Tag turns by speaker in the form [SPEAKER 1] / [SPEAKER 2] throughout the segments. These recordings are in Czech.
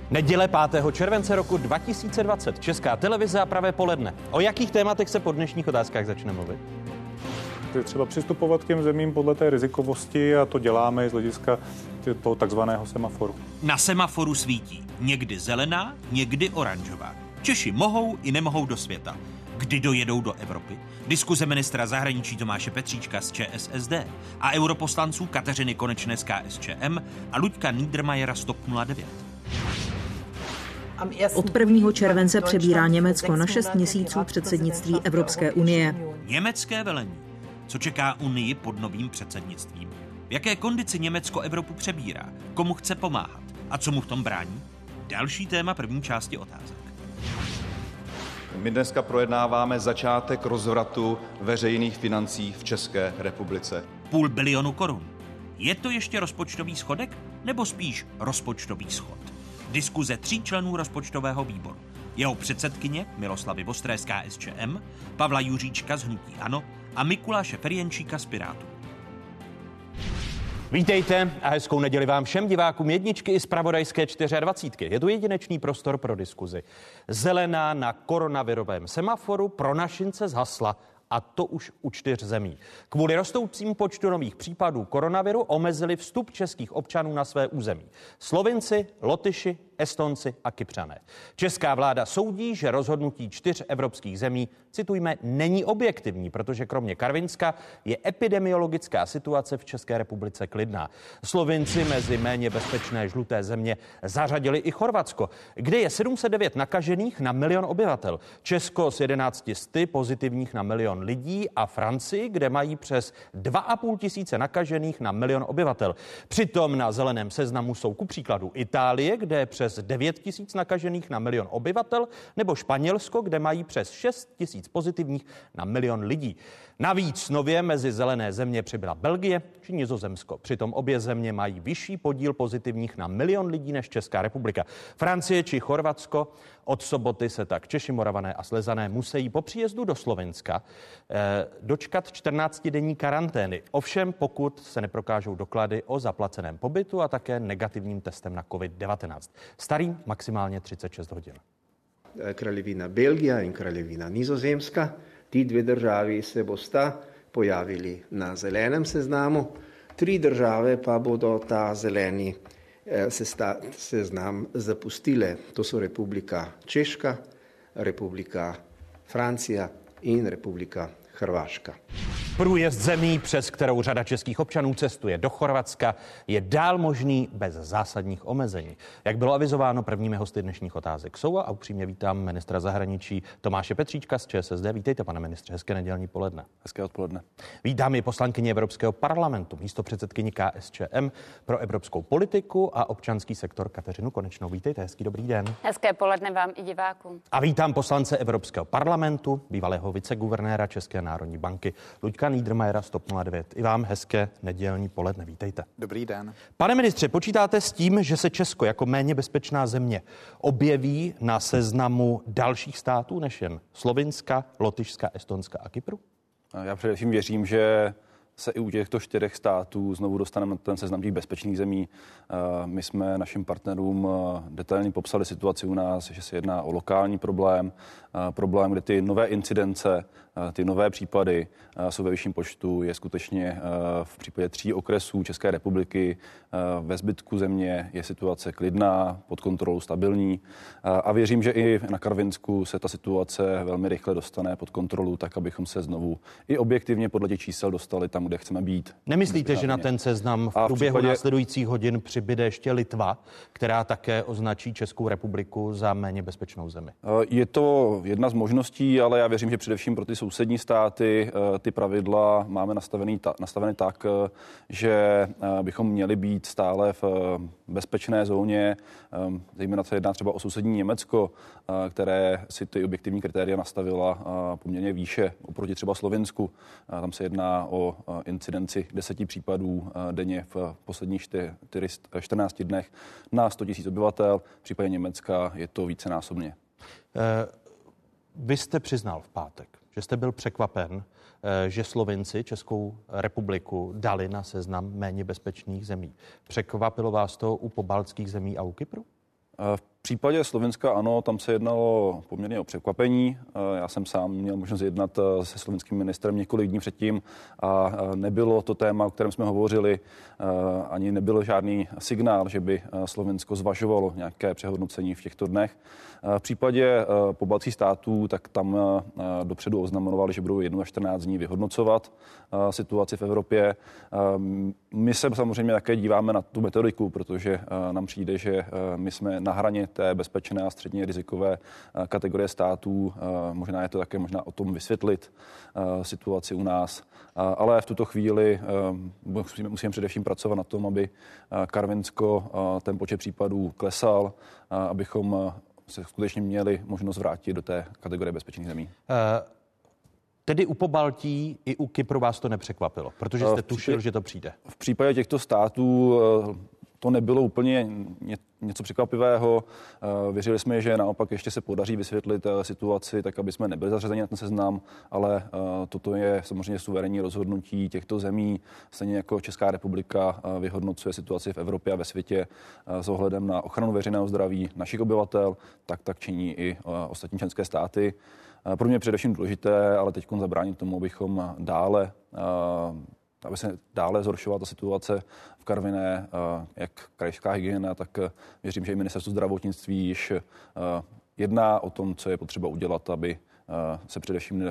[SPEAKER 1] Neděle 5. července roku 2020. Česká televize a Pravé poledne. O jakých tématech se po dnešních otázkách začne mluvit?
[SPEAKER 2] Je třeba přistupovat k těm zemím podle té rizikovosti a to děláme z hlediska toho takzvaného semaforu.
[SPEAKER 3] Na semaforu svítí někdy zelená, někdy oranžová. Češi mohou i nemohou do světa. Kdy dojedou do Evropy? Diskuze ministra zahraničí Tomáše Petříčka z ČSSD a europoslanců Kateřiny Konečné z KSČM a Luďka Niedermayera z TOP 09.
[SPEAKER 4] Od 1. července přebírá Německo na 6 měsíců předsednictví Evropské unie.
[SPEAKER 3] Německé velení. Co čeká Unii pod novým předsednictvím? V jaké kondici Německo Evropu přebírá? Komu chce pomáhat? A co mu v tom brání? Další téma první části otázek.
[SPEAKER 5] My dneska projednáváme začátek rozvratu veřejných financí v České republice.
[SPEAKER 3] 500 milionu korun. Je to ještě rozpočtový schodek, nebo spíš rozpočtový schod? Diskuze 3 členů rozpočtového výboru. Jeho předsedkyně Miloslavy Vostré z KSČM, Pavla Juříčka z hnutí ANO a Mikuláše Ferjenčíka z Pirátů.
[SPEAKER 1] Vítejte a hezkou neděli vám všem divákům Jedničky i zpravodajské 24. Je tu jedinečný prostor pro diskuzi. Zelená na koronavirovém semaforu pro našince zhasla, a to už u 4 zemí. Kvůli rostoucím počtu nových případů koronaviru omezili vstup českých občanů na své území. Slovinci, Lotyši, Estonci a Kypřané. Česká vláda soudí, že rozhodnutí 4 evropských zemí, citujme, není objektivní, protože kromě Karvinska je epidemiologická situace v České republice klidná. Slovinci mezi méně bezpečné žluté země zařadili i Chorvatsko, kde je 709 nakažených na milion obyvatel. Česko s 11 pozitivních na milion lidí a Francii, kde mají přes 2,5 tisíce nakažených na milion obyvatel. Přitom na zeleném seznamu jsou ku příkladu Itálie, kde je přes 9 tisíc nakažených na milion obyvatel, nebo Španělsko, kde mají přes 6 tisíc pozitivních na milion lidí. Navíc nově mezi zelené země přibyla Belgie či Nizozemsko. Přitom obě země mají vyšší podíl pozitivních na milion lidí než Česká republika. Francie či Chorvatsko. Od soboty se tak Češi, Moravané a Slezané musí po příjezdu do Slovenska dočkat 14denní karantény. Ovšem, pokud se neprokážou doklady o zaplaceném pobytu a také negativním testem na COVID-19. Starý maximálně 36 hodin.
[SPEAKER 6] Kraljevina Belgija in Kraljevina Nizozemska. Ti 2 državi se bosta pojavili na zelenem seznamu. 3 države pa bodo ta zeleni seznam zapustile. To so Republika Češka, Republika Francija in Republika Hrvaška.
[SPEAKER 1] Průjezd zemí, přes kterou řada českých občanů cestuje do Chorvatska, je dál možný bez zásadních omezení. Jak bylo avizováno, prvními hosty dnešních otázek jsou a upřímně vítám ministra zahraničí Tomáše Petříčka z ČSSD. Vítejte, pane ministře, hezké nedělní poledne.
[SPEAKER 7] Hezké odpoledne.
[SPEAKER 1] Vítám i poslankyni Evropského parlamentu, místopředsedkyni KSČM pro evropskou politiku a občanský sektor Kateřinu Konečnou. Vítejte, hezký dobrý den.
[SPEAKER 8] Hezké poledne vám i divákům.
[SPEAKER 1] A vítám poslance Evropského parlamentu, bývalého viceguvernéra České národní banky Luďka Niedermayera z TOP 09. I vám hezké nedělní poledne. Vítejte.
[SPEAKER 7] Dobrý den.
[SPEAKER 1] Pane ministře, počítáte s tím, že se Česko jako méně bezpečná země objeví na seznamu dalších států než jen Slovinska, Lotyšska, Estonska a Kypru?
[SPEAKER 7] Já především věřím, že se i u těchto 4 států znovu dostaneme na ten seznam těch bezpečných zemí. My jsme našim partnerům detailně popsali situaci u nás, že se jedná o lokální problém, kde ty nové incidence, ty nové případy jsou ve vyšším počtu. Je skutečně v případě 3 okresů České republiky, ve zbytku země je situace klidná, pod kontrolou stabilní. A věřím, že i na Karvinsku se ta situace velmi rychle dostane pod kontrolu, tak abychom se znovu i objektivně podle těch čísel dostali tam, kde chceme být.
[SPEAKER 1] Nemyslíte, že na ten seznam v průběhu následujících hodin přibyde ještě Litva, která také označí Českou republiku za méně bezpečnou zemi?
[SPEAKER 7] Je to jedna z možností, ale já věřím, že především pro ty sousední státy ty pravidla máme nastavené tak, že bychom měli být stále v bezpečné zóně. Zejména se jedná třeba o sousední Německo, které si ty objektivní kritéria nastavila poměrně výše oproti třeba Slovinsku. Tam se jedná o incidenci 10 případů denně v posledních 14 dnech na 100 000 obyvatel. V případě Německa je to vícenásobně.
[SPEAKER 1] Vy jste přiznal v pátek, že jste byl překvapen, že Slovinci Českou republiku dali na seznam méně bezpečných zemí. Překvapilo vás to u pobaltských zemí a u Kypru?
[SPEAKER 7] případě Slovenska ano, tam se jednalo poměrně o překvapení. Já jsem sám měl možnost jednat se slovenským ministrem několik dní předtím a nebylo to téma, o kterém jsme hovořili, ani nebyl žádný signál, že by Slovensko zvažovalo nějaké přehodnocení v těchto dnech. V případě pobaltských států, tak tam dopředu oznamovali, že budou 1 až 14 dní vyhodnocovat situaci v Evropě. My se samozřejmě také díváme na tu metodiku, protože nám přijde, že my jsme na hraně té bezpečné a středně rizikové kategorie států. Možná je to také možná o tom vysvětlit situaci u nás. Ale v tuto chvíli musíme především pracovat na tom, aby Karvinsko ten počet případů klesal, abychom se skutečně měli možnost vrátit do té kategorie bezpečných zemí.
[SPEAKER 1] Tedy u Pobaltí i u Kypru vás to nepřekvapilo, protože jste tušil, že to přijde.
[SPEAKER 7] V případě těchto států to nebylo úplně něco překvapivého. Věřili jsme, že naopak ještě se podaří vysvětlit situaci, tak aby jsme nebyli zařazeni na ten seznam, ale toto je samozřejmě suverénní rozhodnutí těchto zemí. Stejně jako Česká republika vyhodnocuje situaci v Evropě a ve světě s ohledem na ochranu veřejného zdraví našich obyvatel, tak činí i ostatní členské státy. Pro mě je především důležité, ale teď zabránit tomu, aby se dále zhoršovala ta situace v Karviné, jak krajská hygiena, tak věřím, že i ministerstvo zdravotnictví již jedná o tom, co je potřeba udělat, aby se především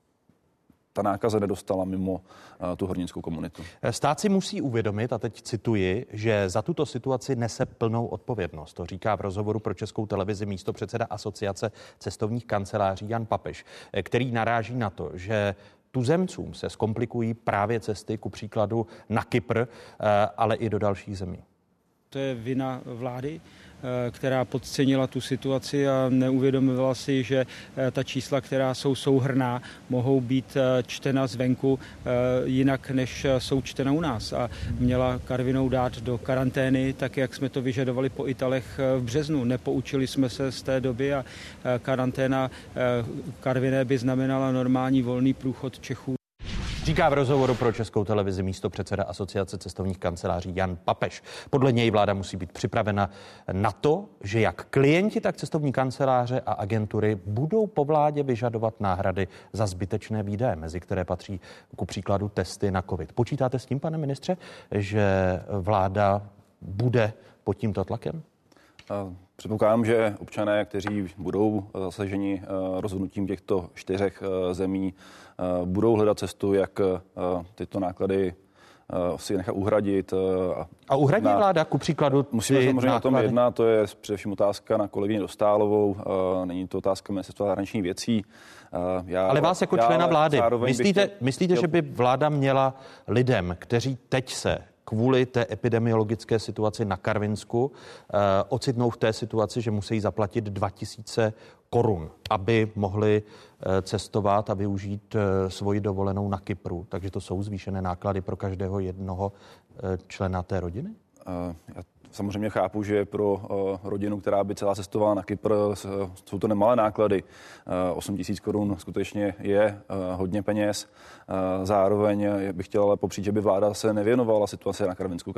[SPEAKER 7] ta nákaza nedostala mimo tu hornickou komunitu.
[SPEAKER 1] Stát si musí uvědomit, a teď cituji, že za tuto situaci nese plnou odpovědnost. To říká v rozhovoru pro Českou televizi místopředseda Asociace cestovních kanceláří Jan Papež, který naráží na to, že tuzemcům se zkomplikují právě cesty, ku příkladu na Kypr, ale i do dalších zemí.
[SPEAKER 9] To je vina vlády, která podcenila tu situaci a neuvědomila si, že ta čísla, která jsou souhrnná, mohou být čtena zvenku jinak, než jsou čtena u nás. A měla Karvinou dát do karantény, tak jak jsme to vyžadovali po Italech v březnu. Nepoučili jsme se z té doby a karanténa Karviné by znamenala normální volný průchod Čechů.
[SPEAKER 1] Říká v rozhovoru pro Českou televizi místopředseda Asociace cestovních kanceláří Jan Papež. Podle něj vláda musí být připravena na to, že jak klienti, tak cestovní kanceláře a agentury budou po vládě vyžadovat náhrady za zbytečné výdaje, mezi které patří ku příkladu testy na COVID. Počítáte s tím, pane ministře, že vláda bude pod tímto tlakem?
[SPEAKER 7] Předpokládám, že občané, kteří budou zasaženi rozhodnutím těchto 4 zemí, budou hledat cestu, jak tyto náklady si nechat uhradit.
[SPEAKER 1] A uhradí vláda ku příkladu?
[SPEAKER 7] Musíme samozřejmě o tom jednat, to je především otázka na kolegyni Dostálovou, není to otázka ministerstva zahraničních věcí.
[SPEAKER 1] Ale vás jako člena vlády, myslíte, že by vláda měla lidem, kteří teď se kvůli té epidemiologické situaci na Karvinsku ocitnou v té situaci, že musí zaplatit 2000 korun, aby mohli cestovat a využít svoji dovolenou na Kypru. Takže to jsou zvýšené náklady pro každého jednoho člena té rodiny?
[SPEAKER 7] Já samozřejmě chápu, že pro rodinu, která by celá cestovala na Kypr, jsou to nemalé náklady. 8 000 korun skutečně je hodně peněz. Zároveň bych chtěl ale popřít, že by vláda se nevěnovala situaci na Karvinsku.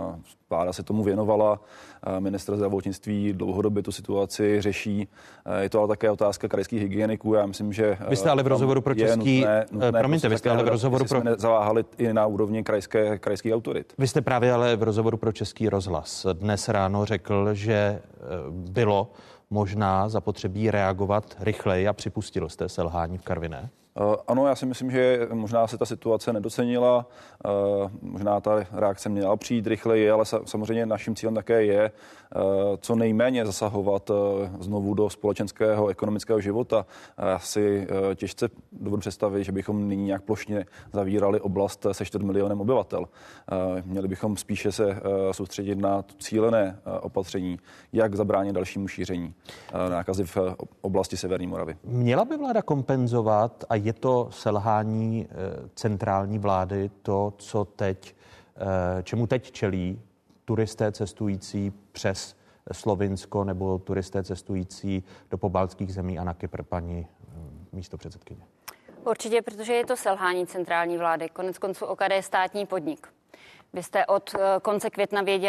[SPEAKER 7] Vláda se tomu věnovala. Ministr zdravotnictví dlouhodobě tu situaci řeší. Je to ale také otázka krajských hygieniků. Já myslím, že
[SPEAKER 1] vy jste ale v rozhovoru pro český... Promiňte, vy jste ale v rozhovoru pro...
[SPEAKER 7] jsme zaváhali i na úrovni krajských autorit.
[SPEAKER 1] Vy jste právě ale v rozhovoru pro Český rozhlas dnes ráno řekl, že bylo možná zapotřebí reagovat rychleji a připustil jste selhání v Karviné?
[SPEAKER 7] Ano, já si myslím, že možná se ta situace nedocenila, možná ta reakce měla přijít rychleji, ale samozřejmě naším cílem také je co nejméně zasahovat znovu do společenského, ekonomického života. Já si těžce dovedu představit, že bychom nyní nějak plošně zavírali oblast se 4 milionem obyvatel. Měli bychom spíše se soustředit na cílené opatření, jak zabránit dalšímu šíření nákazy v oblasti Severní Moravy.
[SPEAKER 1] Měla by vláda kompenzovat, a je to selhání centrální vlády, to, co čemu teď čelí turisté cestující přes Slovinsko nebo turisté cestující do pobaltských zemí a na Kypr, paní místopředsedkyně?
[SPEAKER 8] Určitě, protože je to selhání centrální vlády. Koneckonců OKD je státní podnik. Vy jste od konce května věděli,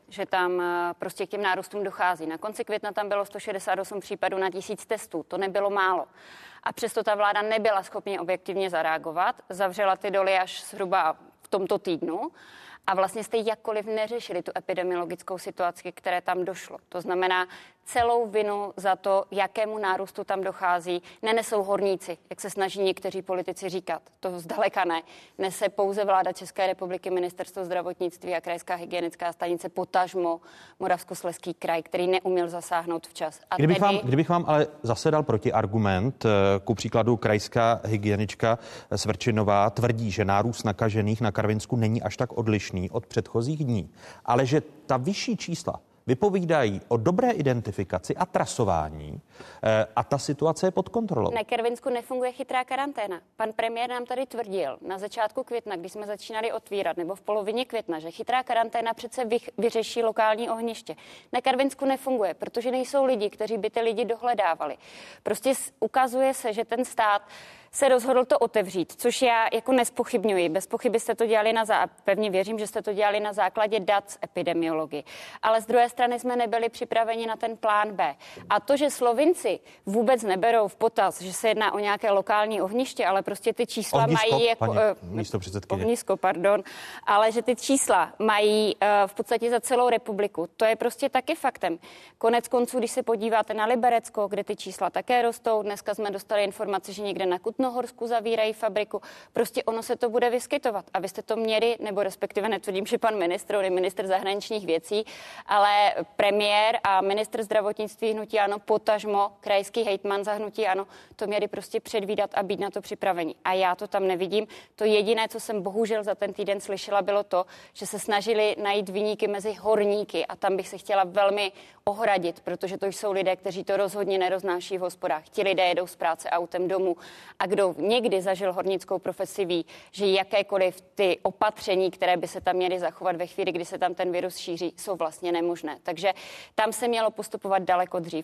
[SPEAKER 8] že tam prostě k těm nárůstům dochází. Na konci května tam bylo 168 případů na 1000 testů. To nebylo málo. A přesto ta vláda nebyla schopna objektivně zareagovat. Zavřela ty doly až zhruba v tomto týdnu. A vlastně jste jakkoliv neřešili tu epidemiologickou situaci, které tam došlo. To znamená, celou vinu za to, jakému nárůstu tam dochází, nenesou horníci, jak se snaží někteří politici říkat. To zdaleka ne. Nese pouze vláda České republiky, Ministerstvo zdravotnictví a krajská hygienická stanice, potažmo Moravskoslezský kraj, který neuměl zasáhnout včas. A
[SPEAKER 1] kdybych vám ale zase dal protiargument, ku příkladu krajská hygienička Svrčinová tvrdí, že nárůst nakažených na Karvinsku není až tak odlišný od předchozích dní, ale že ta vyšší čísla vypovídají o dobré identifikaci a trasování a ta situace je pod kontrolou.
[SPEAKER 8] Na Karvinsku nefunguje chytrá karanténa. Pan premiér nám tady tvrdil na začátku května, když jsme začínali otvírat, nebo v polovině května, že chytrá karanténa přece vyřeší lokální ohniště. Na Karvinsku nefunguje, protože nejsou lidi, kteří by ty lidi dohledávali. Prostě ukazuje se, že ten stát se rozhodl to otevřít, což já jako nespochybňuji. Bez pochyby jste to dělali pevně věřím, že jste to dělali na základě dat z epidemiologie. Ale z druhé strany jsme nebyli připraveni na ten plán B. A to, že Slovinci vůbec neberou v potaz, že se jedná o nějaké lokální ohniště, ale prostě ty čísla mají jako ohnisko, pardon, ale že ty čísla mají v podstatě za celou republiku. To je prostě taky faktem. Konec konců, když se podíváte na Liberecko, kde ty čísla také rostou, dneska jsme dostali informaci, že někde na Kutnohorsku zavírají fabriku. Prostě ono se to bude vyskytovat. A vy jste to měli, nebo respektive netvrdím, že pan ministr zahraničních věcí, ale premiér a ministr zdravotnictví hnutí ANO, potažmo krajský hejtman za hnutí ANO, to měli prostě předvídat a být na to připraveni. A já to tam nevidím. To jediné, co jsem bohužel za ten týden slyšela, bylo to, že se snažili najít viníky mezi horníky a tam bych se chtěla velmi ohradit, protože to jsou lidé, kteří to rozhodně neroznáší v hospodách. Ti lidé jedou z práce autem domů. A kdo někdy zažil hornickou profesi, ví, že jakékoliv ty opatření, které by se tam měly zachovat ve chvíli, kdy se tam ten virus šíří, jsou vlastně nemožné. Takže tam se mělo postupovat daleko dřív.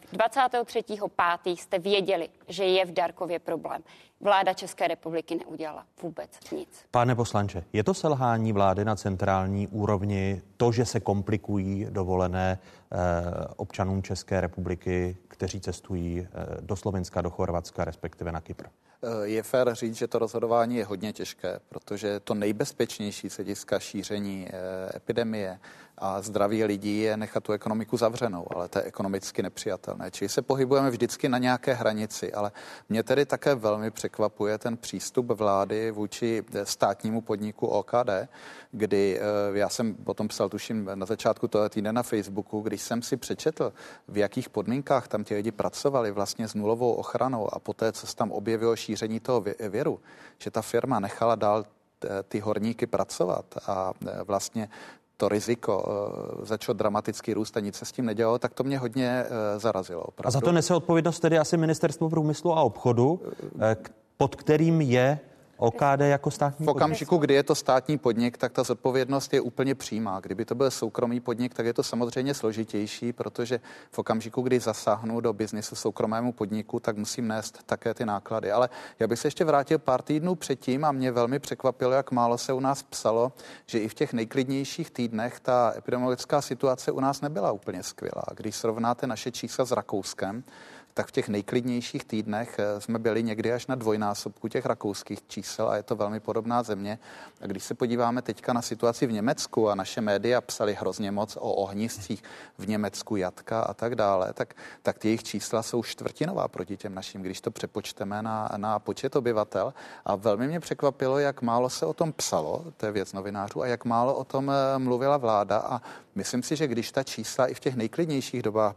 [SPEAKER 8] 23.5. jste věděli, že je v Darkově problém. Vláda České republiky neudělala vůbec nic.
[SPEAKER 1] Pane poslanče, je to selhání vlády na centrální úrovni to, že se komplikují dovolené občanům České republiky, kteří cestují do Slovenska, do Chorvatska, respektive na Kypr?
[SPEAKER 10] Je fér říct, že to rozhodování je hodně těžké, protože to nejbezpečnější z hlediska šíření epidemie a zdraví lidí je nechat tu ekonomiku zavřenou, ale to je ekonomicky nepřijatelné. Čili se pohybujeme vždycky na nějaké hranici, ale mě tedy také velmi překvapuje ten přístup vlády vůči státnímu podniku OKD, kdy já jsem o tom psal, tuším, na začátku toho týdne na Facebooku, když jsem si přečetl, v jakých podmínkách tam ti lidi pracovali vlastně s nulovou ochranou a poté, co se tam objevilo šíření toho viru, že ta firma nechala dál ty horníky pracovat a vlastně to riziko začalo dramaticky růst a nic se s tím nedělalo, tak to mě hodně zarazilo. Opravdu.
[SPEAKER 1] A za to nese odpovědnost tedy asi Ministerstvo průmyslu a obchodu, pod kterým je OKD jako státní podnik?
[SPEAKER 10] V okamžiku, kdy je to státní podnik, tak ta zodpovědnost je úplně přímá. Kdyby to byl soukromý podnik, tak je to samozřejmě složitější, protože v okamžiku, kdy zasáhnu do biznisu soukromému podniku, tak musím nést také ty náklady. Ale já bych se ještě vrátil pár týdnů předtím a mě velmi překvapilo, jak málo se u nás psalo, že i v těch nejklidnějších týdnech ta epidemiologická situace u nás nebyla úplně skvělá. Když srovnáte naše čísla s Rakouskem, tak v těch nejklidnějších týdnech jsme byli někdy až na dvojnásobku těch rakouských čísel a je to velmi podobná země. A když se podíváme teďka na situaci v Německu a naše média psali hrozně moc o ohniscích v Německu, jatka a tak dále, tak ty jejich čísla jsou čtvrtinová proti těm našim, když to přepočteme na počet obyvatel. A velmi mě překvapilo, jak málo se o tom psalo, to je věc novinářů, a jak málo o tom mluvila vláda. A myslím si, že když ta čísla i v těch nejklidnějších dobách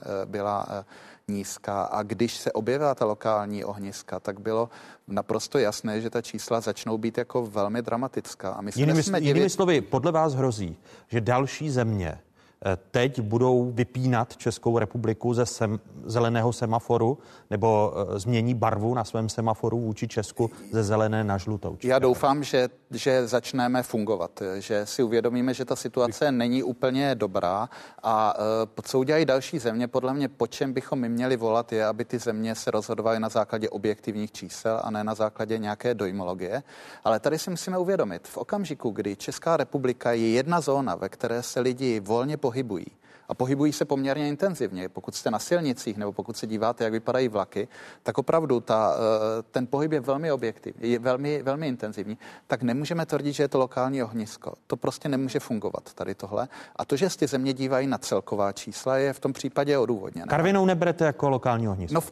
[SPEAKER 10] byla nízká a když se objevila ta lokální ohniska, tak bylo naprosto jasné, že ta čísla začnou být jako velmi dramatická. A my
[SPEAKER 1] jinými slovy, podle vás hrozí, že další země teď budou vypínat Českou republiku ze zeleného semaforu nebo změní barvu na svém semaforu vůči Česku ze zelené na žlutou?
[SPEAKER 10] Já doufám, že že začneme fungovat, že si uvědomíme, že ta situace není úplně dobrá a co udělají další země, podle mě po čem bychom my měli volat je, aby ty země se rozhodovaly na základě objektivních čísel a ne na základě nějaké dojmologie. Ale tady si musíme uvědomit, v okamžiku, kdy Česká republika je jedna zóna, ve které se lidi volně pohybují, a pohybují se poměrně intenzivně. Pokud jste na silnicích nebo pokud se díváte, jak vypadají vlaky, tak opravdu ten pohyb je velmi objektivní, je velmi, velmi intenzivní. Tak nemůžeme tvrdit, že je to lokální ohnisko. To prostě nemůže fungovat tady tohle. A to, že ty země dívají na celková čísla, je v tom případě odůvodněné.
[SPEAKER 1] Karvinou neberete jako lokální ohnisko?
[SPEAKER 10] No,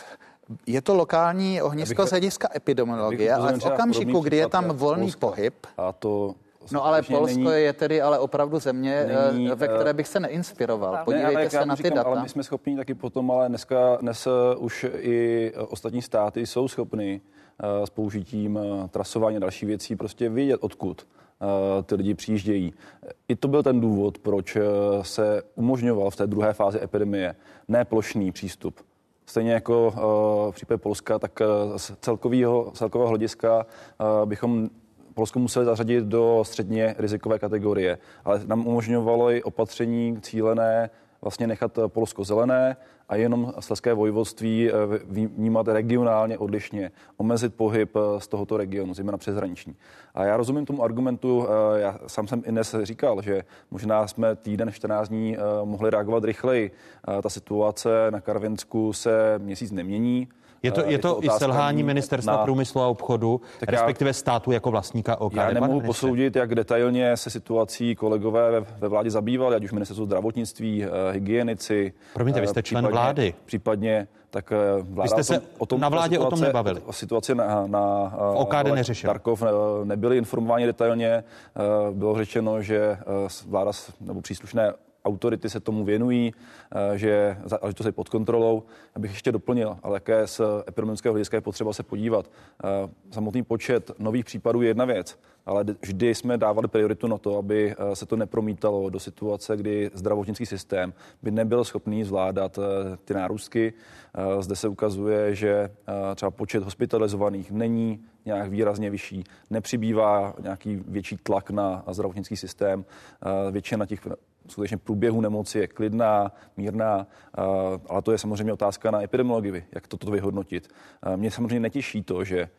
[SPEAKER 10] je to lokální ohnisko z hlediska epidemiologie, ale v okamžiku, kdy je tam volný pohyb,
[SPEAKER 7] a to
[SPEAKER 10] no ale Polsko je tedy ale opravdu země, ve které bych se neinspiroval. Podívejte se na ty data.
[SPEAKER 7] Ale my jsme schopni taky potom, ale dnes už i ostatní státy jsou schopni s použitím trasování a další věcí prostě vědět, odkud ty lidi přijíždějí. I to byl ten důvod, proč se umožňoval v té druhé fázi epidemie neplošný přístup. Stejně jako v případě Polska, tak z celkového hlediska bychom Polsko museli zařadit do středně rizikové kategorie, ale nám umožňovalo i opatření cílené vlastně nechat Polsko zelené a jenom Slezské vojvodství vnímat regionálně odlišně, omezit pohyb z tohoto regionu, zejména přeshraniční. A já rozumím tomu argumentu, já sám jsem i dnes říkal, že možná jsme týden, 14 dní mohli reagovat rychleji. Ta situace na Karvinsku se měsíc nemění.
[SPEAKER 1] Je to i selhání Ministerstva průmyslu a obchodu, respektive státu jako vlastníka OKD?
[SPEAKER 7] Já nemohu posoudit, jak detailně se situací kolegové ve vládě zabývali, ať už ministerstvo zdravotnictví, hygienici.
[SPEAKER 1] Promiňte, vy jste člen vlády.
[SPEAKER 7] Případně, tak vláda
[SPEAKER 1] vy jste se na vládě o tom nebavili.
[SPEAKER 7] O situaci na
[SPEAKER 1] OKD neřešila.
[SPEAKER 7] Tarkov nebyli informováni detailně. Bylo řečeno, že vláda nebo příslušné autority se tomu věnují, že to je pod kontrolou. Abych ještě doplnil, ale jaké z epidemiologického hlediska je potřeba se podívat. Samotný počet nových případů je jedna věc, ale vždy jsme dávali prioritu na to, aby se to nepromítalo do situace, kdy zdravotnický systém by nebyl schopný zvládat ty nárůstky. Zde se ukazuje, že třeba počet hospitalizovaných není nějak výrazně vyšší, nepřibývá nějaký větší tlak na zdravotnický systém. Většina těch skutečně průběhu nemoci je klidná, mírná, ale to je samozřejmě otázka na epidemiologii, jak toto vyhodnotit. Mě samozřejmě netěší to, že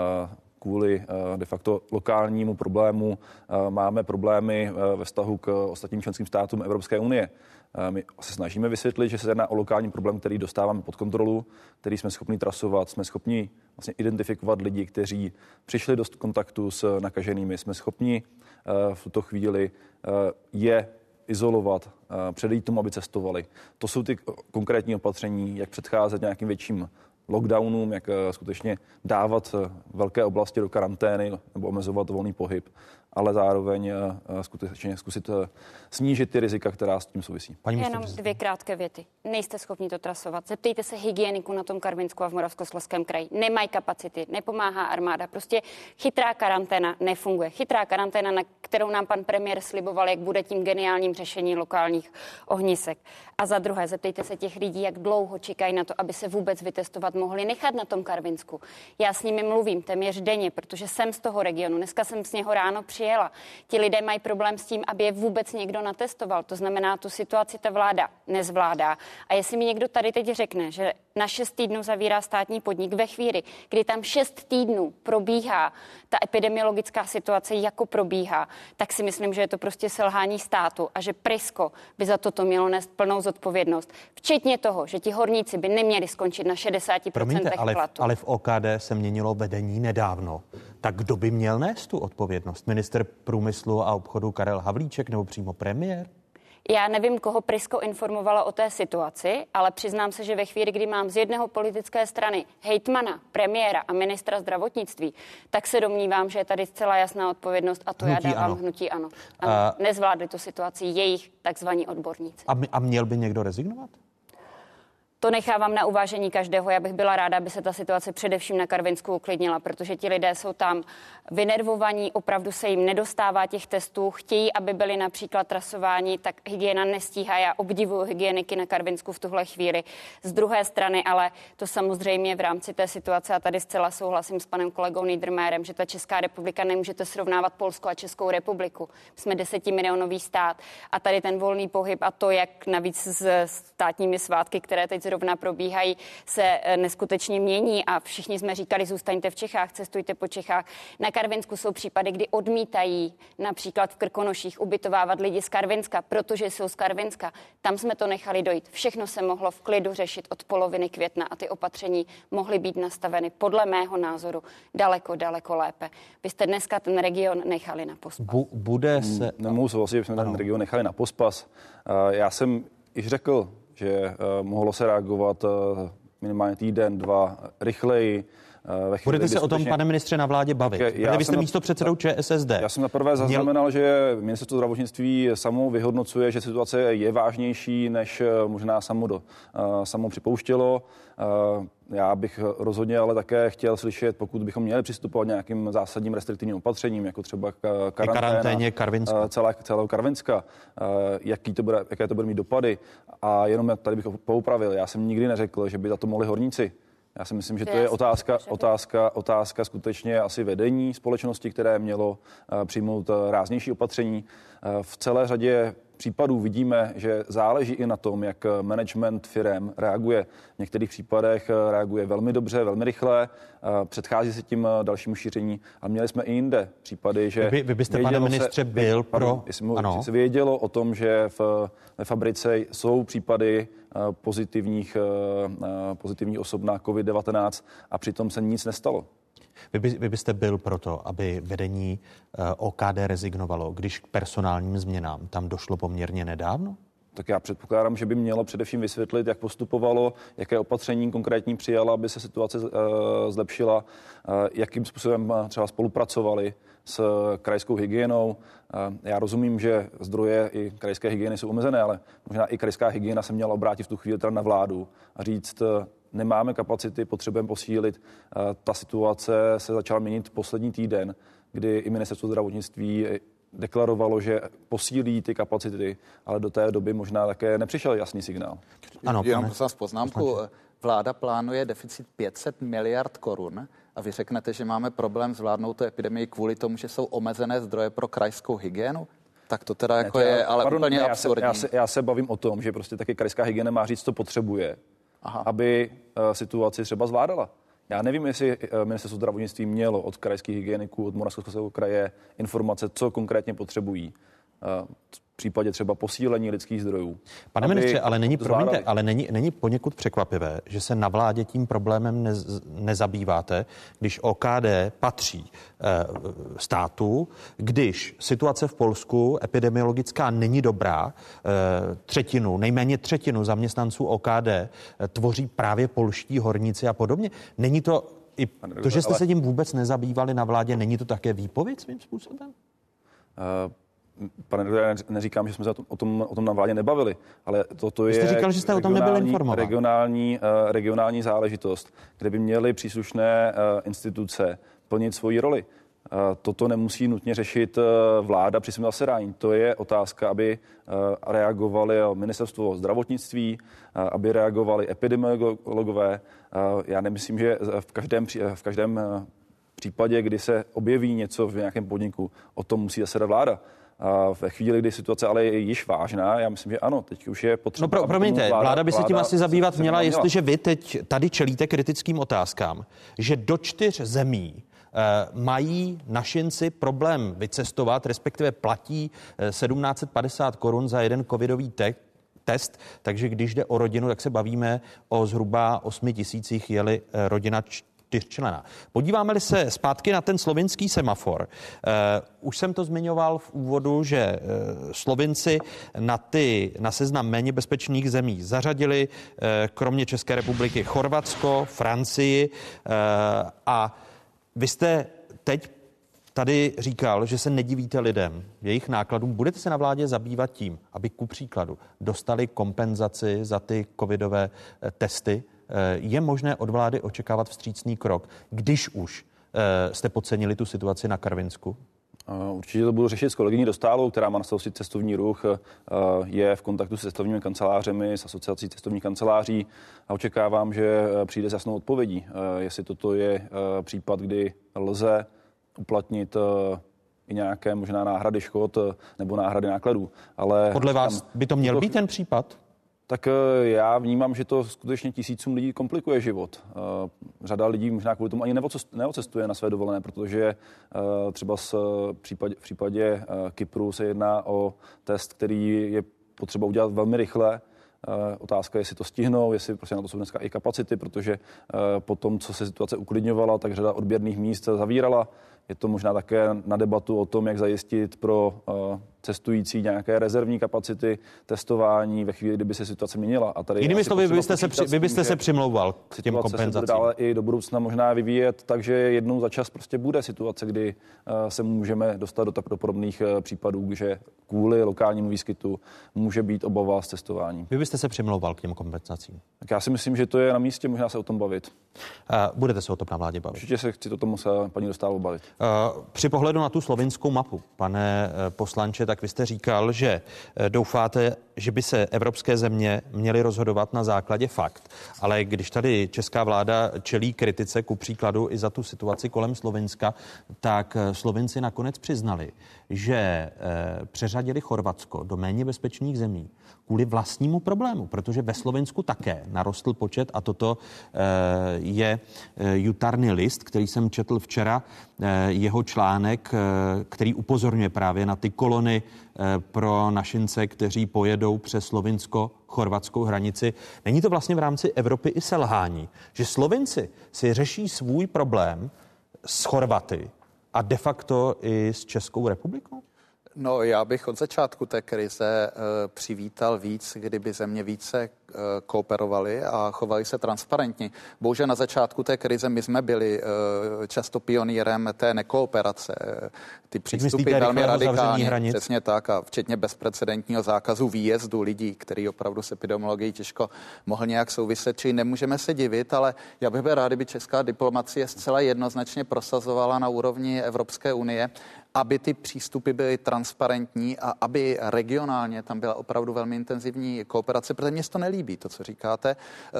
[SPEAKER 7] kvůli de facto lokálnímu problému máme problémy ve vztahu k ostatním členským státům Evropské unie. My se snažíme vysvětlit, že se jedná o lokální problém, který dostáváme pod kontrolu, který jsme schopni trasovat, jsme schopni vlastně identifikovat lidi, kteří přišli do kontaktu s nakaženými, jsme schopni v tuto chvíli je izolovat, předejít tomu, aby cestovali. To jsou ty konkrétní opatření, jak předcházet nějakým větším lockdownům, jak skutečně dávat velké oblasti do karantény nebo omezovat volný pohyb, ale zároveň skutečně zkusit snížit ty rizika, která s tím souvisí.
[SPEAKER 8] Jenom 2 krátké věty. Nejste schopni to trasovat. Zeptejte se hygieniku na tom Karvinsku a v Moravskoslezském kraji. Nemají kapacity, nepomáhá armáda. Prostě chytrá karanténa nefunguje. Chytrá karanténa, na kterou nám pan premiér sliboval, jak bude tím geniálním řešení lokálních ohnisek. A za druhé, zeptejte se těch lidí, jak dlouho čekají na to, aby se vůbec vytestovat mohli nechat na tom Karvinsku. Já s nimi mluvím téměř denně, protože jsem z toho regionu. Dneska jsem z něho ráno přijela. Ti lidé mají problém s tím, aby je vůbec někdo natestoval. To znamená, tu situaci ta vláda nezvládá. A jestli mi někdo tady teď řekne, že na 6 týdnů zavírá státní podnik ve chvíli, kdy tam 6 týdnů probíhá ta epidemiologická situace, jako probíhá, tak si myslím, že je to prostě selhání státu a že Prisko by za toto mělo nést plnou zodpovědnost. Včetně toho, že ti horníci by neměli skončit na 60%
[SPEAKER 1] Promiňte,
[SPEAKER 8] platu.
[SPEAKER 1] ale v OKD se měnilo vedení nedávno. Tak kdo by měl nést tu odpovědnost? Ministr průmyslu a obchodu Karel Havlíček nebo přímo premiér?
[SPEAKER 8] Já nevím, koho Prisko informovala o té situaci, ale přiznám se, že ve chvíli, kdy mám z jedného politické strany hejtmana, premiéra a ministra zdravotnictví, tak se domnívám, že je tady zcela jasná odpovědnost a to já dávám hnutí ANO. Nezvládli tu situaci jejich takzvaní odborníci.
[SPEAKER 1] A měl by někdo rezignovat?
[SPEAKER 8] To nechávám na uvážení každého. Já bych byla ráda, aby se ta situace především na Karvinsku uklidnila, protože ti lidé jsou tam vynervovaní, opravdu se jim nedostává těch testů, chtějí, aby byli například trasováni, tak hygiena nestíhá. Já obdivuju hygieniky na Karvinsku v tuhle chvíli. Z druhé strany, ale to samozřejmě v rámci té situace, a tady zcela souhlasím s panem kolegou Niedermayerem, že ta Česká republika nemůžete srovnávat Polsko a Českou republiku. Jsme 10milionový stát a tady ten volný pohyb a to, jak navíc s státními svátky, které teď zrovna probíhají, se neskutečně mění a všichni jsme říkali, zůstaňte v Čechách, cestujte po Čechách. Na Karvinsku jsou případy, kdy odmítají například v Krkonoších ubytovávat lidi z Karvinska, protože jsou z Karvinska. Tam jsme to nechali dojít. Všechno se mohlo v klidu řešit od poloviny května a ty opatření mohly být nastaveny podle mého názoru daleko lépe. Vy jste dneska ten region nechali na pospas.
[SPEAKER 1] Bude se...
[SPEAKER 7] Nemohu souhlasit, že jsme ten region nechali na pospas. Já jsem již řekl, že mohlo se reagovat minimálně týden, dva rychleji.
[SPEAKER 1] Budete se o tom, pane ministře, na vládě bavit? Vy jste místopředsedou ČSSD.
[SPEAKER 7] Já jsem zaprvé zaznamenal, že ministerstvo zdravotnictví samo vyhodnocuje, že situace je vážnější, než možná samo připouštělo. Já bych rozhodně ale také chtěl slyšet, pokud bychom měli přistupovat nějakým zásadním restriktivním opatřením, jako třeba
[SPEAKER 1] karanténě Karvinska.
[SPEAKER 7] Celého Karvinska, jaké to bude mít dopady. A jenom tady bych poupravil, já jsem nikdy neřekl, že by za to mohli horníci. Já si myslím, že to je otázka skutečně asi vedení společnosti, které mělo přijmout ráznější opatření. V celé řadě případů vidíme, že záleží i na tom, jak management firem reaguje. V některých případech reaguje velmi dobře, velmi rychle, předchází se tím dalšímu šíření. A měli jsme i jinde případy, že...
[SPEAKER 1] Vy byste, pane ministře, byl pro...
[SPEAKER 7] Ano. Se vědělo o tom, že ve fabrice jsou případy pozitivních osob na COVID-19 a přitom se nic nestalo.
[SPEAKER 1] Vy byste byl proto, aby vedení OKD rezignovalo, když k personálním změnám tam došlo poměrně nedávno?
[SPEAKER 7] Tak já předpokládám, že by mělo především vysvětlit, jak postupovalo, jaké opatření konkrétní přijala, aby se situace zlepšila, jakým způsobem třeba spolupracovali s krajskou hygienou. Já rozumím, že zdroje i krajské hygieny jsou omezené, ale možná i krajská hygiena se měla obrátit v tu chvíli teda na vládu a říct, nemáme kapacity, potřebujeme posílit. Ta situace se začala měnit poslední týden, kdy i ministerstvo zdravotnictví deklarovalo, že posílí ty kapacity, ale do té doby možná také nepřišel jasný signál.
[SPEAKER 10] Ano, jenom poznámku. Vláda plánuje deficit 500 miliard korun a vy řeknete, že máme problém zvládnout tu epidemii kvůli tomu, že jsou omezené zdroje pro krajskou hygienu? Tak to teda je ale úplně absurdní.
[SPEAKER 7] Já se bavím o tom, že prostě taky krajská hygiena má říct, co potřebuje, aby situaci třeba zvládala. Já nevím, jestli ministerstvo zdravotnictví mělo od krajských hygieniků, od Moravskoslezského kraje informace, co konkrétně potřebují. V případě třeba posílení lidských zdrojů.
[SPEAKER 1] Pane ministře, ale není poněkud překvapivé, že se na vládě tím problémem nezabýváte, když OKD patří státu, když situace v Polsku epidemiologická není dobrá, nejméně třetinu zaměstnanců OKD tvoří právě polští horníci a podobně. Není to, i to, že jste se tím vůbec nezabývali na vládě, není to také výpověď svým způsobem?
[SPEAKER 7] Pane, neříkám, že jsme se o tom na vládě nebavili, ale toto je
[SPEAKER 1] říkal, že jste o tom nebyl informován.
[SPEAKER 7] Regionální záležitost, kde by měly příslušné instituce plnit svoji roli. Toto nemusí nutně řešit vláda při svém zasedání. To je otázka, aby reagovali ministerstvo zdravotnictví, aby reagovali epidemiologové. Já nemyslím, že v každém případě, kdy se objeví něco v nějakém podniku, o tom musí zasedat vláda. A ve chvíli, kdy situace ale je již vážná, já myslím, že ano, teď už je potřeba...
[SPEAKER 1] No promiňte, vláda by se tím asi zabývat měla, jestliže vy teď tady čelíte kritickým otázkám, že do 4 zemí mají našinci problém vycestovat, respektive platí 1750 korun za jeden covidový test, takže když jde o rodinu, tak se bavíme o zhruba 8 000, je-li rodina 4členná. Podíváme-li se zpátky na ten slovinský semafor. Už jsem to zmiňoval v úvodu, že Slovinci na seznam méně bezpečných zemí zařadili kromě České republiky Chorvatsko, Francii a vy jste teď tady říkal, že se nedivíte lidem, jejich nákladům. Budete se na vládě zabývat tím, aby ku příkladu dostali kompenzaci za ty covidové testy? Je možné od vlády očekávat vstřícný krok, když už jste podcenili tu situaci na Karvinsku?
[SPEAKER 7] Určitě to budu řešit s kolegyní Dostálovou, která má na starosti cestovní ruch, je v kontaktu s cestovními kancelářemi, s asociací cestovních kanceláří a očekávám, že přijde s jasnou odpovědí, jestli toto je případ, kdy lze uplatnit i nějaké možná náhrady škod nebo náhrady nákladů. Ale
[SPEAKER 1] podle vás by to měl být ten případ?
[SPEAKER 7] Tak já vnímám, že to skutečně tisícům lidí komplikuje život. Řada lidí možná kvůli tomu ani neocestuje na své dovolené, protože třeba v případě Kypru se jedná o test, který je potřeba udělat velmi rychle. Otázka, jestli to stihnou, jestli prostě na to jsou dneska i kapacity, protože po tom, co se situace uklidňovala, tak řada odběrných míst zavírala. Je to možná také na debatu o tom, jak zajistit pro cestující nějaké rezervní kapacity testování ve chvíli, kdyby se situace měnila. A tady
[SPEAKER 1] jinými slovy, vy byste se přimlouval k těm kompenzacím.
[SPEAKER 7] Dále i do budoucna možná vyvíjet, takže jednou za čas prostě bude situace, kdy se můžeme dostat do podobných případů, že kvůli lokálnímu výskytu může být obava z testování.
[SPEAKER 1] Vy byste se přimlouval k těm kompenzacím?
[SPEAKER 7] Tak já si myslím, že to je na místě, možná se o tom bavit.
[SPEAKER 1] Budete se o tom na vládě bavit?
[SPEAKER 7] Určitě se chci o tom se paní Dostálovou bavit.
[SPEAKER 1] Při pohledu na tu slovinskou mapu, pane poslanče, tak vy jste říkal, že doufáte, že by se evropské země měly rozhodovat na základě fakt. Ale když tady česká vláda čelí kritice, ku příkladu i za tu situaci kolem Slovinska, tak Slovinci nakonec přiznali, že přeřadili Chorvatsko do méně bezpečných zemí kvůli vlastnímu problému, protože ve Slovinsku také narostl počet, a toto je Jutarnyi list, který jsem četl včera, jeho článek, který upozorňuje právě na ty kolony pro našince, kteří pojedou přes slovinsko-chorvatskou hranici. Není to vlastně v rámci Evropy i selhání, že Slovinci si řeší svůj problém s Chorvaty a de facto i s Českou republikou?
[SPEAKER 10] No, já bych od začátku té krize přivítal víc, kdyby země více kooperovaly a chovali se transparentně. Bohužel na začátku té krize my jsme byli často pionýrem té nekooperace. Ty přístupy velmi radikální, přesně tak, a včetně bezprecedentního zákazu výjezdu lidí, který opravdu s epidemiologií těžko mohl nějak souviset, či nemůžeme se divit, ale já bych byl rád, kdyby česká diplomacie zcela jednoznačně prosazovala na úrovni Evropské unie, aby ty přístupy byly transparentní a aby regionálně tam byla opravdu velmi intenzivní kooperace, protože mě to nelíbí, to, co říkáte,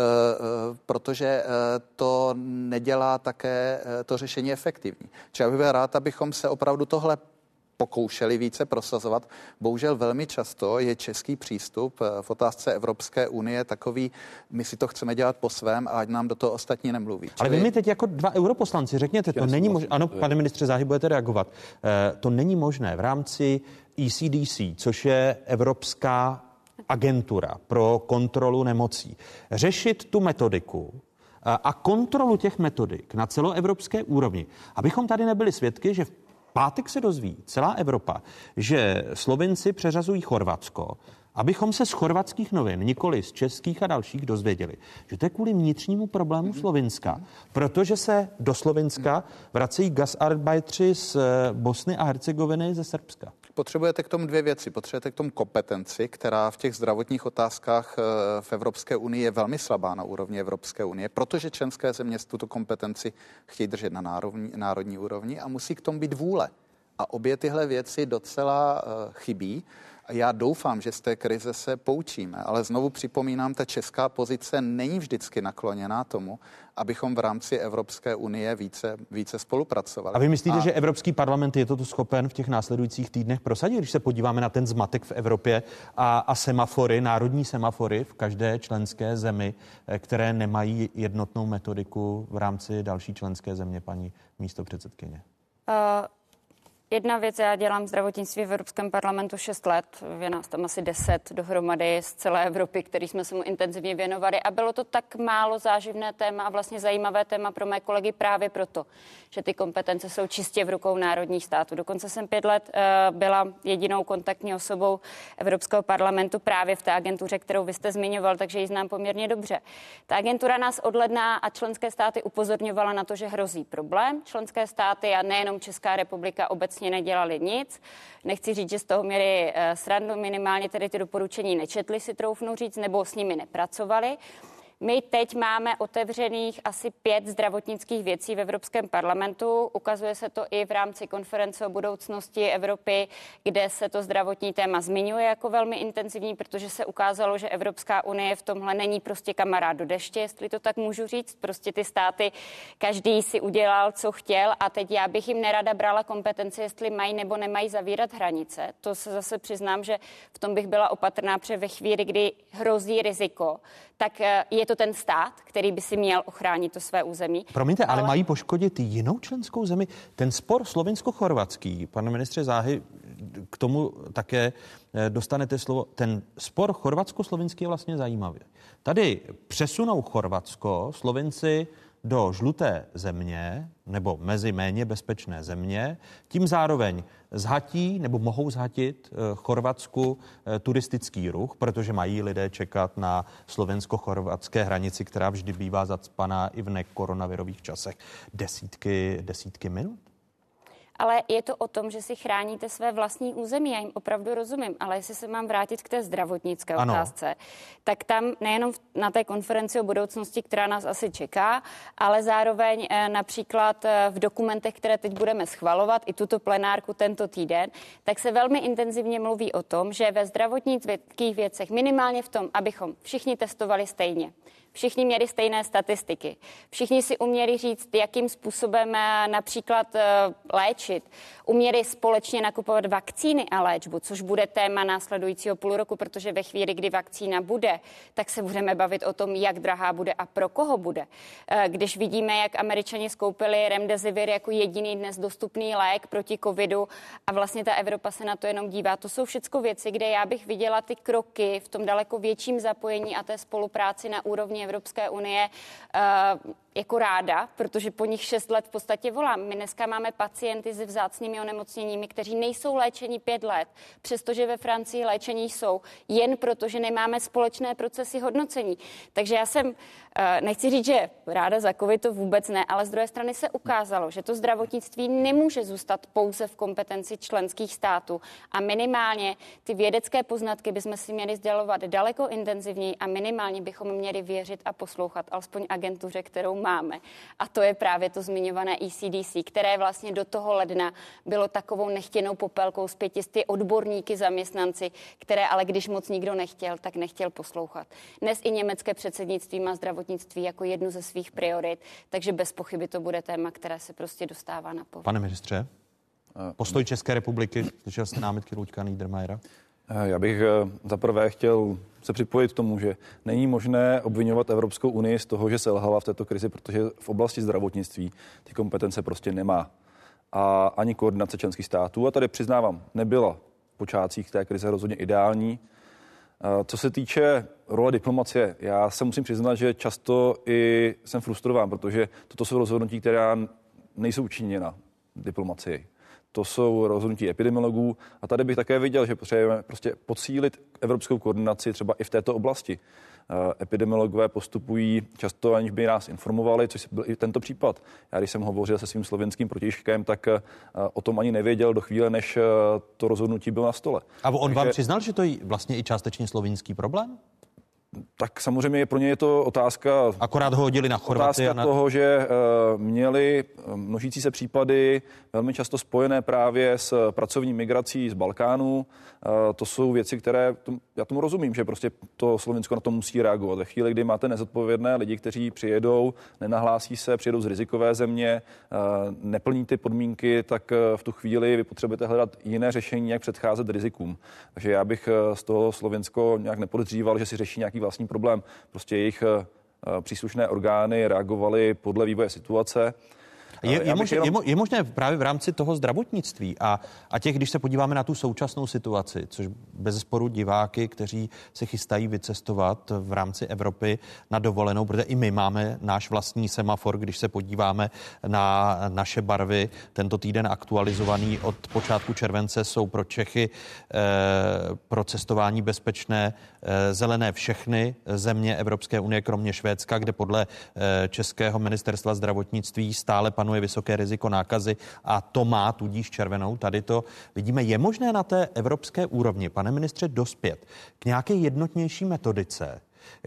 [SPEAKER 10] protože to nedělá také to řešení efektivní. Čili já bych byl rád, abychom se opravdu tohle pokoušeli více prosazovat. Bohužel velmi často je český přístup v otázce Evropské unie takový, my si to chceme dělat po svém a ať nám do toho ostatní nemluví.
[SPEAKER 1] Ale vy mi teď jako 2 europoslanci řekněte, to není možné. Ano, pane ministře Záhy, budete reagovat. To není možné v rámci ECDC, což je Evropská agentura pro kontrolu nemocí, řešit tu metodiku a kontrolu těch metodik na celoevropské úrovni, abychom tady nebyli svědky, že v pátek se dozví celá Evropa, že Slovinci přeřazují Chorvatsko, abychom se z chorvatských novin, nikoli z českých a dalších, dozvěděli, že to je kvůli vnitřnímu problému Slovinska, protože se do Slovinska vracejí gastarbeitři z Bosny a Hercegoviny ze Srbska.
[SPEAKER 10] Potřebujete k tomu 2 věci. Potřebujete k tomu kompetenci, která v těch zdravotních otázkách v Evropské unii je velmi slabá na úrovni Evropské unie, protože členské země tuto kompetenci chtějí držet na národní úrovni a musí k tomu být vůle. A obě tyhle věci docela chybí. A já doufám, že z té krize se poučíme, ale znovu připomínám, ta česká pozice není vždycky nakloněná tomu, abychom v rámci Evropské unie více spolupracovali.
[SPEAKER 1] A vy myslíte, že Evropský parlament je toto schopen v těch následujících týdnech prosadit, když se podíváme na ten zmatek v Evropě a semafory, národní semafory v každé členské zemi, které nemají jednotnou metodiku v rámci další členské země, paní místopředsedkyně?
[SPEAKER 8] Jedna věc, já dělám zdravotnictví v Evropském parlamentu 6 let, je nás tam asi 10 dohromady z celé Evropy, který jsme se mu intenzivně věnovali a bylo to tak málo záživné téma a vlastně zajímavé téma pro mé kolegy právě proto, že ty kompetence jsou čistě v rukou národních států. Dokonce jsem 5 let byla jedinou kontaktní osobou Evropského parlamentu právě v té agentuře, kterou vy jste zmiňoval, takže ji znám poměrně dobře. Ta agentura nás od ledna a členské státy upozorňovala na to, že hrozí problém. Členské státy a nejenom Česká republika obecně nedělali nic. Nechci říct, že z toho měli srandu, minimálně tedy ty doporučení nečetli, si troufnu říct, nebo s nimi nepracovali. My teď máme otevřených asi 5 zdravotnických věcí v Evropském parlamentu. Ukazuje se to i v rámci konference o budoucnosti Evropy, kde se to zdravotní téma zmiňuje jako velmi intenzivní, protože se ukázalo, že Evropská unie v tomhle není prostě kamarád do deště, jestli to tak můžu říct. Prostě ty státy, každý si udělal, co chtěl a teď já bych jim nerada brala kompetence, jestli mají nebo nemají zavírat hranice. To se zase přiznám, že v tom bych byla opatrná, protože ve chvíli, kdy hrozí riziko, tak je to ten stát, který by si měl ochránit to své území.
[SPEAKER 1] Promiňte, ale mají poškodit jinou členskou zemi? Ten spor slovinsko-chorvatský, pane ministře Záhy, k tomu také dostanete slovo. Ten spor chorvatsko-slovinský je vlastně zajímavý. Tady přesunou Chorvatsko, Slovinci do žluté země nebo mezi méně bezpečné země, tím zároveň zhatí nebo mohou zhatit Chorvatsku turistický ruch, protože mají lidé čekat na slovensko-chorvatské hranici, která vždy bývá zacpaná i v nekoronavirových časech desítky minut.
[SPEAKER 8] Ale je to o tom, že si chráníte své vlastní území. Já jim opravdu rozumím, ale jestli se mám vrátit k té zdravotnické otázce, tak tam nejenom na té konferenci o budoucnosti, která nás asi čeká, ale zároveň například v dokumentech, které teď budeme schvalovat, i tuto plenárku tento týden, tak se velmi intenzivně mluví o tom, že ve zdravotnických věcech, minimálně v tom, abychom všichni testovali stejně, všichni měli stejné statistiky. Všichni si uměli říct, jakým způsobem například léčit. Uměli společně nakupovat vakcíny a léčbu, což bude téma následujícího půl roku, protože ve chvíli, kdy vakcína bude, tak se budeme bavit o tom, jak drahá bude a pro koho bude. Když vidíme, jak Američani skoupili Remdesivir jako jediný dnes dostupný lék proti covidu a vlastně ta Evropa se na to jenom dívá. To jsou všechno věci, kde já bych viděla ty kroky v tom daleko větším zapojení a té spolupráci na úrovni Evropské unie jako ráda, protože po nich 6 let v podstatě volám. My dneska máme pacienty se vzácnými onemocněními, kteří nejsou léčeni 5 let, přestože ve Francii léčení jsou, jen protože nemáme společné procesy hodnocení. Takže já jsem, nechci říct, že ráda za covid, to vůbec ne, ale z druhé strany se ukázalo, že to zdravotnictví nemůže zůstat pouze v kompetenci členských států a minimálně ty vědecké poznatky bychom si měli sdělovat daleko intenzivněji a minimálně bychom měli věřit a poslouchat alespoň agentuře, kterou máme. A to je právě to zmiňované ECDC, které vlastně do toho ledna bylo takovou nechtěnou popelkou s 500 odborníky, zaměstnanci, které ale když moc nikdo nechtěl, tak nechtěl poslouchat. Dnes i německé předsednictví má zdravotnictví jako jednu ze svých priorit, takže bez pochyby to bude téma, které se prostě dostává na povrch.
[SPEAKER 1] Pane ministře, postoj České republiky, slyšel jste námitky Luďka Niedermayera?
[SPEAKER 7] Já bych zaprvé chtěl se připojit k tomu, že není možné obvinovat Evropskou unii z toho, že selhala v této krizi, protože v oblasti zdravotnictví ty kompetence prostě nemá. A ani koordinace členských států. A tady přiznávám, nebyla v počátcích té krize rozhodně ideální. Co se týče role diplomacie, já se musím přiznat, že často i jsem frustrován, protože toto jsou rozhodnutí, která nejsou učiněna diplomacii. To jsou rozhodnutí epidemiologů a tady bych také viděl, že potřebujeme prostě posílit evropskou koordinaci třeba i v této oblasti. Epidemiologové postupují často, aniž by nás informovali, což byl i tento případ. Já když jsem hovořil se svým slovenským protějškem, tak o tom ani nevěděl do chvíle, než to rozhodnutí bylo na stole.
[SPEAKER 1] A on vám přiznal, že to je vlastně i částečně slovinský problém?
[SPEAKER 7] Tak samozřejmě pro ně je to otázka...
[SPEAKER 1] Akorát ho hodili na Chorvaty.
[SPEAKER 7] Otázka toho, že měli množící se případy velmi často spojené právě s pracovní migrací z Balkánu. To jsou věci, které... Já tomu rozumím, že prostě to Slovinsko na to musí reagovat. Ve chvíli, kdy máte nezodpovědné lidi, kteří přijedou, nenahlásí se, přijedou z rizikové země, neplní ty podmínky, tak v tu chvíli vy potřebujete hledat jiné řešení, jak předcházet rizikům. Takže já bych z toho Slovinsko nějak nepodezříval, že si řeší nějaký vlastní problém. Prostě jejich příslušné orgány reagovaly podle vývoje situace.
[SPEAKER 1] Je možné právě v rámci toho zdravotnictví a těch, když se podíváme na tu současnou situaci, což bezesporu diváky, kteří se chystají vycestovat v rámci Evropy na dovolenou, protože i my máme náš vlastní semafor, když se podíváme na naše barvy, tento týden aktualizovaný od počátku července jsou pro Čechy pro cestování bezpečné zelené všechny země Evropské unie, kromě Švédska, kde podle Českého ministerstva zdravotnictví stále panuje vysoké riziko nákazy a to má tudíž červenou. Tady to vidíme. Je možné na té evropské úrovni, pane ministře, dospět k nějaké jednotnější metodice,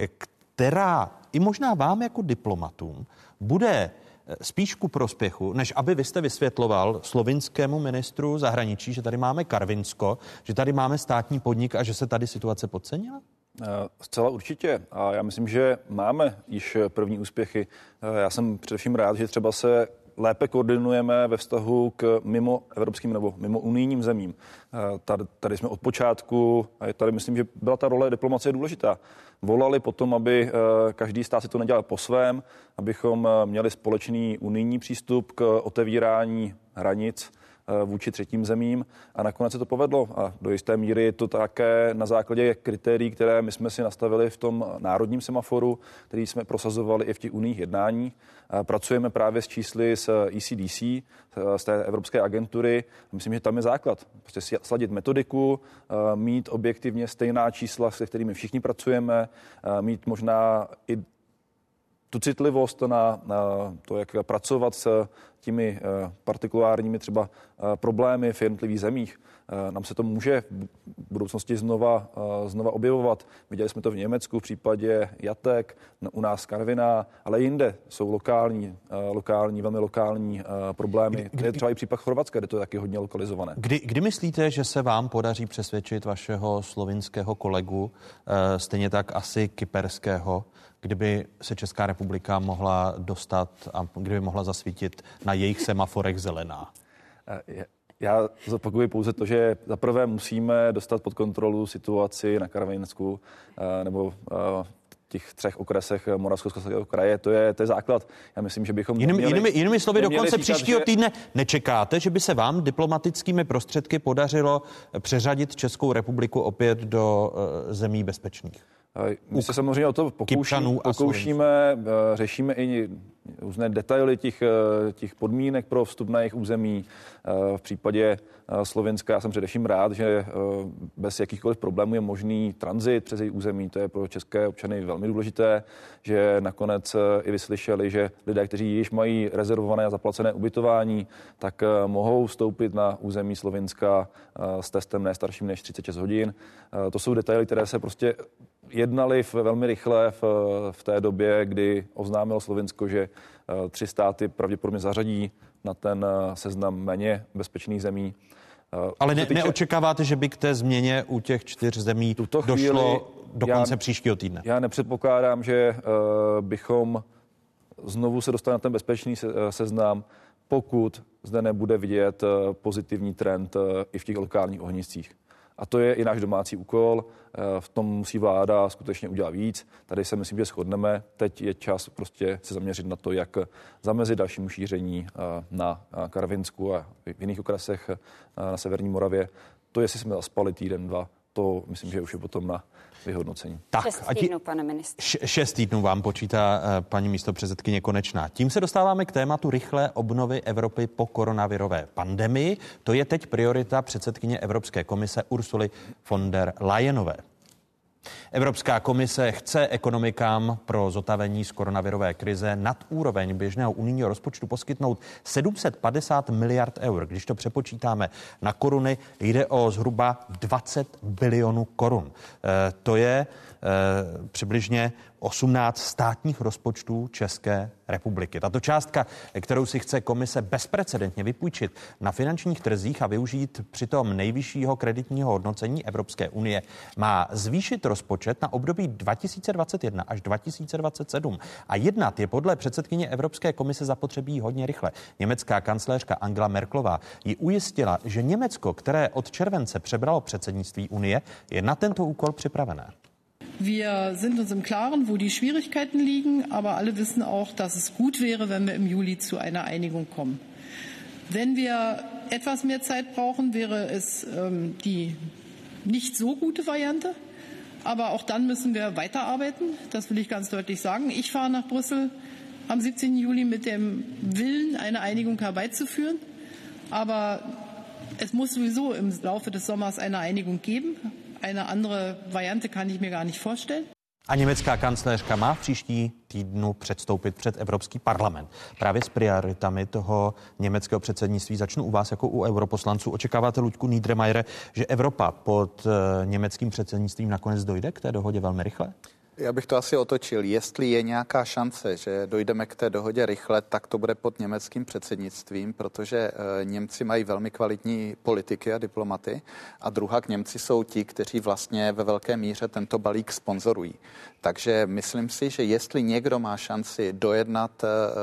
[SPEAKER 1] která i možná vám jako diplomatům bude spíš ku prospěchu, než aby vy jste vysvětloval slovinskému ministru zahraničí, že tady máme Karvinsko, že tady máme státní podnik a že se tady situace podcenila?
[SPEAKER 7] Zcela určitě. A já myslím, že máme již první úspěchy. Já jsem především rád, že třeba se lépe koordinujeme ve vztahu k mimo evropským nebo mimo unijním zemím. Tady jsme od počátku, a tady myslím, že byla ta role diplomacie důležitá. Volali potom, aby každý stát si to nedělal po svém, abychom měli společný unijní přístup k otevírání hranic vůči třetím zemím a nakonec se to povedlo a do jisté míry je to také na základě kritérií, které my jsme si nastavili v tom národním semaforu, který jsme prosazovali i v těch unijních jednáních. Pracujeme právě s čísly z ECDC, z té evropské agentury. Myslím, že tam je základ. Prostě sladit metodiku, mít objektivně stejná čísla, se kterými všichni pracujeme, mít možná i tu citlivost na to, jak pracovat s těmi partikulárními třeba problémy v jednotlivých zemích. Nám se to může v budoucnosti znova objevovat. Viděli jsme to v Německu v případě jatek, u nás Karviná, ale jinde jsou velmi lokální problémy. Je třeba i případ Chorvatska, kde to je taky hodně lokalizované.
[SPEAKER 1] Kdy myslíte, že se vám podaří přesvědčit vašeho slovinského kolegu, stejně tak asi kyperského, kdyby se Česká republika mohla dostat a kdyby mohla zasvítit na jejich semaforech zelená?
[SPEAKER 7] Já zopakuju pouze to, že zaprvé musíme dostat pod kontrolu situaci na Karvinsku nebo v těch 3 okresech Moravskoslezského kraje. To je základ. Já myslím, že bychom
[SPEAKER 1] Jinými slovy, do konce příštího týdne nečekáte, že by se vám diplomatickými prostředky podařilo přeřadit Českou republiku opět do zemí bezpečných?
[SPEAKER 7] My se samozřejmě o to pokoušíme, řešíme i různé detaily těch podmínek pro vstup na jejich území. V případě Slovenska já jsem především rád, že bez jakýchkoliv problémů je možný tranzit přes jejich území. To je pro české občany velmi důležité, že nakonec i vyslyšeli, že lidé, kteří již mají rezervované a zaplacené ubytování, tak mohou vstoupit na území Slovenska s testem ne starším než 36 hodin. To jsou detaily, které se prostě jednali velmi rychle v té době, kdy oznámilo Slovinsko, že 3 státy pravděpodobně zařadí na ten seznam méně bezpečných zemí.
[SPEAKER 1] Ale neočekáváte, že by k té změně u těch 4 zemí došlo do konce příštího týdne?
[SPEAKER 7] Já nepředpokládám, že bychom znovu se dostali na ten bezpečný seznam, pokud zde nebude vidět pozitivní trend i v těch lokálních ohniscích. A to je i náš domácí úkol. V tom musí vláda skutečně udělat víc. Tady se myslím, že shodneme. Teď je čas prostě se zaměřit na to, jak zamezit dalšímu šíření na Karvinsku a v jiných okresech na severní Moravě. To, jestli jsme zaspali týden, 2, to myslím, že už je potom na vyhodnocení.
[SPEAKER 8] 6 týdnů, pane ministře.
[SPEAKER 1] 6 týdnů vám počítá paní místopředsedkyně Konečná. Tím se dostáváme k tématu rychlé obnovy Evropy po koronavirové pandemii. To je teď priorita předsedkyně Evropské komise Ursuly von der Leyenové. Evropská komise chce ekonomikám pro zotavení z koronavirové krize nad úroveň běžného unijního rozpočtu poskytnout 750 miliard eur. Když to přepočítáme na koruny, jde o zhruba 20 bilionů korun. To je přibližně 18 státních rozpočtů České republiky. Tato částka, kterou si chce komise bezprecedentně vypůjčit na finančních trzích a využít přitom nejvyššího kreditního hodnocení Evropské unie, má zvýšit rozpočet na období 2021 až 2027. A jednat je podle předsedkyně Evropské komise zapotřebí hodně rychle. Německá kancléřka Angela Merkelová ji ujistila, že Německo, které od července přebralo předsednictví unie, je na tento úkol připravené.
[SPEAKER 11] Wir sind uns im Klaren, wo die Schwierigkeiten liegen, aber alle wissen auch, dass es gut wäre, wenn wir im Juli zu einer Einigung kommen. Wenn wir etwas mehr Zeit brauchen, wäre es die nicht so gute Variante. Aber auch dann müssen wir weiterarbeiten. Das will ich ganz deutlich sagen. Ich fahre nach Brüssel am 17. Juli mit dem Willen, eine Einigung herbeizuführen. Aber es muss sowieso im Laufe des Sommers eine Einigung geben. Eine andere Variante kann ich mir gar nicht vorstellen.
[SPEAKER 1] A německá kancléřka má v příští týdnu předstoupit před Evropský parlament. Právě s prioritami toho německého předsednictví začnu u vás jako u europoslanců. Očekáváte, Luďku Niedermayere, že Evropa pod německým předsednictvím nakonec dojde k té dohodě velmi rychle?
[SPEAKER 10] Já bych to asi otočil. Jestli je nějaká šance, že dojdeme k té dohodě rychle, tak to bude pod německým předsednictvím, protože Němci mají velmi kvalitní politiky a diplomaty a druhak Němci jsou ti, kteří vlastně ve velké míře tento balík sponzorují. Takže myslím si, že jestli někdo má šanci dojednat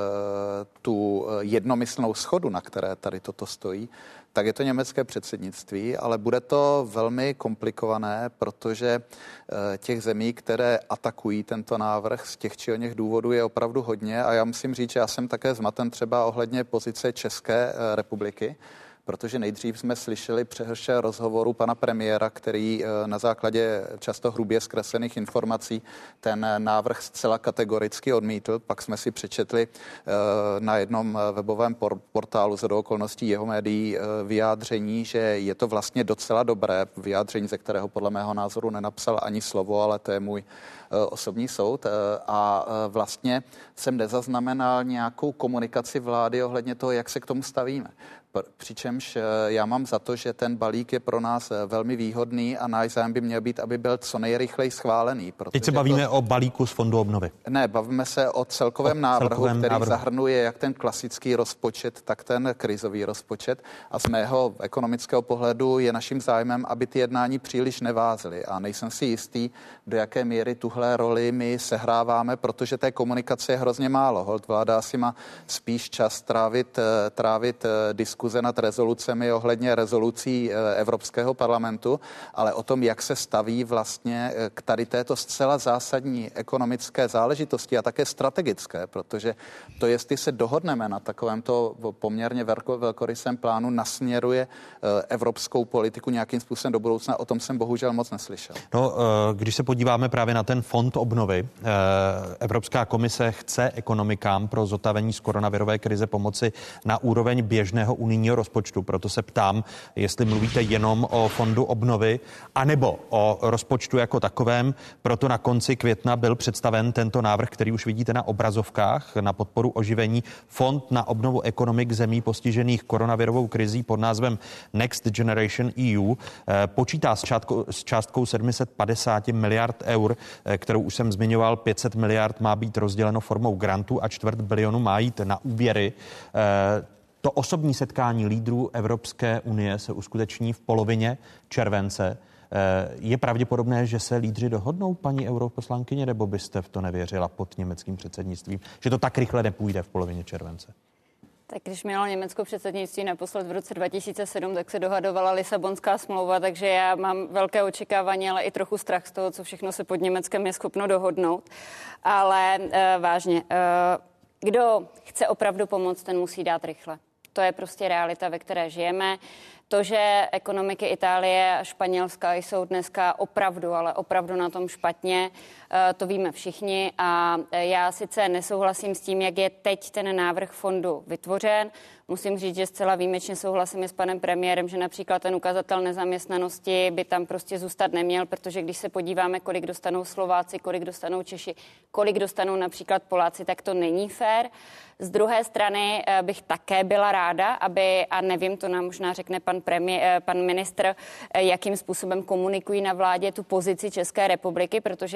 [SPEAKER 10] tu jednomyslnou shodu, na které tady toto stojí, tak je to německé předsednictví, ale bude to velmi komplikované, protože těch zemí, které atakují tento návrh z těch či oněch důvodů je opravdu hodně a já musím říct, že já jsem také zmaten třeba ohledně pozice České republiky, protože nejdřív jsme slyšeli přehršel rozhovoru pana premiéra, který na základě často hrubě zkreslených informací ten návrh zcela kategoricky odmítl. Pak jsme si přečetli na jednom webovém portálu shodou okolností jeho médií vyjádření, že je to vlastně docela dobré vyjádření, ze kterého podle mého názoru nenapsal ani slovo, ale to je můj osobní soud. A vlastně jsem nezaznamenal nějakou komunikaci vlády ohledně toho, jak se k tomu stavíme. Přičemž já mám za to, že ten balík je pro nás velmi výhodný a náš zájem by měl být, aby byl co nejrychleji schválený.
[SPEAKER 1] Teď se bavíme o balíku z Fondu obnovy.
[SPEAKER 10] Ne, bavíme se o celkovém návrhu, který zahrnuje jak ten klasický rozpočet, tak ten krizový rozpočet. A z mého ekonomického pohledu je naším zájmem, aby ty jednání příliš nevázely. A nejsem si jistý, do jaké míry tuhle roli my sehráváme, protože té komunikace je hrozně málo. Holt vláda asi má spíš čas trávit diskuze nad rezolucemi ohledně rezolucí Evropského parlamentu, ale o tom, jak se staví vlastně k tady této zcela zásadní ekonomické záležitosti a také strategické, protože to, jestli se dohodneme na takovémto poměrně velkorysém plánu, nasměruje evropskou politiku nějakým způsobem do budoucna, o tom jsem bohužel moc neslyšel.
[SPEAKER 1] No, když se podíváme právě na ten fond obnovy, Evropská komise chce ekonomikám pro zotavení z koronavirové krize pomoci na úroveň běžného unijního rozpočtu. Proto se ptám, jestli mluvíte jenom o fondu obnovy, anebo o rozpočtu jako takovém. Proto na konci května byl představen tento návrh, který už vidíte na obrazovkách, na podporu oživení. Fond na obnovu ekonomik zemí postižených koronavirovou krizí pod názvem Next Generation EU počítá s částkou 750 miliard eur, kterou už jsem zmiňoval. 500 miliard má být rozděleno formou grantů a 250 milionu má jít na úvěry. To osobní setkání lídrů Evropské unie se uskuteční v polovině července. Je pravděpodobné, že se lídři dohodnou, paní europoslankyně, nebo byste v to nevěřila pod německým předsednictvím, že to tak rychle nepůjde v polovině července?
[SPEAKER 8] Tak když mělo Německo předsednictví naposled v roce 2007, tak se dohadovala Lisabonská smlouva, takže já mám velké očekávání, ale i trochu strach z toho, co všechno se pod Německem je schopno dohodnout. Ale vážně, kdo chce opravdu pomoct, ten musí dát rychle. To je prostě realita, ve které žijeme. To, že ekonomiky Itálie a Španělska jsou dneska opravdu, ale opravdu na tom špatně, to víme všichni a já sice nesouhlasím s tím, jak je teď ten návrh fondu vytvořen. Musím říct, že zcela výjimečně souhlasím s panem premiérem, že například ten ukazatel nezaměstnanosti by tam prostě zůstat neměl, protože když se podíváme, kolik dostanou Slováci, kolik dostanou Češi, kolik dostanou například Poláci, tak to není fér. Z druhé strany bych také byla ráda, aby, a nevím, to nám možná řekne pan ministr, jakým způsobem komunikují na vládě tu pozici České republiky, protože já také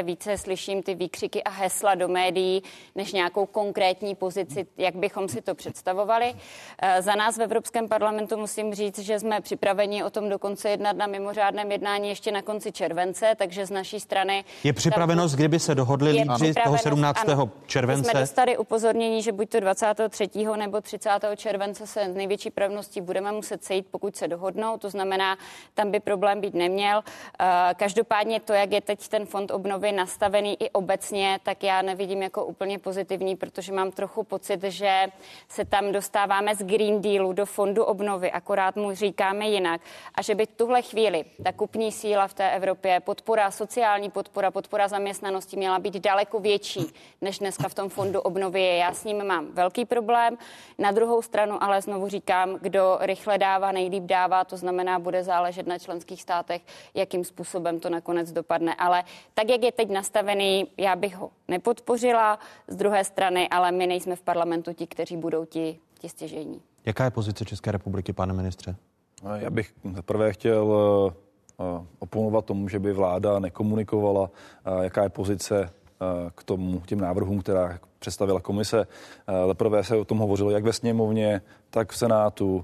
[SPEAKER 8] více slyším ty výkřiky a hesla do médií, než nějakou konkrétní pozici, jak bychom si to představovali. Za nás v Evropském parlamentu musím říct, že jsme připraveni o tom dokonce jednat na mimořádném jednání ještě na konci července, takže z naší strany...
[SPEAKER 1] Je připravenost, kdyby se dohodli lídři toho 17. července?
[SPEAKER 8] Jsme dostali upozornění, že buď to 23. nebo 30. července se s největší pravností budeme muset sejít, pokud se dohodnou, to znamená, tam by problém být neměl. Každopádně to, jak je teď ten fond obnovy nastavený i obecně, tak já nevidím jako úplně pozitivní, protože mám trochu pocit, že se tam dostáváme z Green Dealu do fondu obnovy, akorát mu říkáme jinak. A že by tuhle chvíli ta kupní síla v té Evropě, podpora, sociální podpora zaměstnanosti měla být daleko větší, než dneska v tom fondu obnovy je. Já s ním mám velký problém. Na druhou stranu ale znovu říkám, kdo rychle dává, nejlíp dává, to znamená, bude záležet na členských státech, jakým způsobem to nakonec dopadne. Ale tak, jak je teď nastavený, já bych ho nepodpořila. Z druhé strany, ale my nejsme v parlamentu ti, kteří budou ti stěžejní.
[SPEAKER 1] Jaká je pozice České republiky, pane ministře?
[SPEAKER 7] Já bych zaprvé chtěl oponovat tomu, že by vláda nekomunikovala, jaká je pozice k těm návrhům, která představila komise. Zaprvé se o tom hovořilo jak ve sněmovně, tak v Senátu.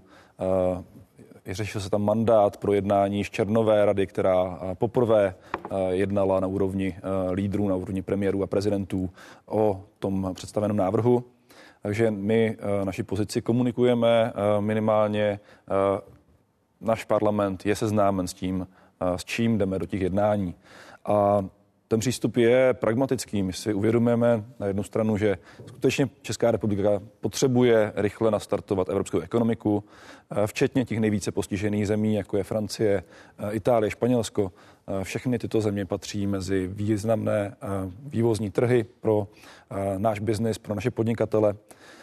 [SPEAKER 7] Řešil se tam mandát pro jednání z červnové rady, která poprvé jednala na úrovni lídrů, na úrovni premiérů a prezidentů o tom představeném návrhu. Takže my naši pozici komunikujeme minimálně. Náš parlament je seznámen s tím, s čím jdeme do těch jednání. A ten přístup je pragmatický. My si uvědomujeme na jednu stranu, že skutečně Česká republika potřebuje rychle nastartovat evropskou ekonomiku, včetně těch nejvíce postižených zemí, jako je Francie, Itálie, Španělsko. Všechny tyto země patří mezi významné vývozní trhy pro náš biznis, pro naše podnikatele.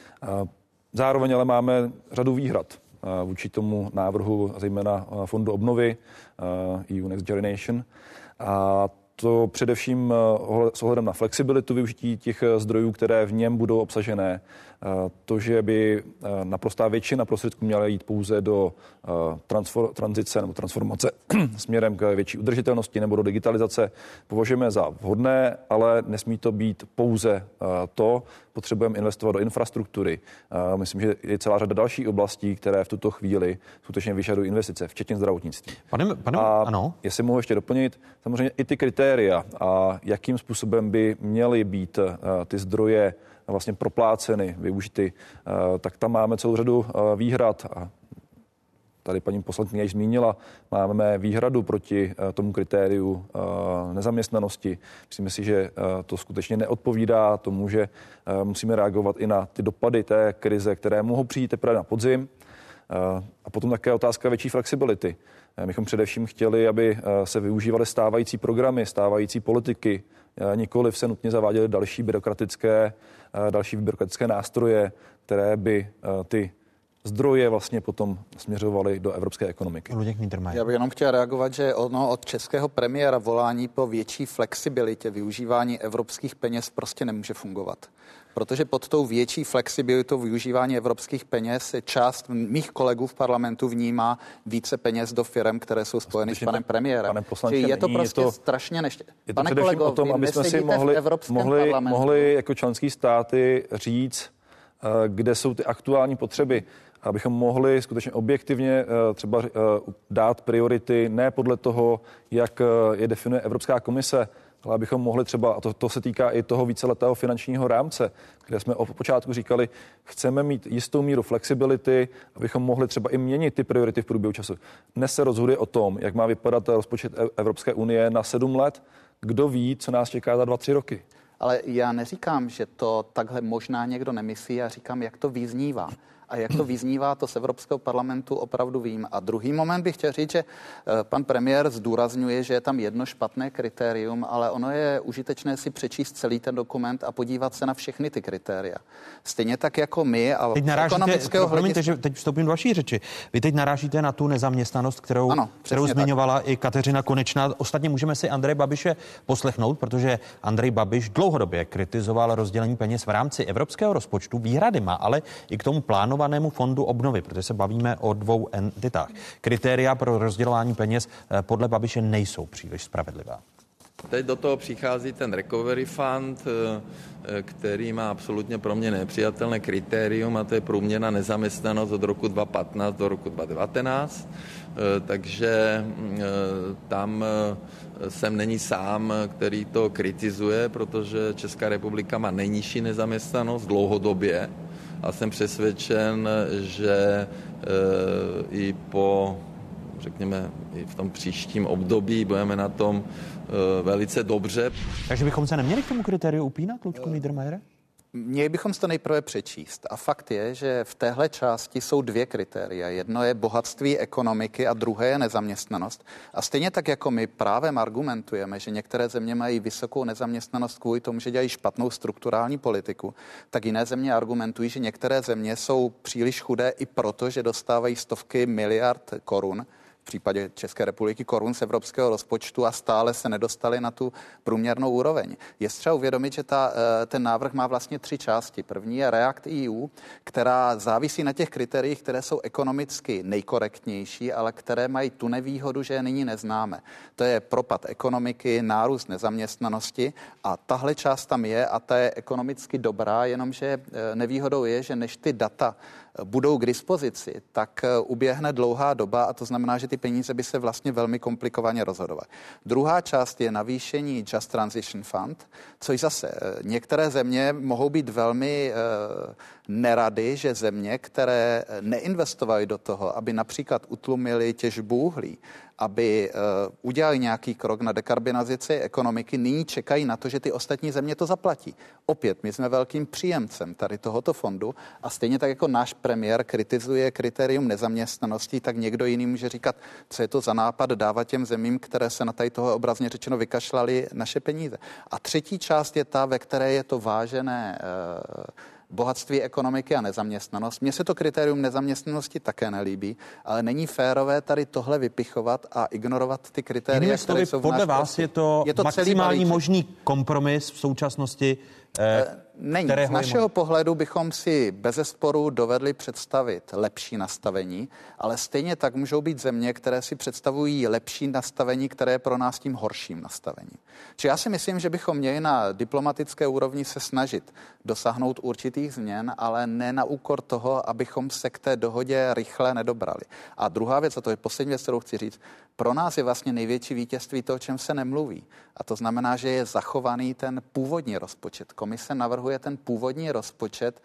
[SPEAKER 7] Zároveň ale máme řadu výhrad vůči tomu návrhu, zejména fondu obnovy EU Next Generation. A to především s ohledem na flexibilitu využití těch zdrojů, které v něm budou obsažené. To, že by naprostá většina prostředků měla jít pouze do tranzice nebo transformace směrem k větší udržitelnosti nebo do digitalizace, považujeme za vhodné, ale nesmí to být pouze to. Potřebujeme investovat do infrastruktury. Myslím, že je celá řada dalších oblastí, které v tuto chvíli skutečně vyžadují investice, včetně zdravotnictví.
[SPEAKER 1] Ano.
[SPEAKER 7] Jestli mohu ještě doplnit, samozřejmě i ty kritéria a jakým způsobem by měly být ty zdroje vlastně propláceny, využity, tak tam máme celou řadu výhrad. A tady paní poslankyně již zmínila, máme výhradu proti tomu kritériu nezaměstnanosti. Myslíme si, že to skutečně neodpovídá tomu, že musíme reagovat i na ty dopady té krize, které mohou přijít teprve na podzim. A potom také otázka větší flexibility. My bychom především chtěli, aby se využívaly stávající programy, stávající politiky, nikoliv se nutně zaváděly další byrokratické nástroje, které by ty zdroje vlastně potom směřovaly do evropské ekonomiky.
[SPEAKER 10] Já bych jenom chtěl reagovat, že od českého premiéra volání po větší flexibilitě využívání evropských peněz prostě nemůže fungovat. Protože pod tou větší flexibilitou využívání evropských peněz část mých kolegů v parlamentu vnímá více peněz do firem, které jsou spojeny s panem premiérem.
[SPEAKER 7] Pane poslanče,
[SPEAKER 10] je to prostě strašně
[SPEAKER 7] Je to především o tom, aby jsme si mohli jako členský státy říct, kde jsou ty aktuální potřeby, abychom mohli skutečně objektivně třeba dát priority ne podle toho, jak je definuje Evropská komise, ale abychom mohli třeba, a to se týká i toho víceletého finančního rámce, kde jsme od počátku říkali, chceme mít jistou míru flexibility, abychom mohli třeba i měnit ty priority v průběhu času. Dnes se rozhoduje o tom, jak má vypadat rozpočet Evropské unie na 7 let. Kdo ví, co nás čeká za 2-3 roky.
[SPEAKER 10] Ale já neříkám, že to takhle možná někdo nemyslí, já říkám, jak to vyznívá. A jak to vyznívá, to z Evropského parlamentu opravdu vím. A druhý moment bych chtěl říct, že pan premiér zdůrazňuje, že je tam jedno špatné kritérium, ale ono je užitečné si přečíst celý ten dokument a podívat se na všechny ty kritéria. Stejně tak jako my a ekonomického hlediska.
[SPEAKER 1] Teď vstoupím do vaší řeči. Vy teď narážíte na tu nezaměstnanost, kterou zmiňovala i Kateřina Konečná. Ostatně můžeme si Andreje Babiše poslechnout, protože Andrej Babiš dlouhodobě kritizoval rozdělení peněz v rámci evropského rozpočtu. Výhrady má, ale i k tomu plánu fondu obnovy, protože se bavíme o 2 entitách. Kritéria pro rozdělování peněz podle Babiše nejsou příliš spravedlivá.
[SPEAKER 12] Teď do toho přichází ten Recovery Fund, který má absolutně pro mě nepřijatelné kritérium, a to je průměrná nezaměstnanost od roku 2015 do roku 2019. Takže tam jsem není sám, který to kritizuje, protože Česká republika má nejnižší nezaměstnanost dlouhodobě a jsem přesvědčen, že i po, řekněme, i v tom příštím období budeme na tom velice dobře.
[SPEAKER 1] Takže bychom se neměli k tomu kritériu upínat, Luďku Niedermayere?
[SPEAKER 10] Měli bychom to nejprve přečíst. A fakt je, že v téhle části jsou dvě kritéria. Jedno je bohatství ekonomiky a druhé je nezaměstnanost. A stejně tak, jako my právem argumentujeme, že některé země mají vysokou nezaměstnanost kvůli tomu, že dělají špatnou strukturální politiku, tak jiné země argumentují, že některé země jsou příliš chudé i proto, že dostávají stovky miliard korun, v případě České republiky korun z evropského rozpočtu, a stále se nedostali na tu průměrnou úroveň. Je třeba uvědomit, že ten návrh má vlastně 3 části. První je React EU, která závisí na těch kritériích, které jsou ekonomicky nejkorektnější, ale které mají tu nevýhodu, že je nyní neznáme. To je propad ekonomiky, nárůst nezaměstnanosti, a tahle část tam je a ta je ekonomicky dobrá, jenomže nevýhodou je, že než ty data budou k dispozici, tak uběhne dlouhá doba, a to znamená, že ty peníze by se vlastně velmi komplikovaně rozhodovaly. Druhá část je navýšení Just Transition Fund, což zase některé země mohou být velmi nerady, že země, které neinvestovaly do toho, aby například utlumili těžbu uhlí, aby udělali nějaký krok na dekarbonizaci ekonomiky, nyní čekají na to, že ty ostatní země to zaplatí. Opět, my jsme velkým příjemcem tady tohoto fondu a stejně tak jako náš premiér kritizuje kritérium nezaměstnanosti, tak někdo jiný může říkat, co je to za nápad dávat těm zemím, které se na tady toho obrazně řečeno vykašlali naše peníze. A třetí část je ta, ve které je to vážené bohatství ekonomiky a nezaměstnanost. Mně se to kritérium nezaměstnanosti také nelíbí, ale není férové tady tohle vypichovat a ignorovat ty kritéria, které jsou
[SPEAKER 1] podle vás je to maximální možný kompromis v současnosti?
[SPEAKER 10] Není. Z našeho pohledu bychom si bezesporu dovedli představit lepší nastavení, ale stejně tak můžou být země, které si představují lepší nastavení, které je pro nás tím horším nastavením. Čiže já si myslím, že bychom měli na diplomatické úrovni se snažit dosáhnout určitých změn, ale ne na úkor toho, abychom se k té dohodě rychle nedobrali. A druhá věc, a to je poslední věc, kterou chci říct, pro nás je vlastně největší vítězství to, o čem se nemluví. A to znamená, že je zachovaný ten původní rozpočet. Komise navrhuje ten původní rozpočet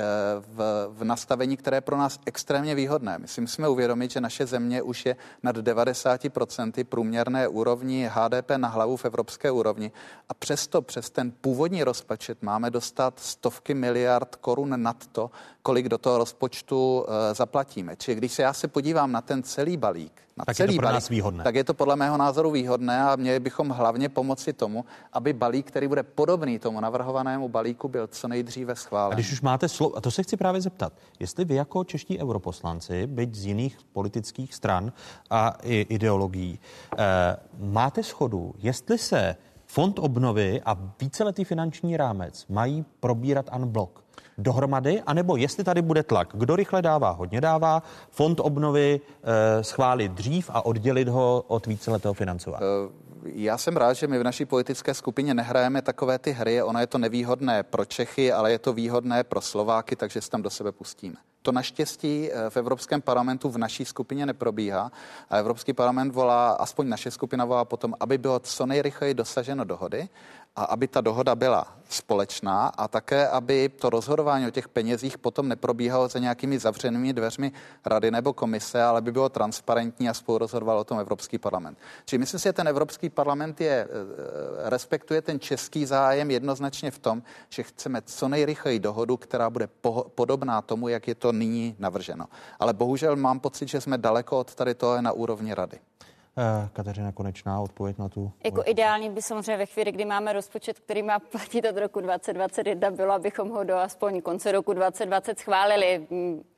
[SPEAKER 10] v nastavení, které je pro nás extrémně výhodné. My si musíme uvědomit, že naše země už je nad 90% průměrné úrovni HDP na hlavu v evropské úrovni a přesto přes ten původní rozpočet máme dostat stovky miliard korun nad to, kolik do toho rozpočtu zaplatíme. Čili když já se podívám na ten celý balík, tak je to podle mého názoru výhodné a měli bychom hlavně pomoci tomu, aby balík, který bude podobný tomu navrhovanému balíku, byl co nejdříve schválen.
[SPEAKER 1] A když už máte slovo, a to se chci právě zeptat, jestli vy jako čeští europoslanci, byť z jiných politických stran a i ideologií, máte shodu, jestli se Fond obnovy a víceletý finanční rámec mají probírat en bloc dohromady, anebo jestli tady bude tlak. Kdo rychle dává, hodně dává. Fond obnovy schválit dřív a oddělit ho od víceletého financování.
[SPEAKER 10] Já jsem rád, že my v naší politické skupině nehrajeme takové ty hry. Ono je to nevýhodné pro Čechy, ale je to výhodné pro Slováky, takže se tam do sebe pustíme. To naštěstí v Evropském parlamentu v naší skupině neprobíhá a Evropský parlament volá, aspoň naše skupina volá potom, aby bylo co nejrychleji dosaženo dohody a aby ta dohoda byla společná a také, aby to rozhodování o těch penězích potom neprobíhalo za nějakými zavřenými dveřmi rady nebo komise, ale by bylo transparentní a spolu rozhodoval o tom Evropský parlament. Čili myslím si, že ten Evropský parlament respektuje ten český zájem jednoznačně v tom, že chceme co nejrychleji dohodu, která bude podobná tomu, jak je to nyní navrženo. Ale bohužel mám pocit, že jsme daleko od tady toho na úrovni rady.
[SPEAKER 1] Kateřina Konečná, odpověď na tu.
[SPEAKER 8] Jako ideální by samozřejmě ve chvíli, kdy máme rozpočet, který má platit od roku 2021, bylo, abychom ho do aspoň konce roku 2020 schválili.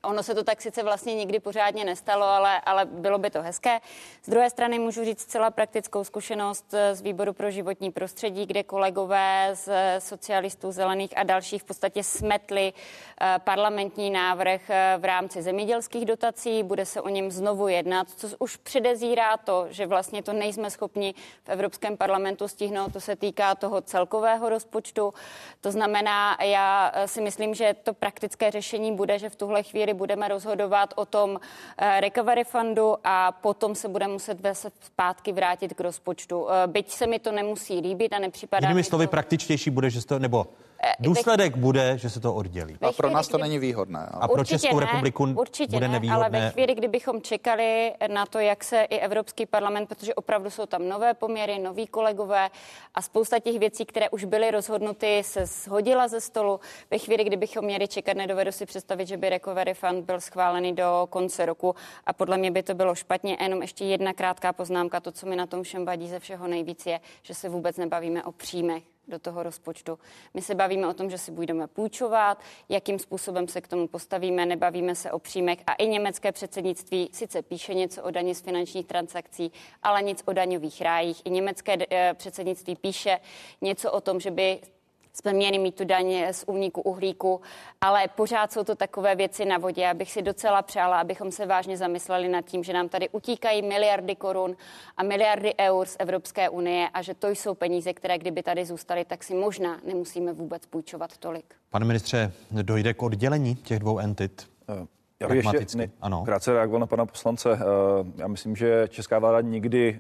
[SPEAKER 8] Ono se to tak sice vlastně nikdy pořádně nestalo, ale bylo by to hezké. Z druhé strany můžu říct celá praktickou zkušenost z výboru pro životní prostředí, kde kolegové z socialistů, zelených a dalších v podstatě smetli parlamentní návrh v rámci zemědělských dotací. Bude se o něm znovu jednat, co už předezírá to, že vlastně to nejsme schopni v Evropském parlamentu stihnout. To se týká toho celkového rozpočtu. To znamená, já si myslím, že to praktické řešení bude, že v tuhle chvíli budeme rozhodovat o tom recovery fundu a potom se budeme muset zpátky vrátit k rozpočtu. Byť se mi to nemusí líbit a nepřipadá.
[SPEAKER 1] Jinými slovy, praktičtější bude, že se to, nebo důsledek bude, že se to oddělí.
[SPEAKER 10] A pro nás to není výhodné.
[SPEAKER 1] A pro Českou republiku bude nevýhodné.
[SPEAKER 8] Ale ve chvíli, kdybychom čekali na to, jak se i Evropský parlament, protože opravdu jsou tam nové poměry, noví kolegové a spousta těch věcí, které už byly rozhodnuty, se shodila ze stolu. Ve chvíli, kdybychom měli čekat, nedovedu si představit, že by Recovery Fund byl schválený do konce roku a podle mě by to bylo špatně. A jenom ještě jedna krátká poznámka, to, co mi na tom všem vadí ze všeho nejvíc, je, že se vůbec nebavíme o příjmech do toho rozpočtu. My se bavíme o tom, že si budeme půjčovat, jakým způsobem se k tomu postavíme, nebavíme se o příjmech a i německé předsednictví sice píše něco o dani z finančních transakcí, ale nic o daňových rájích. I německé předsednictví píše něco o tom, že by jsme měli mít tu daň z úniku uhlíku, ale pořád jsou to takové věci na vodě. Já bych si docela přála, abychom se vážně zamysleli nad tím, že nám tady utíkají miliardy korun a miliardy eur z Evropské unie a že to jsou peníze, které kdyby tady zůstaly, tak si možná nemusíme vůbec půjčovat tolik.
[SPEAKER 1] Pane ministře, dojde k oddělení těch dvou entit?
[SPEAKER 7] Já bych ještě krátce reagoval na pana poslance. Já myslím, že česká vláda nikdy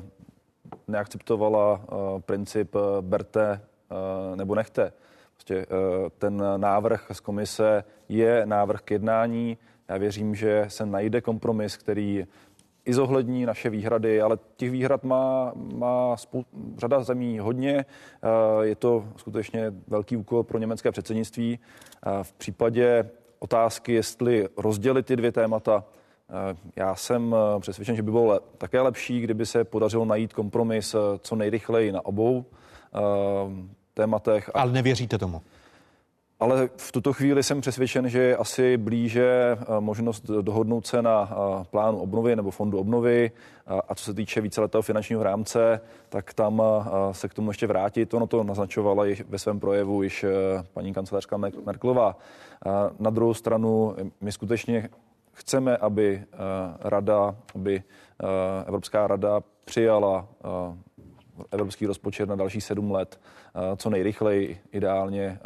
[SPEAKER 7] neakceptovala princip berte nebo nechte. Prostě ten návrh z komise je návrh k jednání. Já věřím, že se najde kompromis, který i zohlední naše výhrady, ale těch výhrad má řada zemí hodně. Je to skutečně velký úkol pro německé předsednictví. V případě otázky, jestli rozdělit ty dvě témata, já jsem přesvědčen, že by bylo také lepší, kdyby se podařilo najít kompromis co nejrychleji na obou tématech.
[SPEAKER 1] Ale nevěříte tomu?
[SPEAKER 7] Ale v tuto chvíli jsem přesvědčen, že je asi blíže možnost dohodnout se na plánu obnovy nebo fondu obnovy. A co se týče víceletého finančního rámce, tak tam se k tomu ještě vrátit. Ono to naznačovala i ve svém projevu již paní kancelářka Merkelová. Na druhou stranu my skutečně chceme, aby Evropská rada přijala evropský rozpočet na další 7 let co nejrychleji, ideálně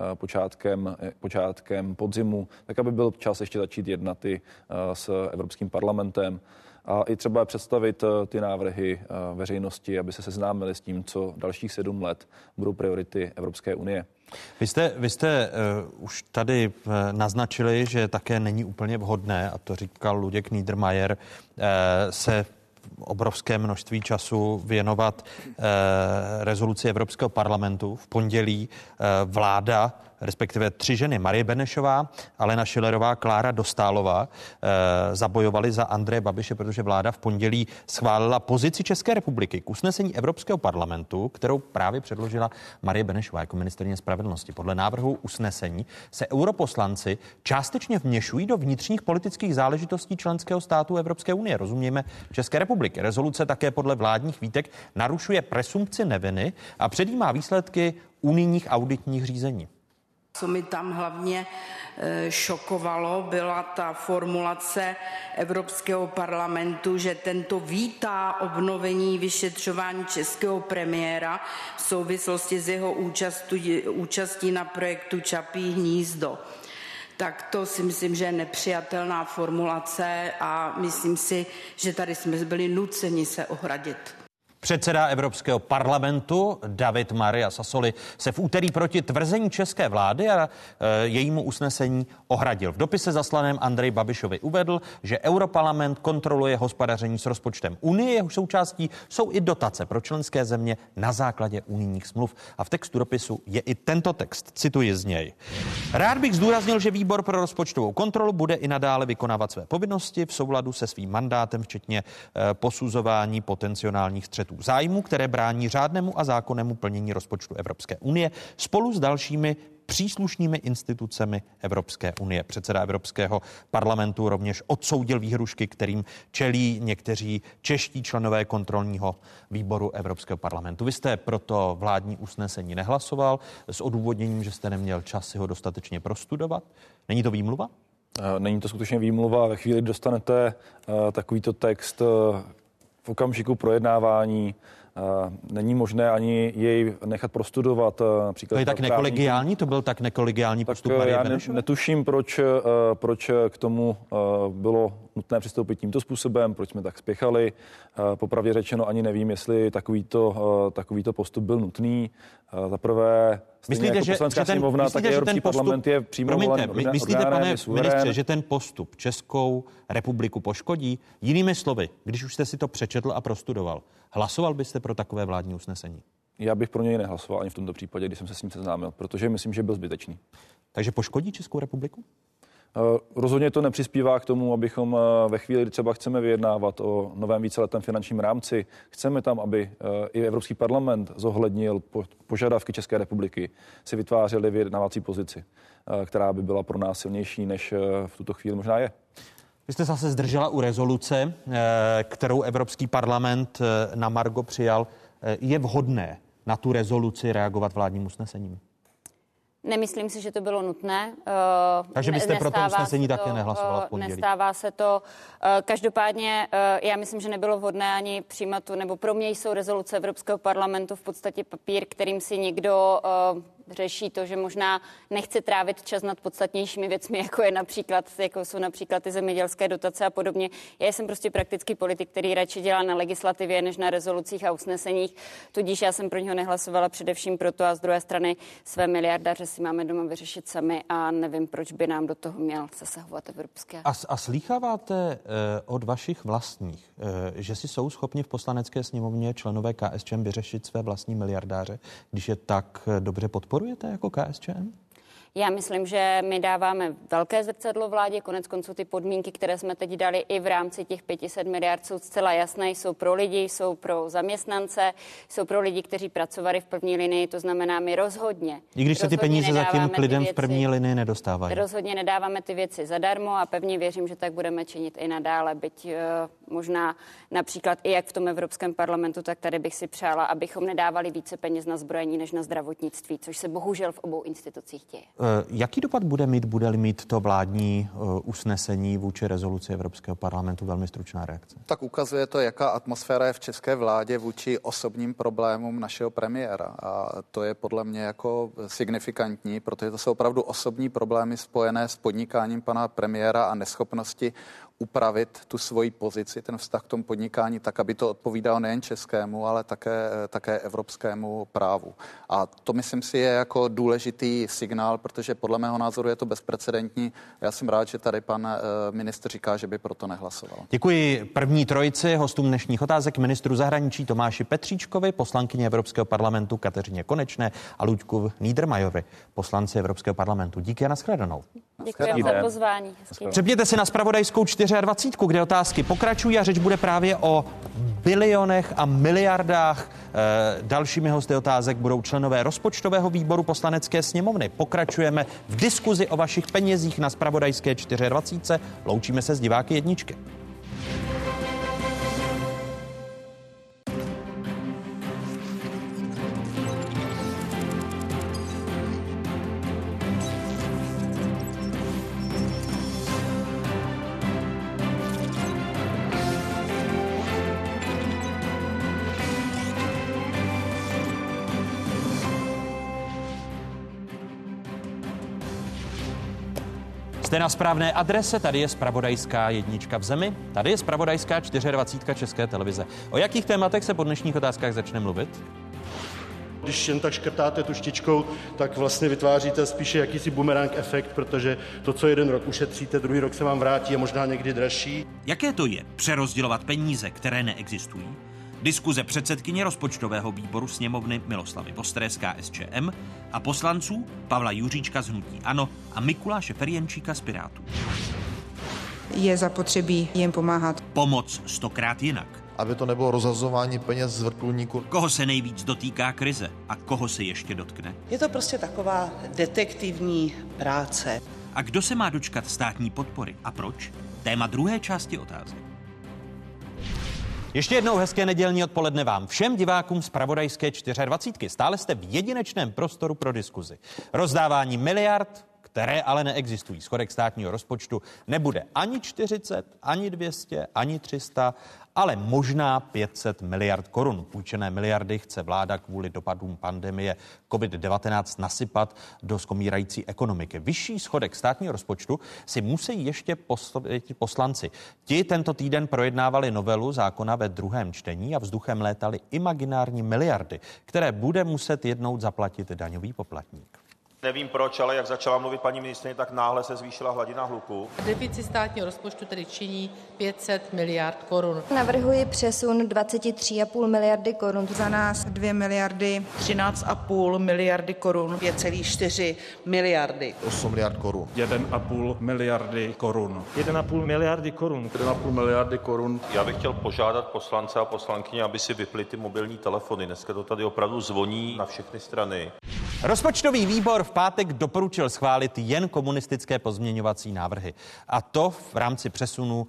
[SPEAKER 7] počátkem podzimu, tak aby byl čas ještě začít jednat i s Evropským parlamentem a i třeba představit ty návrhy veřejnosti, aby se seznámili s tím, co dalších 7 let budou priority Evropské unie.
[SPEAKER 1] Vy jste už tady naznačili, že také není úplně vhodné, a to říkal Luděk Niedermayer, se obrovské množství času věnovat rezoluci Evropského parlamentu. V pondělí vláda, respektive 3 ženy, Marie Benešová, Alena Schillerová, Klára Dostálová, zabojovali za Andreje Babiše, protože vláda v pondělí schválila pozici České republiky k usnesení Evropského parlamentu, kterou právě předložila Marie Benešová jako ministryně spravedlnosti. Podle návrhu usnesení se europoslanci částečně vměšují do vnitřních politických záležitostí členského státu Evropské unie, rozumějme České republiky. Rezoluce také podle vládních výtek narušuje presumpci neviny a předjímá výsledky unijních auditních řízení.
[SPEAKER 13] Co mi tam hlavně šokovalo, byla ta formulace Evropského parlamentu, že tento vítá obnovení vyšetřování českého premiéra v souvislosti s jeho účastí na projektu Čapí hnízdo. Tak to si myslím, že je nepřijatelná formulace a myslím si, že tady jsme byli nuceni se ohradit.
[SPEAKER 1] Předseda Evropského parlamentu David Maria Sassoli se v úterý proti tvrzení české vlády a jejímu usnesení ohradil. V dopise zaslaném Andreji Babišovi uvedl, že Europarlament kontroluje hospodaření s rozpočtem Unie, jehož součástí jsou i dotace pro členské země na základě unijních smluv. A v textu dopisu je i tento text, cituji z něj. Rád bych zdůraznil, že výbor pro rozpočtovou kontrolu bude i nadále vykonávat své povinnosti v souladu se svým mandátem, včetně posuzování potenciálních střetů střetů zájmu, které brání řádnému a zákonnému plnění rozpočtu Evropské unie spolu s dalšími příslušnými institucemi Evropské unie. Předseda Evropského parlamentu rovněž odsoudil výhrušky, kterým čelí někteří čeští členové kontrolního výboru Evropského parlamentu. Vy jste proto vládní usnesení nehlasoval s odůvodněním, že jste neměl čas si ho dostatečně prostudovat. Není to výmluva?
[SPEAKER 7] Není to skutečně výmluva. Ve chvíli, kdy dostanete takovýto text v okamžiku projednávání, není možné ani jej nechat prostudovat. Například
[SPEAKER 1] to je tak nekolegiální? To byl tak nekolegiální postup Marie Benešové?
[SPEAKER 7] Netuším, proč k tomu bylo nutné přistoupit tímto způsobem, proč jsme tak spěchali. Popravdě řečeno ani nevím, jestli takovýto postup byl nutný. Za prvé,
[SPEAKER 1] myslíte, že Evropský parlament je přímo volený orgánem. Myslíte, pane ministře, že ten postup Českou republiku poškodí? Jinými slovy, když už jste si to přečetl a prostudoval, hlasoval byste pro takové vládní usnesení?
[SPEAKER 7] Já bych pro něj nehlasoval ani v tomto případě, když jsem se s ním seznámil, protože myslím, že byl zbytečný.
[SPEAKER 1] Takže poškodí Českou republiku?
[SPEAKER 7] Rozhodně to nepřispívá k tomu, abychom ve chvíli, kdy třeba chceme vyjednávat o novém víceletém finančním rámci, chceme tam, aby i Evropský parlament zohlednil požadavky České republiky, si vytvářeli vyjednávací pozici, která by byla pro nás silnější, než v tuto chvíli možná je.
[SPEAKER 1] Vy jste zase zdržela u rezoluce, kterou Evropský parlament na margo přijal. Je vhodné na tu rezoluci reagovat vládním usnesením?
[SPEAKER 8] Nemyslím si, že to bylo nutné.
[SPEAKER 1] Takže byste pro to usnesení také nehlasovala v pondělí?
[SPEAKER 8] Nestává se to. Každopádně já myslím, že nebylo vhodné ani přijímat tu, nebo pro mě jsou rezoluce Evropského parlamentu v podstatě papír, kterým si někdo řeší to, že možná nechce trávit čas nad podstatnějšími věcmi, jako jsou například ty zemědělské dotace a podobně. Já jsem prostě praktický politik, který radši dělá na legislativě než na rezolucích a usneseních. Tudíž já jsem pro něho nehlasovala především proto a z druhé strany své miliardáře si máme doma vyřešit sami a nevím, proč by nám do toho měl zasahovat evropské.
[SPEAKER 1] A slýcháváte od vašich vlastních, že si jsou schopni v Poslanecké sněmovně členové KSČM vyřešit své vlastní miliardáře, když je tak dobře podporujete jako KSČM?
[SPEAKER 8] Já myslím, že my dáváme velké zrcadlo vládě, konec konců ty podmínky, které jsme teď dali i v rámci těch 500 miliard jsou zcela jasné, jsou pro lidi, jsou pro zaměstnance, jsou pro lidi, kteří pracovali v první linii, to znamená my rozhodně.
[SPEAKER 1] I když se ty peníze zatím k lidem v první linii nedostávají.
[SPEAKER 8] Rozhodně nedáváme ty věci zadarmo a pevně věřím, že tak budeme činit i nadále, byť možná například i jak v tom Evropském parlamentu, tak tady bych si přála, abychom nedávali více peněz na zbrojení než na zdravotnictví, což se bohužel v obou institucích děje.
[SPEAKER 1] Jaký dopad bude-li mít to vládní usnesení vůči rezoluci Evropského parlamentu? Velmi stručná reakce.
[SPEAKER 10] Tak ukazuje to, jaká atmosféra je v české vládě vůči osobním problémům našeho premiéra. A to je podle mě jako signifikantní, protože to jsou opravdu osobní problémy spojené s podnikáním pana premiéra a neschopnosti upravit tu svoji pozici, ten vztah k tomu podnikání tak, aby to odpovídalo nejen českému, ale také evropskému právu. A to myslím si je jako důležitý signál, protože podle mého názoru je to bezprecedentní. Já jsem rád, že tady pan ministr říká, že by proto nehlasoval.
[SPEAKER 1] Děkuji první trojici hostům dnešních otázek, ministru zahraničí Tomáši Petříčkovi, poslankyni Evropského parlamentu Kateřině Konečné a Luďku Niedermayerovi, poslanci Evropského parlamentu. Díky a nashledanou.
[SPEAKER 8] Děkuji za pozvání.
[SPEAKER 1] Přepněte si na zpravodajskou 24, kde otázky pokračují a řeč bude právě o bilionech a miliardách. Dalšími hosty otázek budou členové rozpočtového výboru Poslanecké sněmovny. Pokračujeme v diskuzi o vašich penězích na zpravodajské 24. Loučíme se s diváky jedničky. Jste na správné adrese, tady je zpravodajská jednička v zemi, tady je zpravodajská 24 České televize. O jakých tématech se po dnešních otázkách začne mluvit?
[SPEAKER 14] Když jen tak škrtáte tuštičkou, tak vlastně vytváříte spíše jakýsi bumerang efekt, protože to, co jeden rok ušetříte, druhý rok se vám vrátí a možná někdy dražší.
[SPEAKER 3] Jaké to je přerozdělovat peníze, které neexistují? Diskuze předsedkyně rozpočtového výboru sněmovny Miloslavy Vostré z KSČM a poslanců Pavla Juříčka z hnutí ANO a Mikuláše Ferjenčíka z Pirátů.
[SPEAKER 15] Je zapotřebí jim pomáhat.
[SPEAKER 3] Pomoc 100krát jinak.
[SPEAKER 15] aby to nebylo rozhazování peněz z vrtulníku.
[SPEAKER 3] Koho se nejvíc dotýká krize a koho se ještě dotkne?
[SPEAKER 16] Je to prostě taková detektivní práce.
[SPEAKER 3] A kdo se má dočkat státní podpory a proč? Téma druhé části otázek.
[SPEAKER 1] Ještě jednou hezké nedělní odpoledne vám všem divákům z Zpravodajské 24. Stále jste v jedinečném prostoru pro diskuzi. Rozdávání miliard, které ale neexistují. Schodek státního rozpočtu nebude ani 40, ani 200, ani 300, ale možná 500 miliard korun. Půjčené miliardy chce vláda kvůli dopadům pandemie COVID-19 nasypat do skomírající ekonomiky. Vyšší schodek státního rozpočtu si musí ještě poslanci. Ti tento týden projednávali novelu zákona ve druhém čtení a vzduchem létaly imaginární miliardy, které bude muset jednou zaplatit daňový poplatník.
[SPEAKER 17] Nevím proč, ale jak začala mluvit paní ministryně, tak náhle se zvýšila hladina hluku.
[SPEAKER 11] Deficit státního rozpočtu tedy činí 500 miliard korun.
[SPEAKER 18] Navrhuji přesun 23,5 miliardy korun.
[SPEAKER 19] Za nás 2 miliardy.
[SPEAKER 16] 13,5 miliardy korun, 5,4 miliardy.
[SPEAKER 15] 8 miliard korun.
[SPEAKER 20] 1,5 miliardy korun.
[SPEAKER 21] 1,5 miliardy korun.
[SPEAKER 15] 1,5 miliardy korun.
[SPEAKER 17] Já bych chtěl požádat poslance a poslankyně, aby si vypli ty mobilní telefony. Dneska to tady opravdu zvoní na všechny strany.
[SPEAKER 1] Rozpočtový výbor v pátek doporučil schválit jen komunistické pozměňovací návrhy. A to v rámci přesunu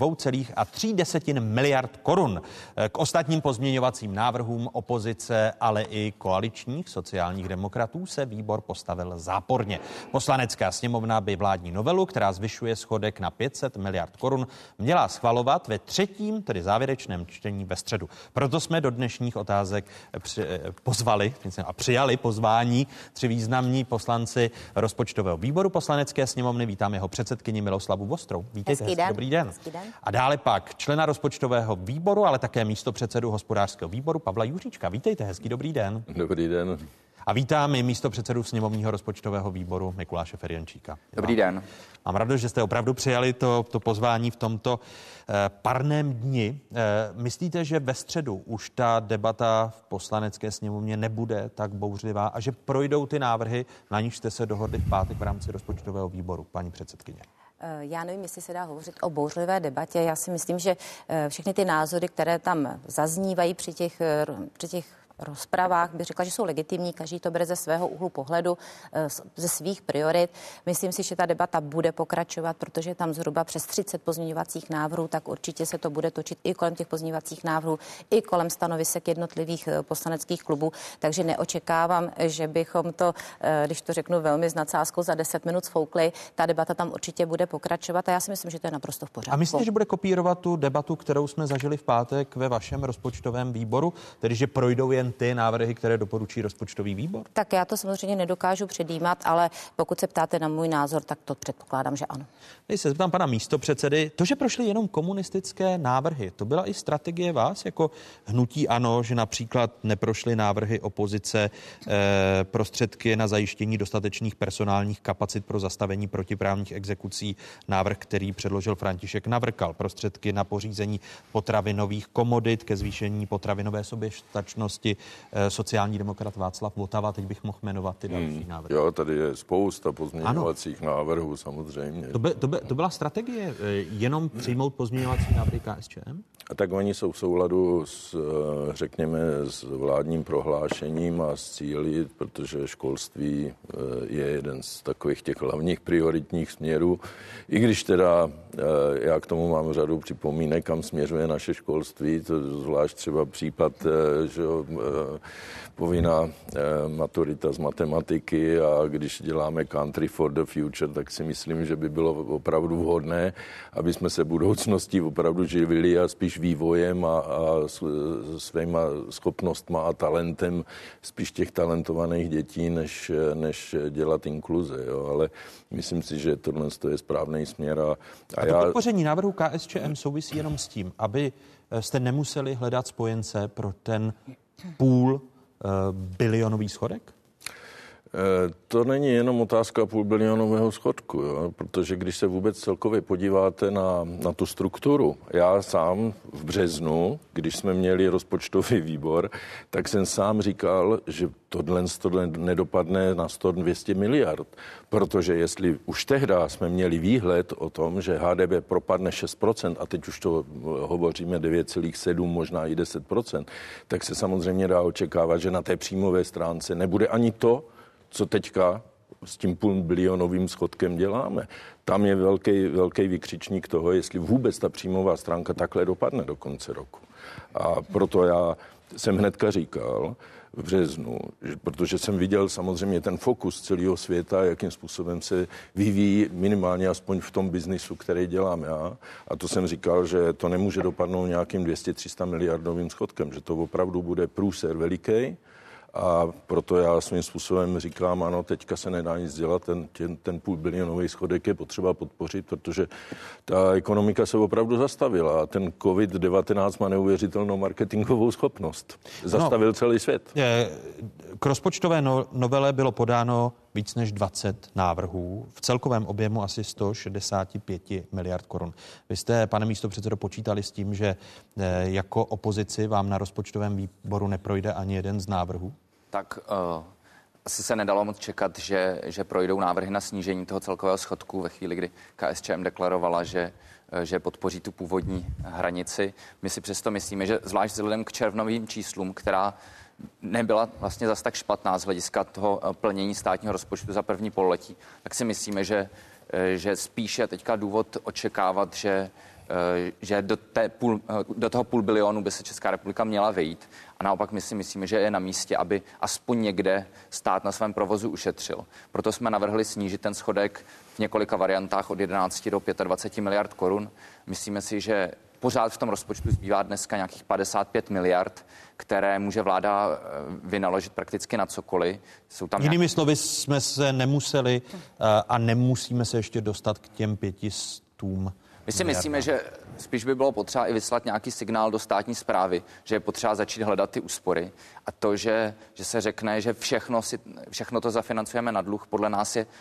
[SPEAKER 1] 2,3 miliard korun. K ostatním pozměňovacím návrhům opozice, ale i koaličních sociálních demokratů se výbor postavil záporně. Poslanecká sněmovna by vládní novelu, která zvyšuje schodek na 500 miliard korun, měla schvalovat ve třetím, tedy závěrečném čtení ve středu. Proto jsme do dnešních otázek pozvali a přijali pozvání 3 významní poslanci rozpočtového výboru Poslanecké sněmovny. Vítám jeho předsedkyni Miloslavu Vostrou. Vítejte, dobrý den. A dále pak člena rozpočtového výboru, ale také místopředsedu hospodářského výboru Pavla Juříčka. Vítejte, hezký dobrý den.
[SPEAKER 22] Dobrý den.
[SPEAKER 1] A vítám i místopředsedu sněmovního rozpočtového výboru Mikuláše Ferjenčíka.
[SPEAKER 22] Dobrý den.
[SPEAKER 1] Mám radost, že jste opravdu přijali to pozvání v tomto parném dni. Myslíte, že ve středu už ta debata v Poslanecké sněmovně nebude tak bouřlivá a že projdou ty návrhy, na níž jste se dohodli v pátek v rámci rozpočtového výboru, paní předsedkyně?
[SPEAKER 23] Já nevím, jestli se dá hovořit o bouřlivé debatě. Já si myslím, že všechny ty názory, které tam zaznívají při těch rozpravách, bych řekla, že jsou legitimní, každý to bere ze svého úhlu pohledu, ze svých priorit. Myslím si, že ta debata bude pokračovat, protože je tam zhruba přes 30 pozměňovacích návrhů, tak určitě se to bude točit i kolem těch pozměňovacích návrhů, i kolem stanovisek jednotlivých poslaneckých klubů, takže neočekávám, že bychom to, když to řeknu velmi s nadsázkou, za 10 minut sfoukli. Ta debata tam určitě bude pokračovat a já si myslím, že to je naprosto v pořádku.
[SPEAKER 1] A myslíte, že bude kopírovat tu debatu, kterou jsme zažili v pátek ve vašem rozpočtovém výboru, tedy že projdou jen ty návrhy, které doporučí rozpočtový výbor?
[SPEAKER 23] Tak já to samozřejmě nedokážu předjímat, ale pokud se ptáte na můj názor, tak to předpokládám, že ano.
[SPEAKER 1] Když se zeptám pana místopředsedy, to, že prošly jenom komunistické návrhy, to byla i strategie vás jako hnutí ANO, že například neprošly návrhy opozice, prostředky na zajištění dostatečných personálních kapacit pro zastavení protiprávních exekucí, návrh, který předložil František Navrkal, prostředky na pořízení potravinových komodit ke zvýšení potravinové soběstačnosti, sociální demokrat Václav Votava, teď bych mohl jmenovat ty další návrhy.
[SPEAKER 22] Jo, tady je spousta pozměňovacích návrhů, samozřejmě.
[SPEAKER 1] To byla strategie jenom přijmout pozměňovací návrhy KSČM?
[SPEAKER 22] A tak oni jsou v souladu s, řekněme, s vládním prohlášením a s cíli, protože školství je jeden z takových těch hlavních prioritních směrů. I když teda já k tomu mám řadu připomínek, kam směřuje naše školství, to zvlášť třeba případ, že povinná maturita z matematiky a když děláme Country for the Future, tak si myslím, že by bylo opravdu vhodné, aby jsme se budoucností opravdu živili a spíš vývojem a svýma schopnostma a talentem spíš těch talentovaných dětí, než dělat inkluze. Jo. Ale myslím si, že tohle je správný směr.
[SPEAKER 1] A to podpoření návrhu KSČM souvisí jenom s tím, aby jste nemuseli hledat spojence pro ten půl bilionový schodek?
[SPEAKER 22] To není jenom otázka půlbilionového schodku, jo? Protože když se vůbec celkově podíváte na tu strukturu, já sám v březnu, když jsme měli rozpočtový výbor, tak jsem sám říkal, že tohle nedopadne na 100-200 miliard, protože jestli už tehdy jsme měli výhled o tom, že HDP propadne 6% a teď už to hovoříme 9,7, možná i 10%, tak se samozřejmě dá očekávat, že na té příjmové stránce nebude ani to, co teďka s tím půlbilionovým schodkem děláme. Tam je velký vykřičník toho, jestli vůbec ta příjmová stránka takhle dopadne do konce roku. A proto já jsem hnedka říkal v březnu, protože jsem viděl samozřejmě ten fokus celého světa, jakým způsobem se vyvíjí minimálně aspoň v tom biznisu, který dělám já. A to jsem říkal, že to nemůže dopadnout nějakým 200-300 miliardovým schodkem, že to opravdu bude průser veliký. A proto já svým způsobem říkám, ano, teďka se nedá nic dělat, ten půlbilionový schodek je potřeba podpořit, protože ta ekonomika se opravdu zastavila a ten COVID-19 má neuvěřitelnou marketingovou schopnost. Zastavil celý svět.
[SPEAKER 1] K rozpočtové novele bylo podáno víc než 20 návrhů, v celkovém objemu asi 165 miliard korun. Vy jste, pane místopředsedo, počítali s tím, že jako opozici vám na rozpočtovém výboru neprojde ani jeden z návrhů?
[SPEAKER 2] Tak asi se nedalo moc čekat, že projdou návrhy na snížení toho celkového schodku ve chvíli, kdy KSČM deklarovala, že podpoří tu původní hranici. My si přesto myslíme, že zvlášť vzhledem k červnovým číslům, která nebyla vlastně zas tak špatná z hlediska toho plnění státního rozpočtu za první pololetí, tak si myslíme, že spíše teďka důvod očekávat, že do toho půl bilionu by se Česká republika měla vejít. A naopak my si myslíme, že je na místě, aby aspoň někde stát na svém provozu ušetřil. Proto jsme navrhli snížit ten schodek v několika variantách od 11 do 25 miliard korun. Myslíme si, že pořád v tom rozpočtu zbývá dneska nějakých 55 miliard, které může vláda vynaložit prakticky na cokoliv. Jsou tam
[SPEAKER 1] Jinými slovy jsme se nemuseli a nemusíme se ještě dostat k těm 500.
[SPEAKER 2] My si myslíme, že spíš by bylo potřeba i vyslat nějaký signál do státní správy, že je potřeba začít hledat ty úspory. A to, že se řekne, že všechno to zafinancujeme na dluh, podle nás je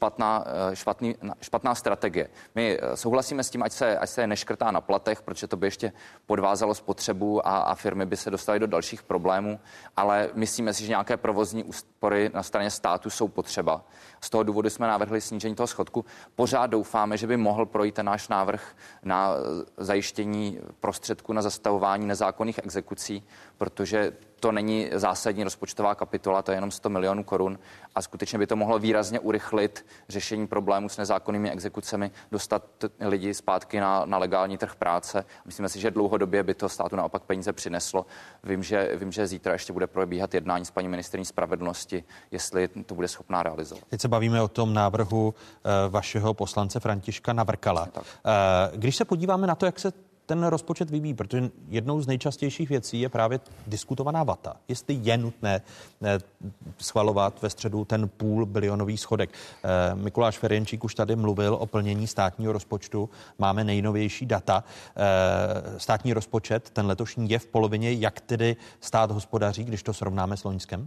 [SPEAKER 2] špatná strategie. My souhlasíme s tím, ať se neškrtá na platech, protože to by ještě podvázalo spotřebu a firmy by se dostaly do dalších problémů, ale myslíme si, že nějaké provozní úspory na straně státu jsou potřeba. Z toho důvodu jsme navrhli snížení toho schodku. Pořád doufáme, že by mohl projít ten náš návrh na zajištění prostředků na zastavování nezákonných exekucí, protože to není zásadní rozpočtová kapitola, to je jenom 100 milionů korun a skutečně by to mohlo výrazně urychlit řešení problémů s nezákonnými exekucemi, dostat lidi zpátky na legální trh práce. Myslíme si, že dlouhodobě by to státu naopak peníze přineslo. Vím, že zítra ještě bude probíhat jednání s paní ministryní spravedlnosti, jestli to bude schopná realizovat.
[SPEAKER 1] Teď se bavíme o tom návrhu vašeho poslance Františka Navrkala. Když se podíváme na to, jak se ten rozpočet vyvíjí, protože jednou z nejčastějších věcí je právě diskutovaná vata. Jestli je nutné schvalovat ve středu ten půlbilionový schodek. Mikuláš Ferjenčík už tady mluvil o plnění státního rozpočtu. Máme nejnovější data. Státní rozpočet, ten letošní, je v polovině. Jak tedy stát hospodaří, když to srovnáme s loňskem?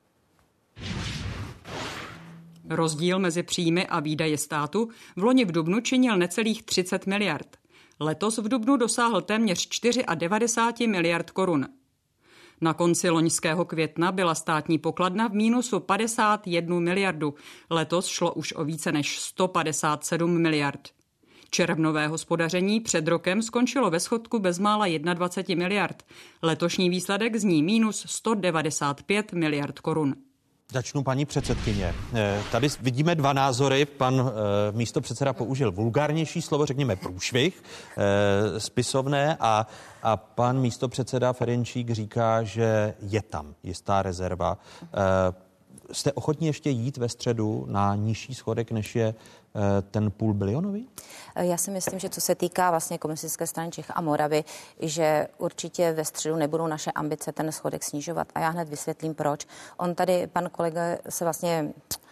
[SPEAKER 4] Rozdíl mezi příjmy a výdaje státu v loni v dubnu činil necelých 30 miliard. Letos v dubnu dosáhl téměř 94 miliard korun. Na konci loňského května byla státní pokladna v mínusu 51 miliardu. Letos šlo už o více než 157 miliard. Červnové hospodaření před rokem skončilo ve schodku bezmála 21 miliard. Letošní výsledek zní minus 195 miliard korun.
[SPEAKER 1] Začnu paní předsedkyně. Tady vidíme dva názory. Pan místopředseda použil vulgárnější slovo, řekněme průšvih, spisovné a pan místopředseda Ferjenčík říká, že je tam jistá rezerva. Jste ochotní ještě jít ve středu na nižší schodek, než je ten půlbilionový?
[SPEAKER 23] Já si myslím, že co se týká vlastně Komunistické strany Čech a Moravy, že určitě ve středu nebudou naše ambice ten schodek snižovat. A já hned vysvětlím, proč. On tady, pan kolega, se vlastně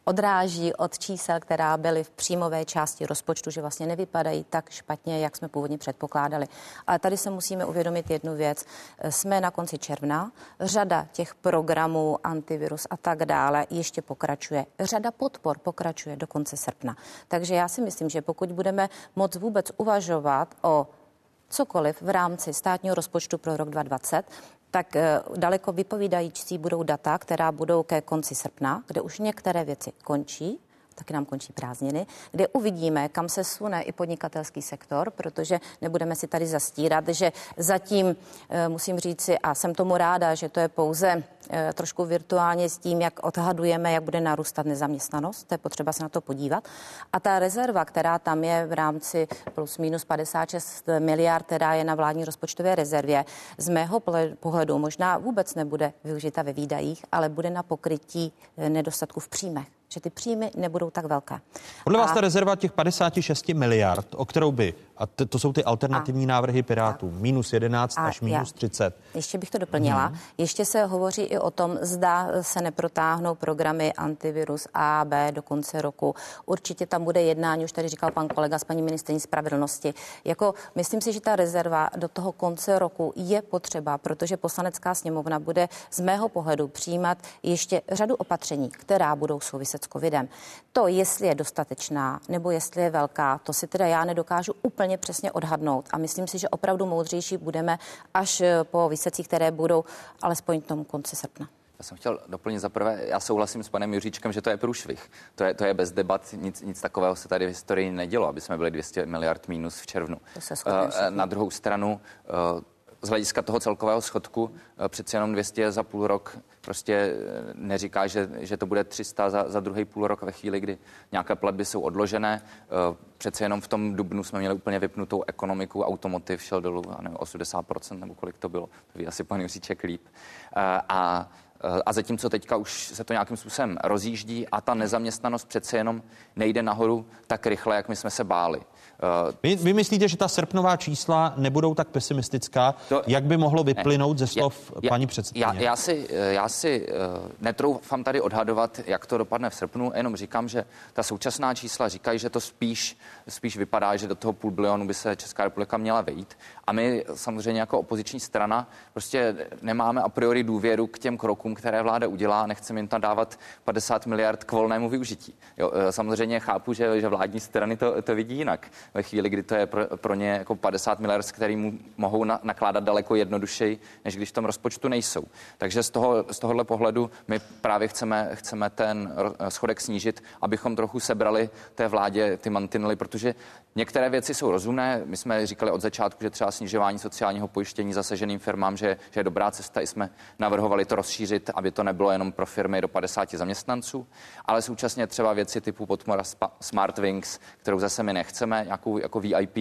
[SPEAKER 23] odráží od čísel, která byly v příjmové části rozpočtu, že vlastně nevypadají tak špatně, jak jsme původně předpokládali. Ale tady se musíme uvědomit jednu věc. Jsme na konci června, řada těch programů, antivirus a tak dále ještě pokračuje. Řada podpor pokračuje do konce srpna. Takže já si myslím, že pokud budeme moc vůbec uvažovat o cokoliv v rámci státního rozpočtu pro rok 2020, tak daleko vypovídající budou data, která budou ke konci srpna, kde už některé věci končí, taky nám končí prázdniny, kde uvidíme, kam se sune i podnikatelský sektor, protože nebudeme si tady zastírat, že zatím musím říci, a jsem tomu ráda, že to je pouze trošku virtuálně s tím, jak odhadujeme, jak bude narůstat nezaměstnanost, to je potřeba se na to podívat. A ta rezerva, která tam je v rámci plus minus 56 miliard, která je na vládní rozpočtové rezervě, z mého pohledu možná vůbec nebude využita ve výdajích, ale bude na pokrytí nedostatku v příjmech, že ty příjmy nebudou tak velké.
[SPEAKER 1] Podle vás ta rezerva těch 56 miliard, o kterou by, a to jsou ty alternativní návrhy Pirátů, minus 11 až minus 30.
[SPEAKER 23] Ještě bych to doplnila. Ještě se hovoří i o tom, zda se neprotáhnou programy antivirus A a B do konce roku. Určitě tam bude jednání, už tady říkal pan kolega s paní ministryní spravedlnosti. Myslím si, že ta rezerva do toho konce roku je potřeba, protože Poslanecká sněmovna bude z mého pohledu přijímat ještě řadu opatření, která budou souviset s covidem. To, jestli je dostatečná nebo jestli je velká, to si teda já nedokážu úplně přesně odhadnout a myslím si, že opravdu moudřejší budeme až po výsledcích, které budou alespoň v tom konci srpna.
[SPEAKER 2] Já jsem chtěl doplnit za prvé, já souhlasím s panem Juříčkem, že to je průšvih. To je bez debat, nic takového se tady v historii nedělo, aby jsme byli 200 miliard mínus v červnu. Na druhou stranu, z hlediska toho celkového schodku přeci jenom 200 za půl rok prostě neříká, že to bude 300 za druhý půl rok ve chvíli, kdy nějaké platby jsou odložené. Přece jenom v tom dubnu jsme měli úplně vypnutou ekonomiku, automotiv šel dolů, nevím, 80% nebo kolik to bylo, to ví asi pan Juříček líp. A zatímco teďka už se to nějakým způsobem rozjíždí a ta nezaměstnanost přece jenom nejde nahoru tak rychle, jak my jsme se báli.
[SPEAKER 1] Vy myslíte, že ta srpnová čísla nebudou tak pesimistická, jak by mohlo vyplynout ze slov paní předsedkyně?
[SPEAKER 2] Já si netroufám tady odhadovat, jak to dopadne v srpnu, jenom říkám, že ta současná čísla říkají, že to spíš vypadá, že do toho 500 milionu by se Česká republika měla vejít. A my samozřejmě jako opoziční strana prostě nemáme a priori důvěru k těm krokům, které vláda udělá. Nechceme jim tam dávat 50 miliard k volnému využití. Samozřejmě chápu, že vládní strany to vidí jinak. Ve chvíli, kdy to je pro ně jako 50 miliard, s kterými mohou nakládat daleko jednodušeji, než když v tom rozpočtu nejsou. Takže z tohohle pohledu my právě chceme ten schodek snížit, abychom trochu sebrali té vládě ty mantinely, protože některé věci jsou rozumné. My jsme říkali od začátku, že třeba snižování sociálního pojištění zasaženým firmám, že je dobrá cesta. I jsme navrhovali to rozšířit, aby to nebylo jenom pro firmy do 50 zaměstnanců, ale současně třeba věci typu podpora Smartwings, kterou zase my nechceme, nějakou jako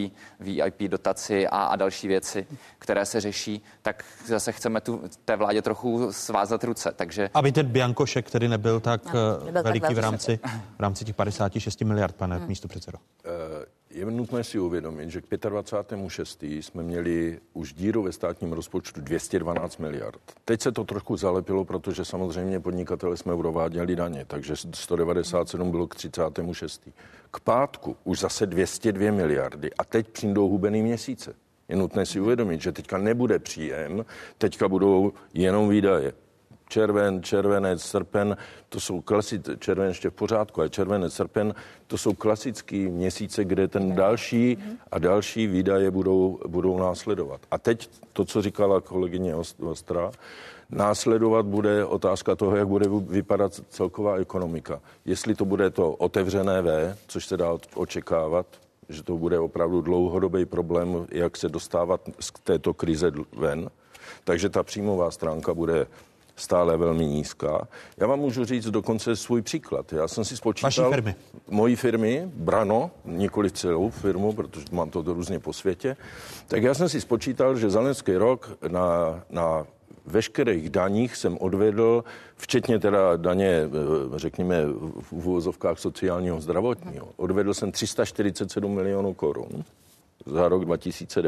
[SPEAKER 2] VIP dotaci a další věci, které se řeší, tak zase chceme té vládě trochu svázat ruce. Takže
[SPEAKER 1] aby ten biankošek, který nebyl tak veliký v rámci těch 56 miliard, pane místopředsedo.
[SPEAKER 22] Je nutné si uvědomit, že k 25.6. jsme měli už díru ve státním rozpočtu 212 miliard. Teď se to trochu zalepilo, protože samozřejmě podnikatele jsme urováděli daně, takže 197 bylo k 36. K pátku už zase 202 miliardy a teď přijdou hubený měsíce. Je nutné si uvědomit, že teďka nebude příjem, teďka budou jenom výdaje. Červenec, srpen, to jsou červen ještě v pořádku, ale červenec, srpen, to jsou klasický měsíce, kde ten další a další výdaje budou následovat. A teď to, co říkala kolegyně Ostrá, následovat bude otázka toho, jak bude vypadat celková ekonomika. Jestli to bude to otevřené V, což se dá očekávat, že to bude opravdu dlouhodobý problém, jak se dostávat z této krize ven. Takže ta příjmová stránka bude stále velmi nízká. Já vám můžu říct dokonce svůj příklad. Já jsem si spočítal...
[SPEAKER 1] Vaší firmy?
[SPEAKER 22] Mojí firmy, Brano, nikoli celou firmu, protože mám to různě po světě, tak já jsem si spočítal, že za loňský rok na veškerých daních jsem odvedl, včetně teda daně, řekněme, v uvozovkách sociálního zdravotního, odvedl jsem 347 milionů korun za rok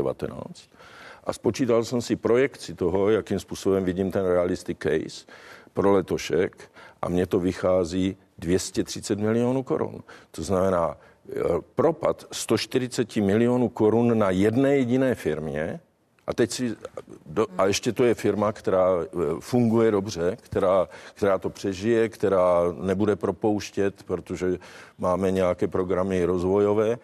[SPEAKER 22] 2019. A spočítal jsem si projekci toho, jakým způsobem vidím ten realistic case pro letošek a mně to vychází 230 milionů korun. To znamená propad 140 milionů korun na jedné jediné firmě. A ještě to je firma, která funguje dobře, která to přežije, která nebude propouštět, protože máme nějaké programy rozvojové.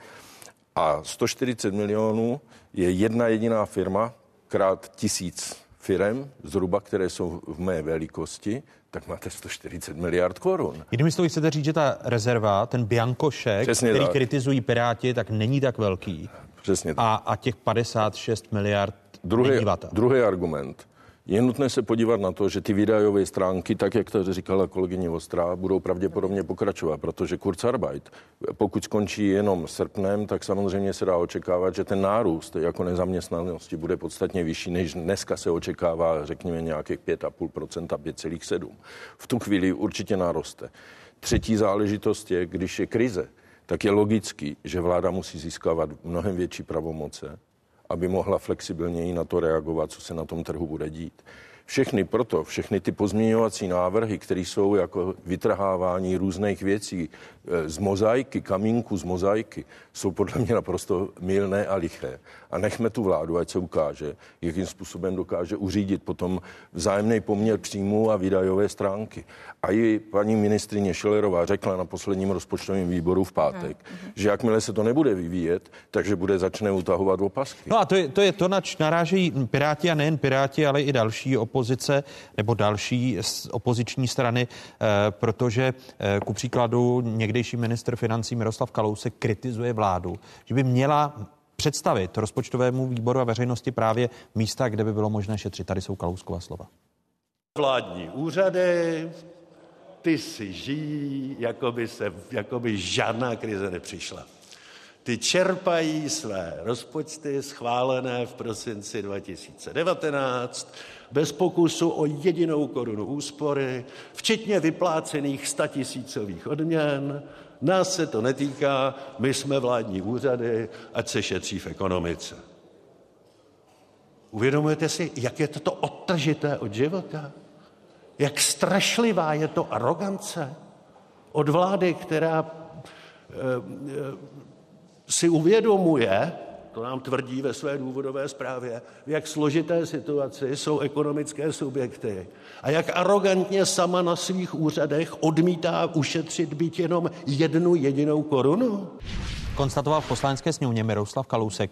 [SPEAKER 22] A 140 milionů je jedna jediná firma krát 1000 firem, zhruba, které jsou v mé velikosti, tak máte 140 miliard korun.
[SPEAKER 1] Jinými slovy chcete říct, že ta rezerva, ten biankošek, který kritizují Piráti, tak není tak velký.
[SPEAKER 22] Přesně tak.
[SPEAKER 1] A těch 56 miliard
[SPEAKER 22] Druhý argument. Je nutné se podívat na to, že ty výdajové stránky, tak jak to říkala kolegyně Vostrá, budou pravděpodobně pokračovat, protože Kurzarbeit, pokud skončí jenom srpnem, tak samozřejmě se dá očekávat, že ten nárůst jako nezaměstnanosti bude podstatně vyšší, než dneska se očekává, řekněme, nějakých 5,5%, 5,7%. V tu chvíli určitě naroste. Třetí záležitost je, když je krize, tak je logický, že vláda musí získávat mnohem větší pravomoce, aby mohla flexibilněji na to reagovat, co se na tom trhu bude dít. Všechny ty pozměňovací návrhy, které jsou jako vytrhávání různých věcí z mozaiky, kamínku z mozaiky, jsou podle mě naprosto mylné a liché. A nechme tu vládu, ať se ukáže, jakým způsobem dokáže uřídit potom vzájemný poměr příjmů a výdajové stránky. A i paní ministryně Schillerová řekla na posledním rozpočtovém výboru v pátek, že jakmile se to nebude vyvíjet, takže začne utahovat opasky.
[SPEAKER 1] No a to je to, nač narážejí Piráti a nejen Piráti, ale i další opozice nebo další opoziční strany, protože ku příkladu někdejší ministr financí Miroslav Kalousek kritizuje vládu, že by měla představit rozpočtovému výboru a veřejnosti právě místa, kde by bylo možné šetřit. Tady jsou Kalouskova slova.
[SPEAKER 5] Vládní úřady, ty si žijí, jako by žádná krize nepřišla. Ty čerpají své rozpočty schválené v prosinci 2019 bez pokusu o jedinou korunu úspory, včetně vyplácených 100 000 odměn. Nás se to netýká, my jsme vládní úřady, ať se šetří v ekonomice. Uvědomujete si, jak je to odtržité od života? Jak strašlivá je to arogance od vlády, která si uvědomuje, to nám tvrdí ve své důvodové zprávě, v jak složité situaci jsou ekonomické subjekty a jak arogantně sama na svých úřadech odmítá ušetřit byť jenom jednu jedinou korunu.
[SPEAKER 1] Konstatoval v Poslanecké sněmovně Miroslav Kalousek.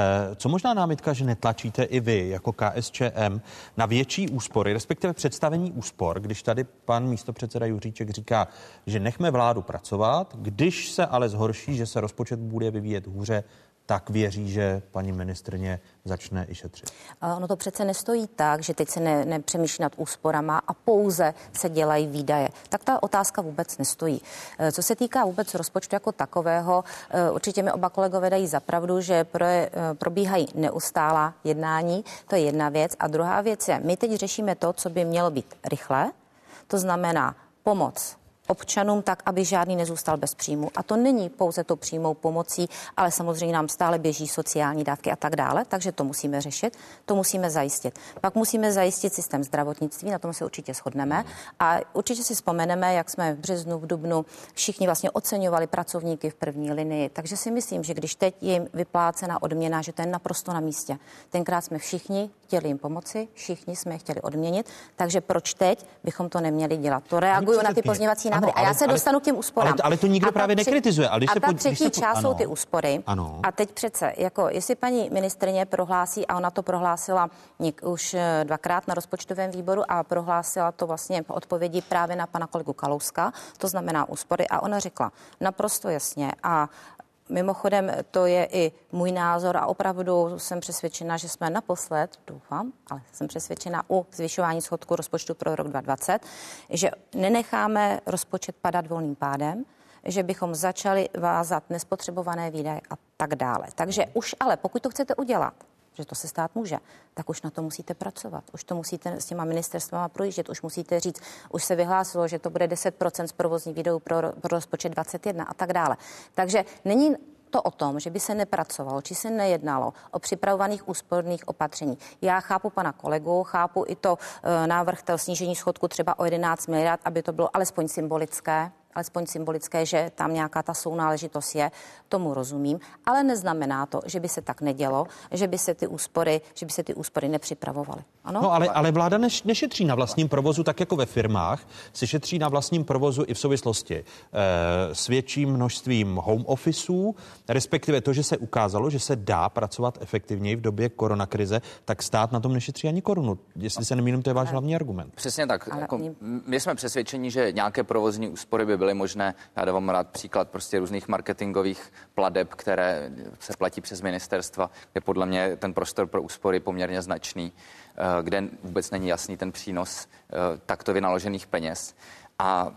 [SPEAKER 1] Co možná námitka, že netlačíte i vy jako KSČM na větší úspory, respektive představení úspor, když tady pan místopředseda Juříček říká, že nechme vládu pracovat, když se ale zhorší, že se rozpočet bude vyvíjet hůře, tak věří, že paní ministryně začne i šetřit.
[SPEAKER 23] Ono to přece nestojí tak, že teď se nepřemýšlí nad úsporama a pouze se dělají výdaje. Tak ta otázka vůbec nestojí. Co se týká vůbec rozpočtu jako takového, určitě mi oba kolegové dají za pravdu, že probíhají neustálá jednání. To je jedna věc. A druhá věc je, my teď řešíme to, co by mělo být rychle. To znamená pomoc občanům tak, aby žádný nezůstal bez příjmu. A to není pouze tou přímou pomocí, ale samozřejmě nám stále běží sociální dávky a tak dále, takže to musíme řešit, to musíme zajistit. Pak musíme zajistit systém zdravotnictví, na tom se určitě shodneme a určitě si vzpomeneme, jak jsme v březnu, v dubnu všichni vlastně oceňovali pracovníky v první linii, takže si myslím, že když teď je jim vyplácena odměna, že to je naprosto na místě. Tenkrát jsme všichni chtěli jim pomoci, všichni jsme je chtěli odměnit, takže proč teď bychom to neměli dělat? To reaguju na ty pozměňovací návrhy. A já se dostanu k těm úsporám.
[SPEAKER 1] Ale to nikdo právě nekritizuje.
[SPEAKER 23] A ta třetí část jsou ty úspory. Ano. A teď přece, jako jestli paní ministryně prohlásí, a ona to prohlásila už dvakrát na rozpočtovém výboru a prohlásila to vlastně po odpovědi právě na pana kolegu Kalouska, to znamená úspory. A ona řekla naprosto jasně a mimochodem, to je i můj názor a opravdu jsem přesvědčena, že jsme naposled, doufám, ale jsem přesvědčena u zvyšování schodku rozpočtu pro rok 2020, že nenecháme rozpočet padat volným pádem, že bychom začali vázat nespotřebované výdaje a tak dále. Takže už ale, pokud to chcete udělat, že to se stát může, tak už na to musíte pracovat. Už to musíte s těma ministerstvama projíždět, už musíte říct, už se vyhlásilo, že to bude 10% z provozních výdajů pro rozpočet 21 a tak dále. Takže není to o tom, že by se nepracovalo, či se nejednalo o připravovaných úsporných opatření. Já chápu pana kolegu, chápu i to návrh toho snížení schodku třeba o 11 miliard, aby to bylo alespoň symbolické, že tam nějaká ta sounáležitost je, tomu rozumím, ale neznamená to, že by se tak nedělo, že by se ty úspory nepřipravovaly. Ano?
[SPEAKER 1] No, ale vláda nešetří na vlastním provozu tak jako ve firmách, se šetří na vlastním provozu i v souvislosti s větším množstvím home officeů, respektive to, že se ukázalo, že se dá pracovat efektivněji v době koronakrize, tak stát na tom nešetří ani korunu. Jestli se nemýlím, to je váš hlavní argument.
[SPEAKER 2] Přesně tak. My jsme přesvědčeni, že nějaké provozní úspory by byly možné. Já dávám rád příklad prostě různých marketingových plateb, které se platí přes ministerstva, kde podle mě ten prostor pro úspory je poměrně značný, kde vůbec není jasný ten přínos takto vynaložených peněz. A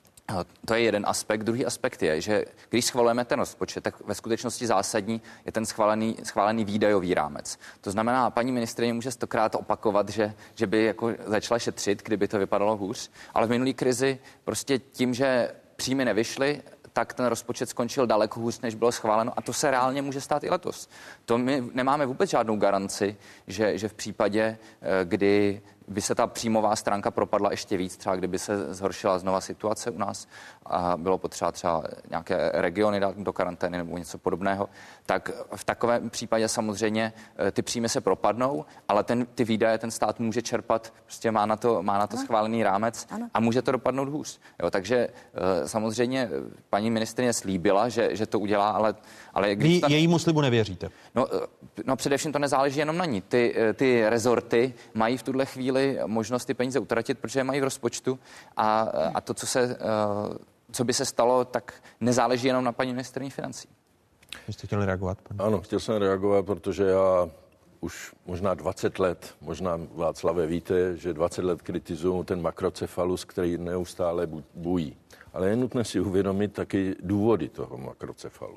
[SPEAKER 2] to je jeden aspekt. Druhý aspekt je, že když schvalujeme ten rozpočet, tak ve skutečnosti zásadní je ten schválený výdajový rámec. To znamená, paní ministryně může 100krát opakovat, že by jako začala šetřit, kdyby to vypadalo hůř, ale v minulý krizi prostě tím, že příjmy nevyšly, tak ten rozpočet skončil daleko hůř, než bylo schváleno a to se reálně může stát i letos. To my nemáme vůbec žádnou garanci, že v případě, kdy by se ta příjmová stránka propadla ještě víc, třeba kdyby se zhoršila znova situace u nás a bylo potřeba třeba nějaké regiony dát do karantény nebo něco podobného, tak v takovém případě samozřejmě ty příjmy se propadnou, ale ty výdaje ten stát může čerpat, prostě má na to schválený rámec a může to dopadnout hůř. Jo, takže samozřejmě paní ministryně slíbila, že to udělá, ale
[SPEAKER 1] vy jejímu slibu nevěříte?
[SPEAKER 2] No především to nezáleží jenom na ní. Ty rezorty mají v tuhle chvíli možnost ty peníze utratit, protože je mají v rozpočtu a to, co by se stalo, tak nezáleží jenom na paní ministryni financí.
[SPEAKER 1] Vy jste chtěli reagovat?
[SPEAKER 22] Ano, chtěl jsem reagovat, protože já už možná 20 let, možná Václave víte, že 20 let kritizuju ten makrocefalus, který neustále bují. Ale je nutné si uvědomit taky důvody toho makrocefalu.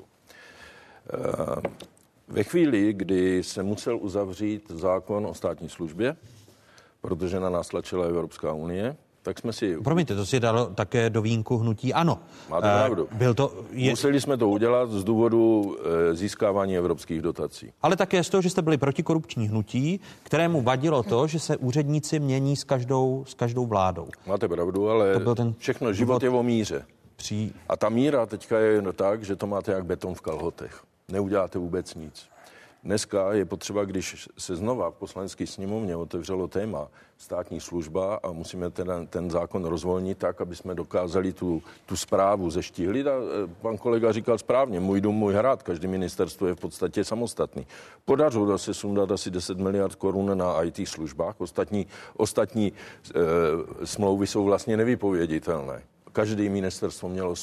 [SPEAKER 22] Ve chvíli, kdy se musel uzavřít zákon o státní službě, protože na nás tlačila Evropská unie, tak jsme si...
[SPEAKER 1] Promiňte, to si dalo také do vínku hnutí ANO.
[SPEAKER 22] Máte pravdu. Museli jsme to udělat z důvodu získávání evropských dotací.
[SPEAKER 1] Ale také z toho, že jste byli protikorupční hnutí, kterému vadilo to, že se úředníci mění s každou vládou.
[SPEAKER 22] Máte pravdu, ale všechno, život je o míře. A ta míra teďka je tak, že to máte jak beton v kalhotech. Neuděláte vůbec nic. Dneska je potřeba, když se znova v poslanecké sněmovně otevřelo téma státní služba a musíme ten zákon rozvolnit tak, aby jsme dokázali tu správu zeštíhlit. A pan kolega říkal správně, můj dům, můj hrad, každý ministerstvo je v podstatě samostatný. Podařilo se sundat asi 10 miliard korun na IT službách, ostatní smlouvy jsou vlastně nevypověditelné. Každé ministerstvo mělo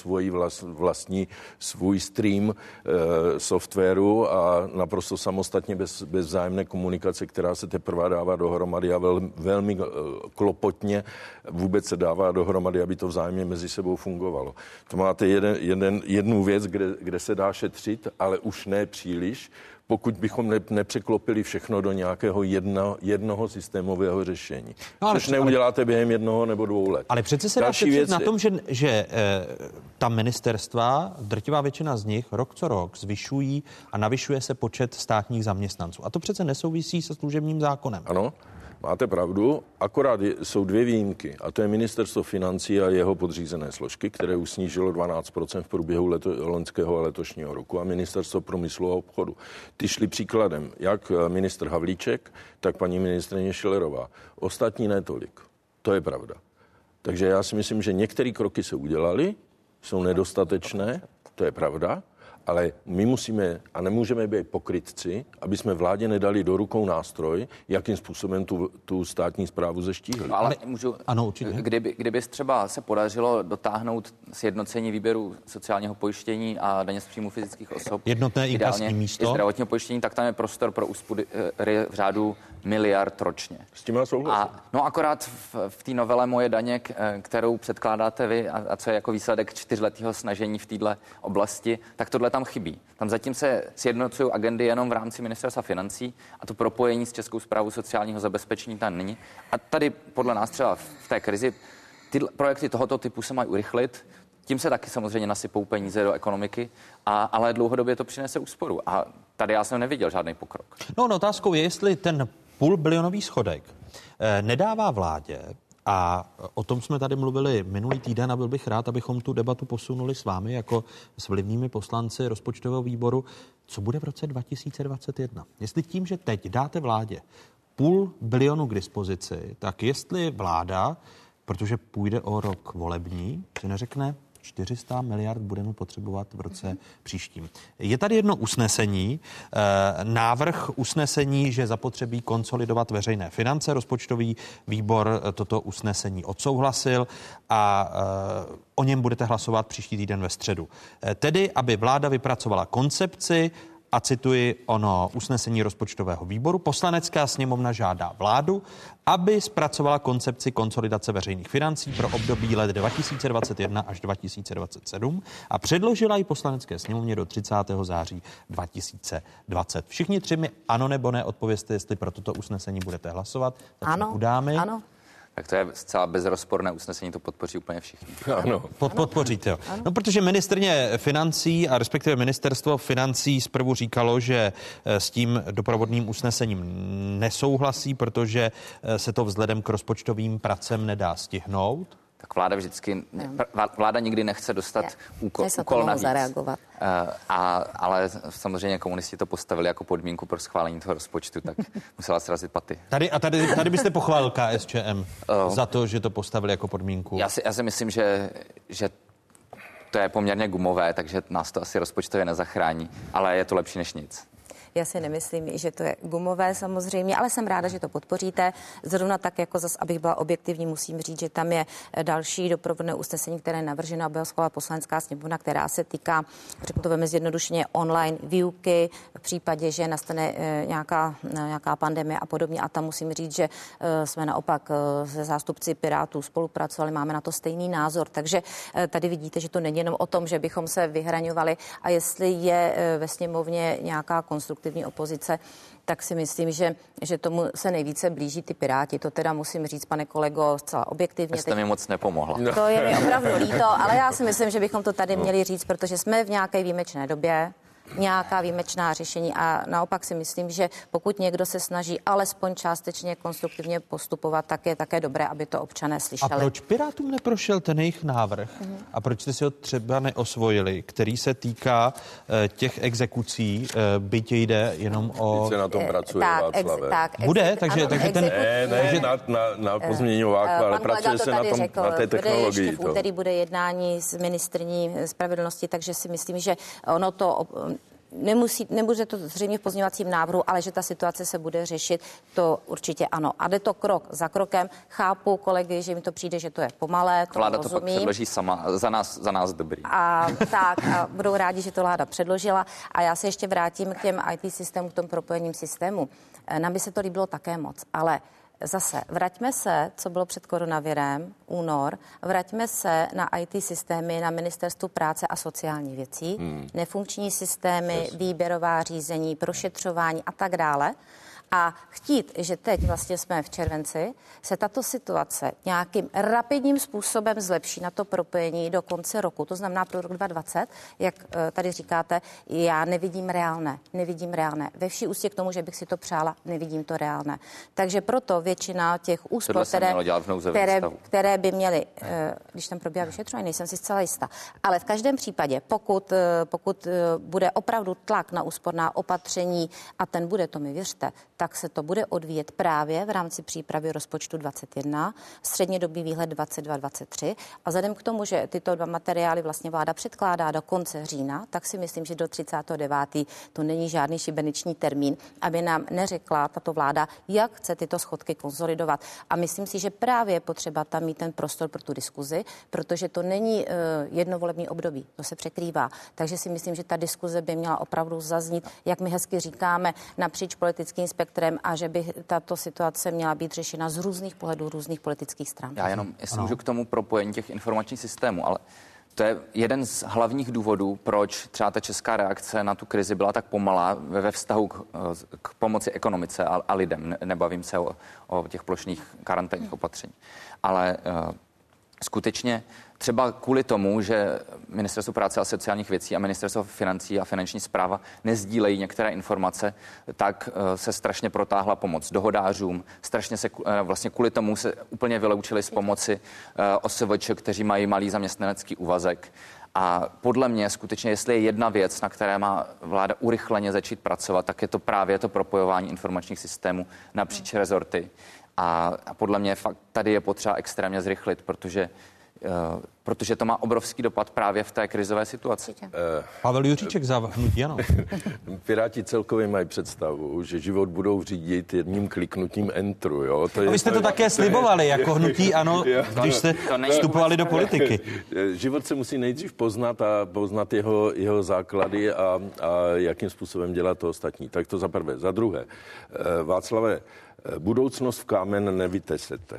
[SPEAKER 22] svůj stream softwaru a naprosto samostatně bez vzájemné komunikace, která se teprve dává dohromady a velmi klopotně vůbec se dává dohromady, aby to vzájemně mezi sebou fungovalo. To máte jednu věc, kde se dá šetřit, ale už ne příliš, pokud bychom nepřeklopili všechno do nějakého jednoho systémového řešení. Což neuděláte během 1 nebo 2 let.
[SPEAKER 1] Ale přece se dá šetřit na tom, že ta ministerstva, drtivá většina z nich, rok co rok zvyšují a navyšuje se počet státních zaměstnanců. A to přece nesouvisí se služebním zákonem.
[SPEAKER 22] Ano, máte pravdu, akorát jsou 2 výjimky a to je ministerstvo financí a jeho podřízené složky, které už snížilo 12% v průběhu loňského a letošního roku a ministerstvo průmyslu a obchodu. Ty šli příkladem, jak ministr Havlíček, tak paní ministryně Schillerová. Ostatní ne tolik. To je pravda. Takže já si myslím, že některé kroky se udělaly, jsou nedostatečné, to je pravda, ale my musíme a nemůžeme být pokrytci, aby jsme vládě nedali do rukou nástroj, jakým způsobem tu státní správu zeštíhli.
[SPEAKER 2] No, ale ano, určitě. Kdyby třeba se podařilo dotáhnout sjednocení výběru sociálního pojištění a daně z příjmu fyzických osob,
[SPEAKER 1] jednotné inkasní místo,
[SPEAKER 2] i zdravotního pojištění, tak tam je prostor pro úspory v řádu miliard ročně.
[SPEAKER 22] S tím já souhlasím.
[SPEAKER 2] No akorát v té novele Moje daně, kterou předkládáte vy a co je jako výsledek 4letého snažení v této oblasti, tak tohle tam chybí. Tam zatím se sjednocují agendy jenom v rámci ministerstva financí a to propojení s Českou správou sociálního zabezpečení tam není. A tady podle nás třeba v té krizi ty projekty tohoto typu se mají urychlit. Tím se taky samozřejmě nasypou peníze do ekonomiky, ale dlouhodobě to přinese úsporu. A tady já jsem neviděl žádný pokrok.
[SPEAKER 1] No, otázkou je, jestli ten půlbilionový schodek nedává vládě, a o tom jsme tady mluvili minulý týden a byl bych rád, abychom tu debatu posunuli s vámi jako s vlivnými poslanci rozpočtového výboru, co bude v roce 2021. Jestli tím, že teď dáte vládě 500 milionu k dispozici, tak jestli vláda, protože půjde o rok volební, si neřekne, 400 miliard budeme potřebovat v roce příštím. Je tady jedno usnesení, návrh usnesení, že zapotřebí konsolidovat veřejné finance. Rozpočtový výbor toto usnesení odsouhlasil a o něm budete hlasovat příští týden ve středu. Tedy, aby vláda vypracovala koncepci, a cituji ono usnesení rozpočtového výboru, Poslanecká sněmovna žádá vládu, aby zpracovala koncepci konsolidace veřejných financí pro období let 2021 až 2027 a předložila ji Poslanecké sněmovně do 30. září 2020. Všichni tři mi ano nebo ne odpovězte, jestli pro toto usnesení budete hlasovat.
[SPEAKER 23] Ano, ano.
[SPEAKER 2] Tak to je zcela bezrozporné usnesení, to podpoří úplně všichni.
[SPEAKER 1] Ano. Podpoříte, jo. No, protože ministryně financí a respektive ministerstvo financí zprvu říkalo, že s tím doprovodným usnesením nesouhlasí, protože se to vzhledem k rozpočtovým pracem nedá stihnout.
[SPEAKER 2] Tak vláda vždycky, vláda nikdy nechce dostat úkol navíc.
[SPEAKER 23] Zareagovat.
[SPEAKER 2] Ale samozřejmě komunisti to postavili jako podmínku pro schválení toho rozpočtu, tak musela srazit paty.
[SPEAKER 1] Tady byste pochválil KSČM za to, že to postavili jako podmínku.
[SPEAKER 2] Já si myslím, že to je poměrně gumové, takže nás to asi rozpočtově nezachrání, ale je to lepší než nic.
[SPEAKER 23] Já si nemyslím, že to je gumové samozřejmě, ale jsem ráda, že to podpoříte. Zrovna tak, jako zas, abych byla objektivní, musím říct, že tam je další doprovodné usnesení, které je navrženo, aby ho schválila Poslanecká sněmovna, která se týká, řeknu to velmi zjednodušeně, online výuky v případě, že nastane nějaká pandemie a podobně. A tam musím říct, že jsme naopak se zástupci Pirátů spolupracovali, máme na to stejný názor. Takže tady vidíte, že to není jenom o tom, že bychom se vyhraňovali a jestli je ve sněmovně nějaká konstruktivní opozice, tak si myslím, že tomu se nejvíce blíží ty Piráti. To teda musím říct, pane kolego, zcela objektivně.
[SPEAKER 2] Jste mi moc nepomohla.
[SPEAKER 23] To je mi opravdu líto, ale já si myslím, že bychom to tady měli říct, protože jsme v nějaké výjimečné době, nějaká výjimečná řešení a naopak si myslím, že pokud někdo se snaží alespoň částečně konstruktivně postupovat, tak je také dobré, aby to občané slyšeli.
[SPEAKER 1] A proč Pirátům neprošel ten jejich návrh? A proč jste si ho třeba neosvojili, který se týká těch exekucí, byť jde jenom o...
[SPEAKER 22] Teď se na tom pracuje, Václave.
[SPEAKER 1] Bude? Takže ten...
[SPEAKER 22] Ne, na pozměňováku, ale pracuje se na tom, na té technologii.
[SPEAKER 23] Ještě v úterý bude jednání s ministryní spravedlnosti, takže si myslím, že ono to... Nebude to zřejmě v pozměňovacím návrhu, ale že ta situace se bude řešit, to určitě ano. A jde to krok za krokem. Chápu kolegy, že mi to přijde, že to je pomalé.
[SPEAKER 2] Vláda to pak předloží sama, za nás dobrý.
[SPEAKER 23] A budou rádi, že to vláda předložila. A já se ještě vrátím k těm IT systémům, k tomu propojením systému. Nám by se to líbilo také moc, ale zase, vraťme se, co bylo před koronavirem, únor, vraťme se na IT systémy na Ministerstvu práce a sociálních věcí, nefunkční systémy, výběrová řízení, prošetřování a tak dále. A chtít, že teď vlastně jsme v červenci, se tato situace nějakým rapidním způsobem zlepší na to propojení do konce roku, to znamená pro rok 2020, jak tady říkáte, já nevidím reálné. Ve vší úctě k tomu, že bych si to přála, nevidím to reálné. Takže proto většina těch úspor, které by měly, když tam probíhá vyšetřování, nejsem si zcela jistá, ale v každém případě, pokud bude opravdu tlak na úsporná opatření a ten bude, to mi věřte, tak se to bude odvíjet právě v rámci přípravy rozpočtu 21, střednědobý výhled 22-23 a vzhledem k tomu, že tyto dva materiály vlastně vláda předkládá do konce října, tak si myslím, že do 39. to není žádný šibeniční termín, aby nám neřekla tato vláda, jak chce tyto schodky konsolidovat. A myslím si, že právě je potřeba tam mít ten prostor pro tu diskuzi, protože to není jedno volební období, to se překrývá. Takže si myslím, že ta diskuze by měla opravdu zaznít, jak my hezky říkáme, napříč politickým spektrem a že by tato situace měla být řešena z různých pohledů, různých politických stran.
[SPEAKER 2] Já jenom, jestli můžu k tomu propojení těch informačních systémů, ale to je jeden z hlavních důvodů, proč třeba ta česká reakce na tu krizi byla tak pomalá ve vztahu k pomoci ekonomice a lidem. Nebavím se o těch plošných karanténních opatření. Ale skutečně třeba kvůli tomu, že Ministerstvo práce a sociálních věcí a Ministerstvo financí a finanční správa nezdílejí některé informace, tak se strašně protáhla pomoc dohodářům, strašně se vlastně kvůli tomu se úplně vyloučili z pomoci OSVČ, kteří mají malý zaměstnanecký úvazek. A podle mě skutečně, jestli je jedna věc, na které má vláda urychleně začít pracovat, tak je to právě to propojování informačních systémů napříč rezorty. A podle mě fakt tady je potřeba extrémně zrychlit, protože to má obrovský dopad právě v té krizové situaci.
[SPEAKER 1] Pavel Juříček za hnutí ANO.
[SPEAKER 22] Piráti celkově mají představu, že život budou řídit jedním kliknutím enteru. Jo?
[SPEAKER 1] A vy jste to také slibovali jako hnutí ANO, když jste vstupovali do politiky.
[SPEAKER 22] Život se musí nejdřív poznat a poznat jeho základy a jakým způsobem dělat to ostatní. Tak to za prvé. Za druhé, Václave, budoucnost v kámen nevytesete.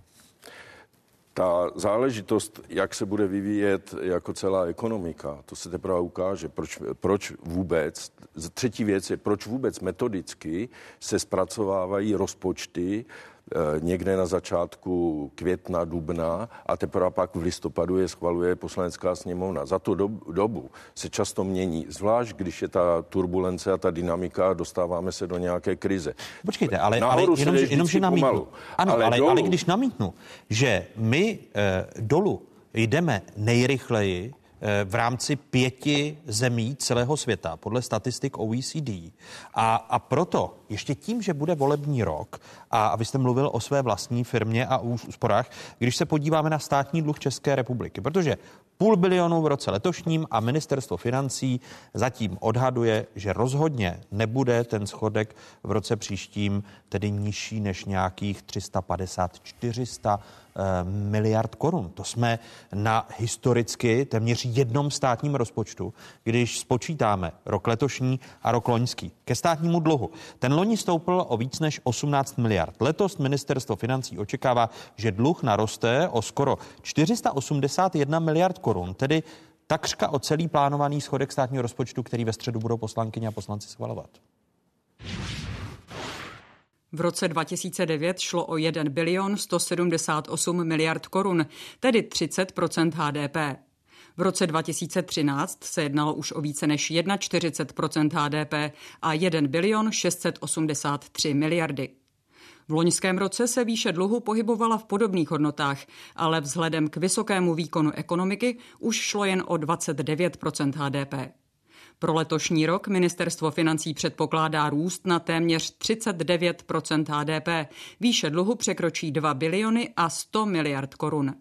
[SPEAKER 22] Ta záležitost, jak se bude vyvíjet jako celá ekonomika, to se teprve ukáže. Proč vůbec, třetí věc je, proč vůbec metodicky se zpracovávají rozpočty někde na začátku května, dubna a teprve pak v listopadu je schvaluje Poslanecká sněmovna. Za tu dobu se často mění, zvlášť když je ta turbulence a ta dynamika, dostáváme se do nějaké krize.
[SPEAKER 1] Počkejte, ale jenomže namítnu. Ano, ale když namítnu, že my dolů jdeme nejrychleji v rámci 5 zemí celého světa, podle statistik OECD. A proto ještě tím, že bude volební rok, a vy jste mluvil o své vlastní firmě a úsporách, když se podíváme na státní dluh České republiky, protože 500 milionu v roce letošním a Ministerstvo financí zatím odhaduje, že rozhodně nebude ten schodek v roce příštím tedy nižší než nějakých 350-400 miliard korun. To jsme na historicky téměř jednom státním rozpočtu, když spočítáme rok letošní a rok loňský. Ke státnímu dluhu. Ten loni stoupl o víc než 18 miliard. Letos Ministerstvo financí očekává, že dluh naroste o skoro 481 miliard korun, tedy takřka o celý plánovaný schodek státního rozpočtu, který ve středu budou poslankyně a poslanci schvalovat.
[SPEAKER 4] V roce 2009 šlo o 1 bilion 178 miliard korun, tedy 30% HDP. V roce 2013 se jednalo už o více než 41% HDP a 1 bilion 683 miliardy. V loňském roce se výše dluhu pohybovala v podobných hodnotách, ale vzhledem k vysokému výkonu ekonomiky už šlo jen o 29% HDP. Pro letošní rok Ministerstvo financí předpokládá růst na téměř 39% HDP. Výše dluhu překročí 2 biliony a 100 miliard korun.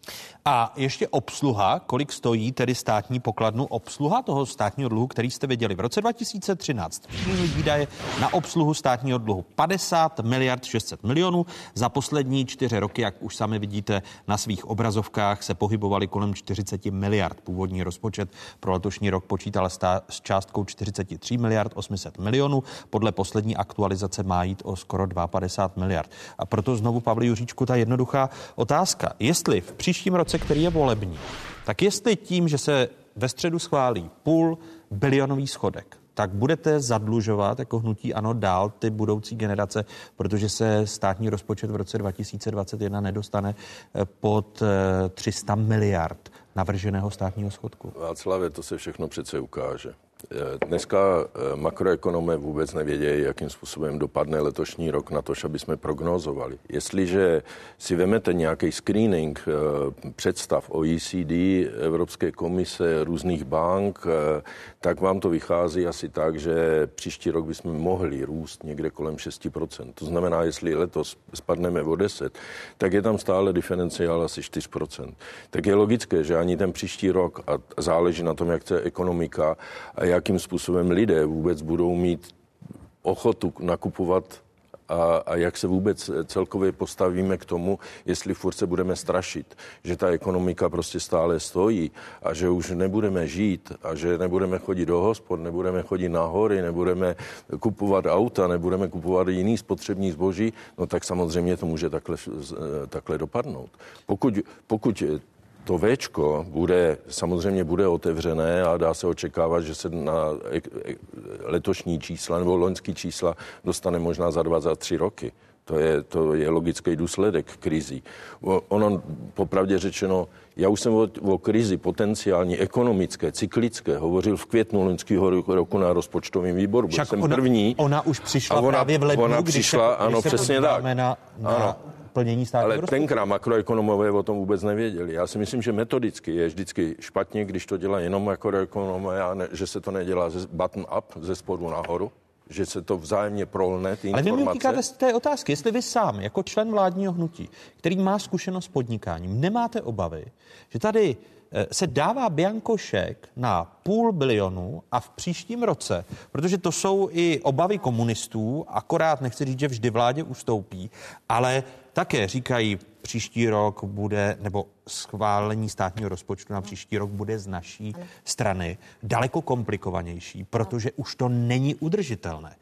[SPEAKER 1] A ještě obsluha, kolik stojí tedy státní pokladnu obsluha toho státního dluhu, který jste viděli v roce 2013. Výdaje na obsluhu státního dluhu 50 miliard 600 milionů. Za poslední 4 roky, jak už sami vidíte na svých obrazovkách, se pohybovali kolem 40 miliard. Původní rozpočet pro letošní rok počítal s částkou 43 miliard 800 milionů. Podle poslední aktualizace má jít o skoro 52 miliard. A proto znovu, Pavle Juříčku, ta jednoduchá otázka. Jestli v příštím roce, který je volební, tak jestli tím, že se ve středu schválí 500 milionový schodek, tak budete zadlužovat jako hnutí ANO dál ty budoucí generace, protože se státní rozpočet v roce 2021 nedostane pod 300 miliard navrženého státního schodku.
[SPEAKER 22] Václave, to se všechno přece ukáže. Dneska makroekonomé vůbec nevědějí, jakým způsobem dopadne letošní rok na to, aby jsme prognózovali. Jestliže si vemete nějaký screening představ OECD, Evropské komise, různých bank, tak vám to vychází asi tak, že příští rok bychom mohli růst někde kolem 6%. To znamená, jestli letos spadneme o 10, tak je tam stále diferenciál asi 4%. Tak je logické, že ani ten příští rok, a záleží na tom, jak chce ekonomika a jakým způsobem lidé vůbec budou mít ochotu nakupovat a jak se vůbec celkově postavíme k tomu, jestli furt se budeme strašit, že ta ekonomika prostě stále stojí a že už nebudeme žít a že nebudeme chodit do hospod, nebudeme chodit na hory, nebudeme kupovat auta, nebudeme kupovat jiný spotřební zboží, no tak samozřejmě to může takhle dopadnout. Pokud to Včko samozřejmě bude otevřené a dá se očekávat, že se na letošní čísla nebo loňský čísla dostane možná za 2, za 3 roky. To je logický důsledek krizí. Ono, popravdě řečeno, já už jsem o krizi potenciální, ekonomické, cyklické hovořil v květnu loňského roku na rozpočtovém výboru.
[SPEAKER 1] Však ona už přišla právě v lednu, když se
[SPEAKER 22] přesně tak.
[SPEAKER 1] na plnění státního
[SPEAKER 22] ale
[SPEAKER 1] rozpočtu.
[SPEAKER 22] tenkrát makroekonomové o tom vůbec nevěděli. Já si myslím, že metodicky je vždycky špatně, když to dělá jenom makroekonomové, a že se to nedělá bottom up, ze spodu nahoru, že se to vzájemně prolne, ty informace.
[SPEAKER 1] Ale vy mi říkáte z té otázky, jestli vy sám, jako člen vládního hnutí, který má zkušenost s podnikáním, nemáte obavy, že tady se dává bianko šek na 500 milionu a v příštím roce, protože to jsou i obavy komunistů, akorát nechci říct, že vždy vládě ustoupí, ale také říkají, příští rok bude, nebo schválení státního rozpočtu na příští rok bude z naší strany daleko komplikovanější, protože už to není udržitelné.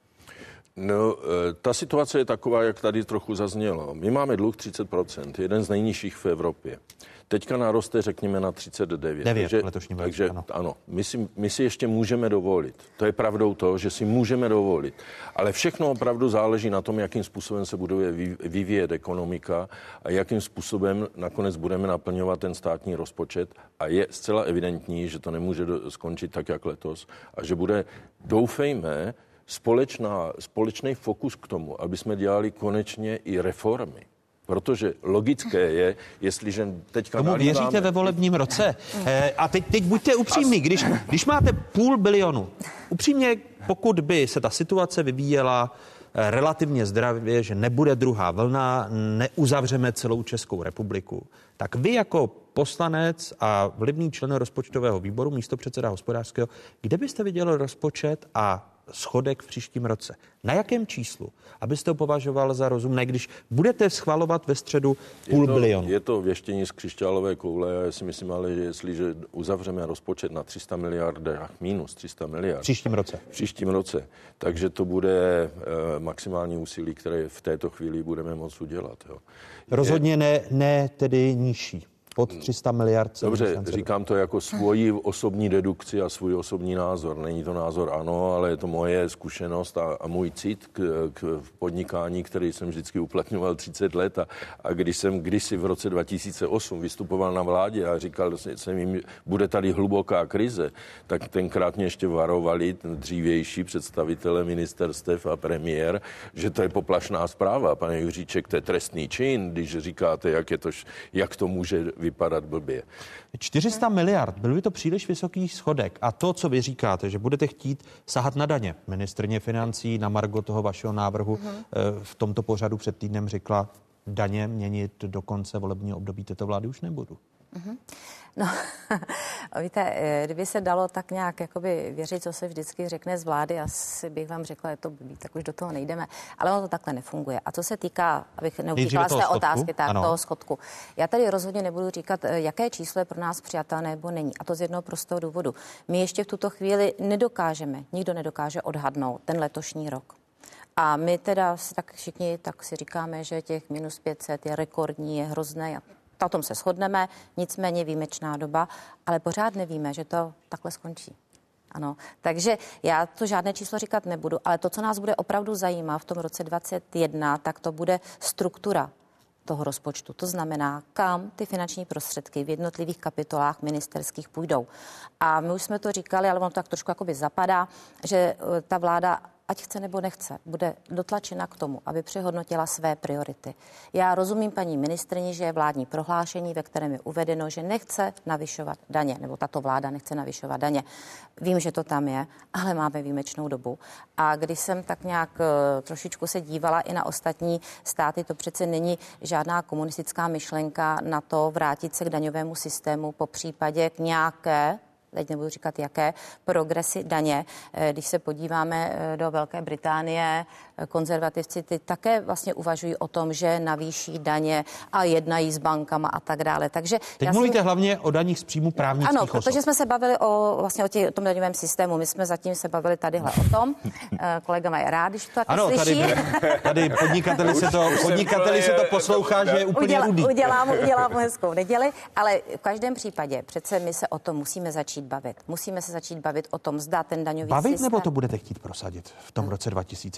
[SPEAKER 22] No, ta situace je taková, jak tady trochu zaznělo. My máme dluh 30%, jeden z nejnižších v Evropě. Teďka naroste, řekněme, na 39. Takže ano, my si ještě můžeme dovolit. To je pravdou to, že si můžeme dovolit. Ale všechno opravdu záleží na tom, jakým způsobem se bude vyvíjet ekonomika a jakým způsobem nakonec budeme naplňovat ten státní rozpočet. A je zcela evidentní, že to nemůže skončit tak, jak letos. A že bude, doufejme, společný fokus k tomu, aby jsme dělali konečně i reformy. Protože logické je, jestliže teďka
[SPEAKER 1] tomu věříte ve volebním roce. A teď buďte upřímní, když máte 500 milionu, upřímně, pokud by se ta situace vyvíjela relativně zdravě, že nebude druhá vlna, neuzavřeme celou Českou republiku, tak vy jako poslanec a vlivný člen rozpočtového výboru, místopředseda hospodářského, kde byste viděl rozpočet a schodek v příštím roce? Na jakém číslu? Abyste ho považoval za rozumné, když budete schvalovat ve středu 500 milionu.
[SPEAKER 22] Je to věštění z křišťálové koule a já si myslím, ale že jestliže uzavřeme rozpočet na 300 miliardách, minus 300 miliard.
[SPEAKER 1] V
[SPEAKER 22] příštím roce. Takže to bude maximální úsilí, které v této chvíli budeme moct udělat. Jo.
[SPEAKER 1] Rozhodně ne tedy nižší. Pod 300 miliard.
[SPEAKER 22] Dobře, říkám to jako svoji osobní dedukci a svůj osobní názor. Není to názor ANO, ale je to moje zkušenost a můj cit k podnikání, který jsem vždycky uplatňoval 30 let. A když jsem kdysi v roce 2008 vystupoval na vládě a říkal jsem jim, bude tady hluboká krize, tak tenkrát mě ještě varovali dřívější představitelé ministerstev a premiér, že to je poplašná zpráva. Pane Juříček, to je trestný čin, když říkáte, jak to může vypadat blbě.
[SPEAKER 1] 400 miliard, byl by to příliš vysoký schodek. A to, co vy říkáte, že budete chtít sahat na daně. Ministryně financí na margo toho vašeho návrhu v tomto pořadu před týdnem řekla, daně měnit do konce volebního období této vlády už nebudu.
[SPEAKER 23] No, víte, kdyby se dalo tak nějak jakoby věřit, co se vždycky řekne z vlády, asi bych vám řekla, je to blbý, tak už do toho nejdeme. Ale ono to takhle nefunguje. A co se týká, abych neutíkala z té otázky, toho schodku. Já tady rozhodně nebudu říkat, jaké číslo je pro nás přijatelné nebo není. A to z jednoho prostého důvodu. My ještě v tuto chvíli nikdo nedokáže odhadnout ten letošní rok. A my teda všichni si říkáme, že těch minus 500 je rekordní, je hrozné. O tom se shodneme, nicméně výjimečná doba, ale pořád nevíme, že to takhle skončí. Ano, takže já to žádné číslo říkat nebudu, ale to, co nás bude opravdu zajímat v tom roce 2021, tak to bude struktura toho rozpočtu. To znamená, kam ty finanční prostředky v jednotlivých kapitolách ministerských půjdou. A my už jsme to říkali, ale ono to tak trošku jakoby zapadá, že ta vláda, ať chce nebo nechce, bude dotlačena k tomu, aby přehodnotila své priority. Já rozumím paní ministryni, že je vládní prohlášení, ve kterém je uvedeno, že nechce navyšovat daně, nebo tato vláda nechce navyšovat daně. Vím, že to tam je, ale máme výjimečnou dobu. A když jsem tak nějak trošičku se dívala i na ostatní státy, to přece není žádná komunistická myšlenka na to vrátit se k daňovému systému, po případě k nějaké, teď nebudu říkat jaké, progresy daně. Když se podíváme do Velké Británie, konzervativci ty také vlastně uvažují o tom, že navýší daně a jednají s bankama a tak dále. Takže
[SPEAKER 1] teď mluvíte hlavně o daních z příjmu právnických osob.
[SPEAKER 23] Ano, protože jsme se bavili o tom daňovém systému. My jsme zatím se bavili tadyhle o tom. Kolega má rád, když to taky slyší.
[SPEAKER 1] Tady podnikateli se to poslouchá, že je úplně rudý.
[SPEAKER 23] Udělám hezkou neděli, ale v každém případě přece my se o tom musíme začít bavit. Musíme se začít bavit o tom, zda ten daňový systém.
[SPEAKER 1] Nebo to budete chtít prosadit v tom roce 2021?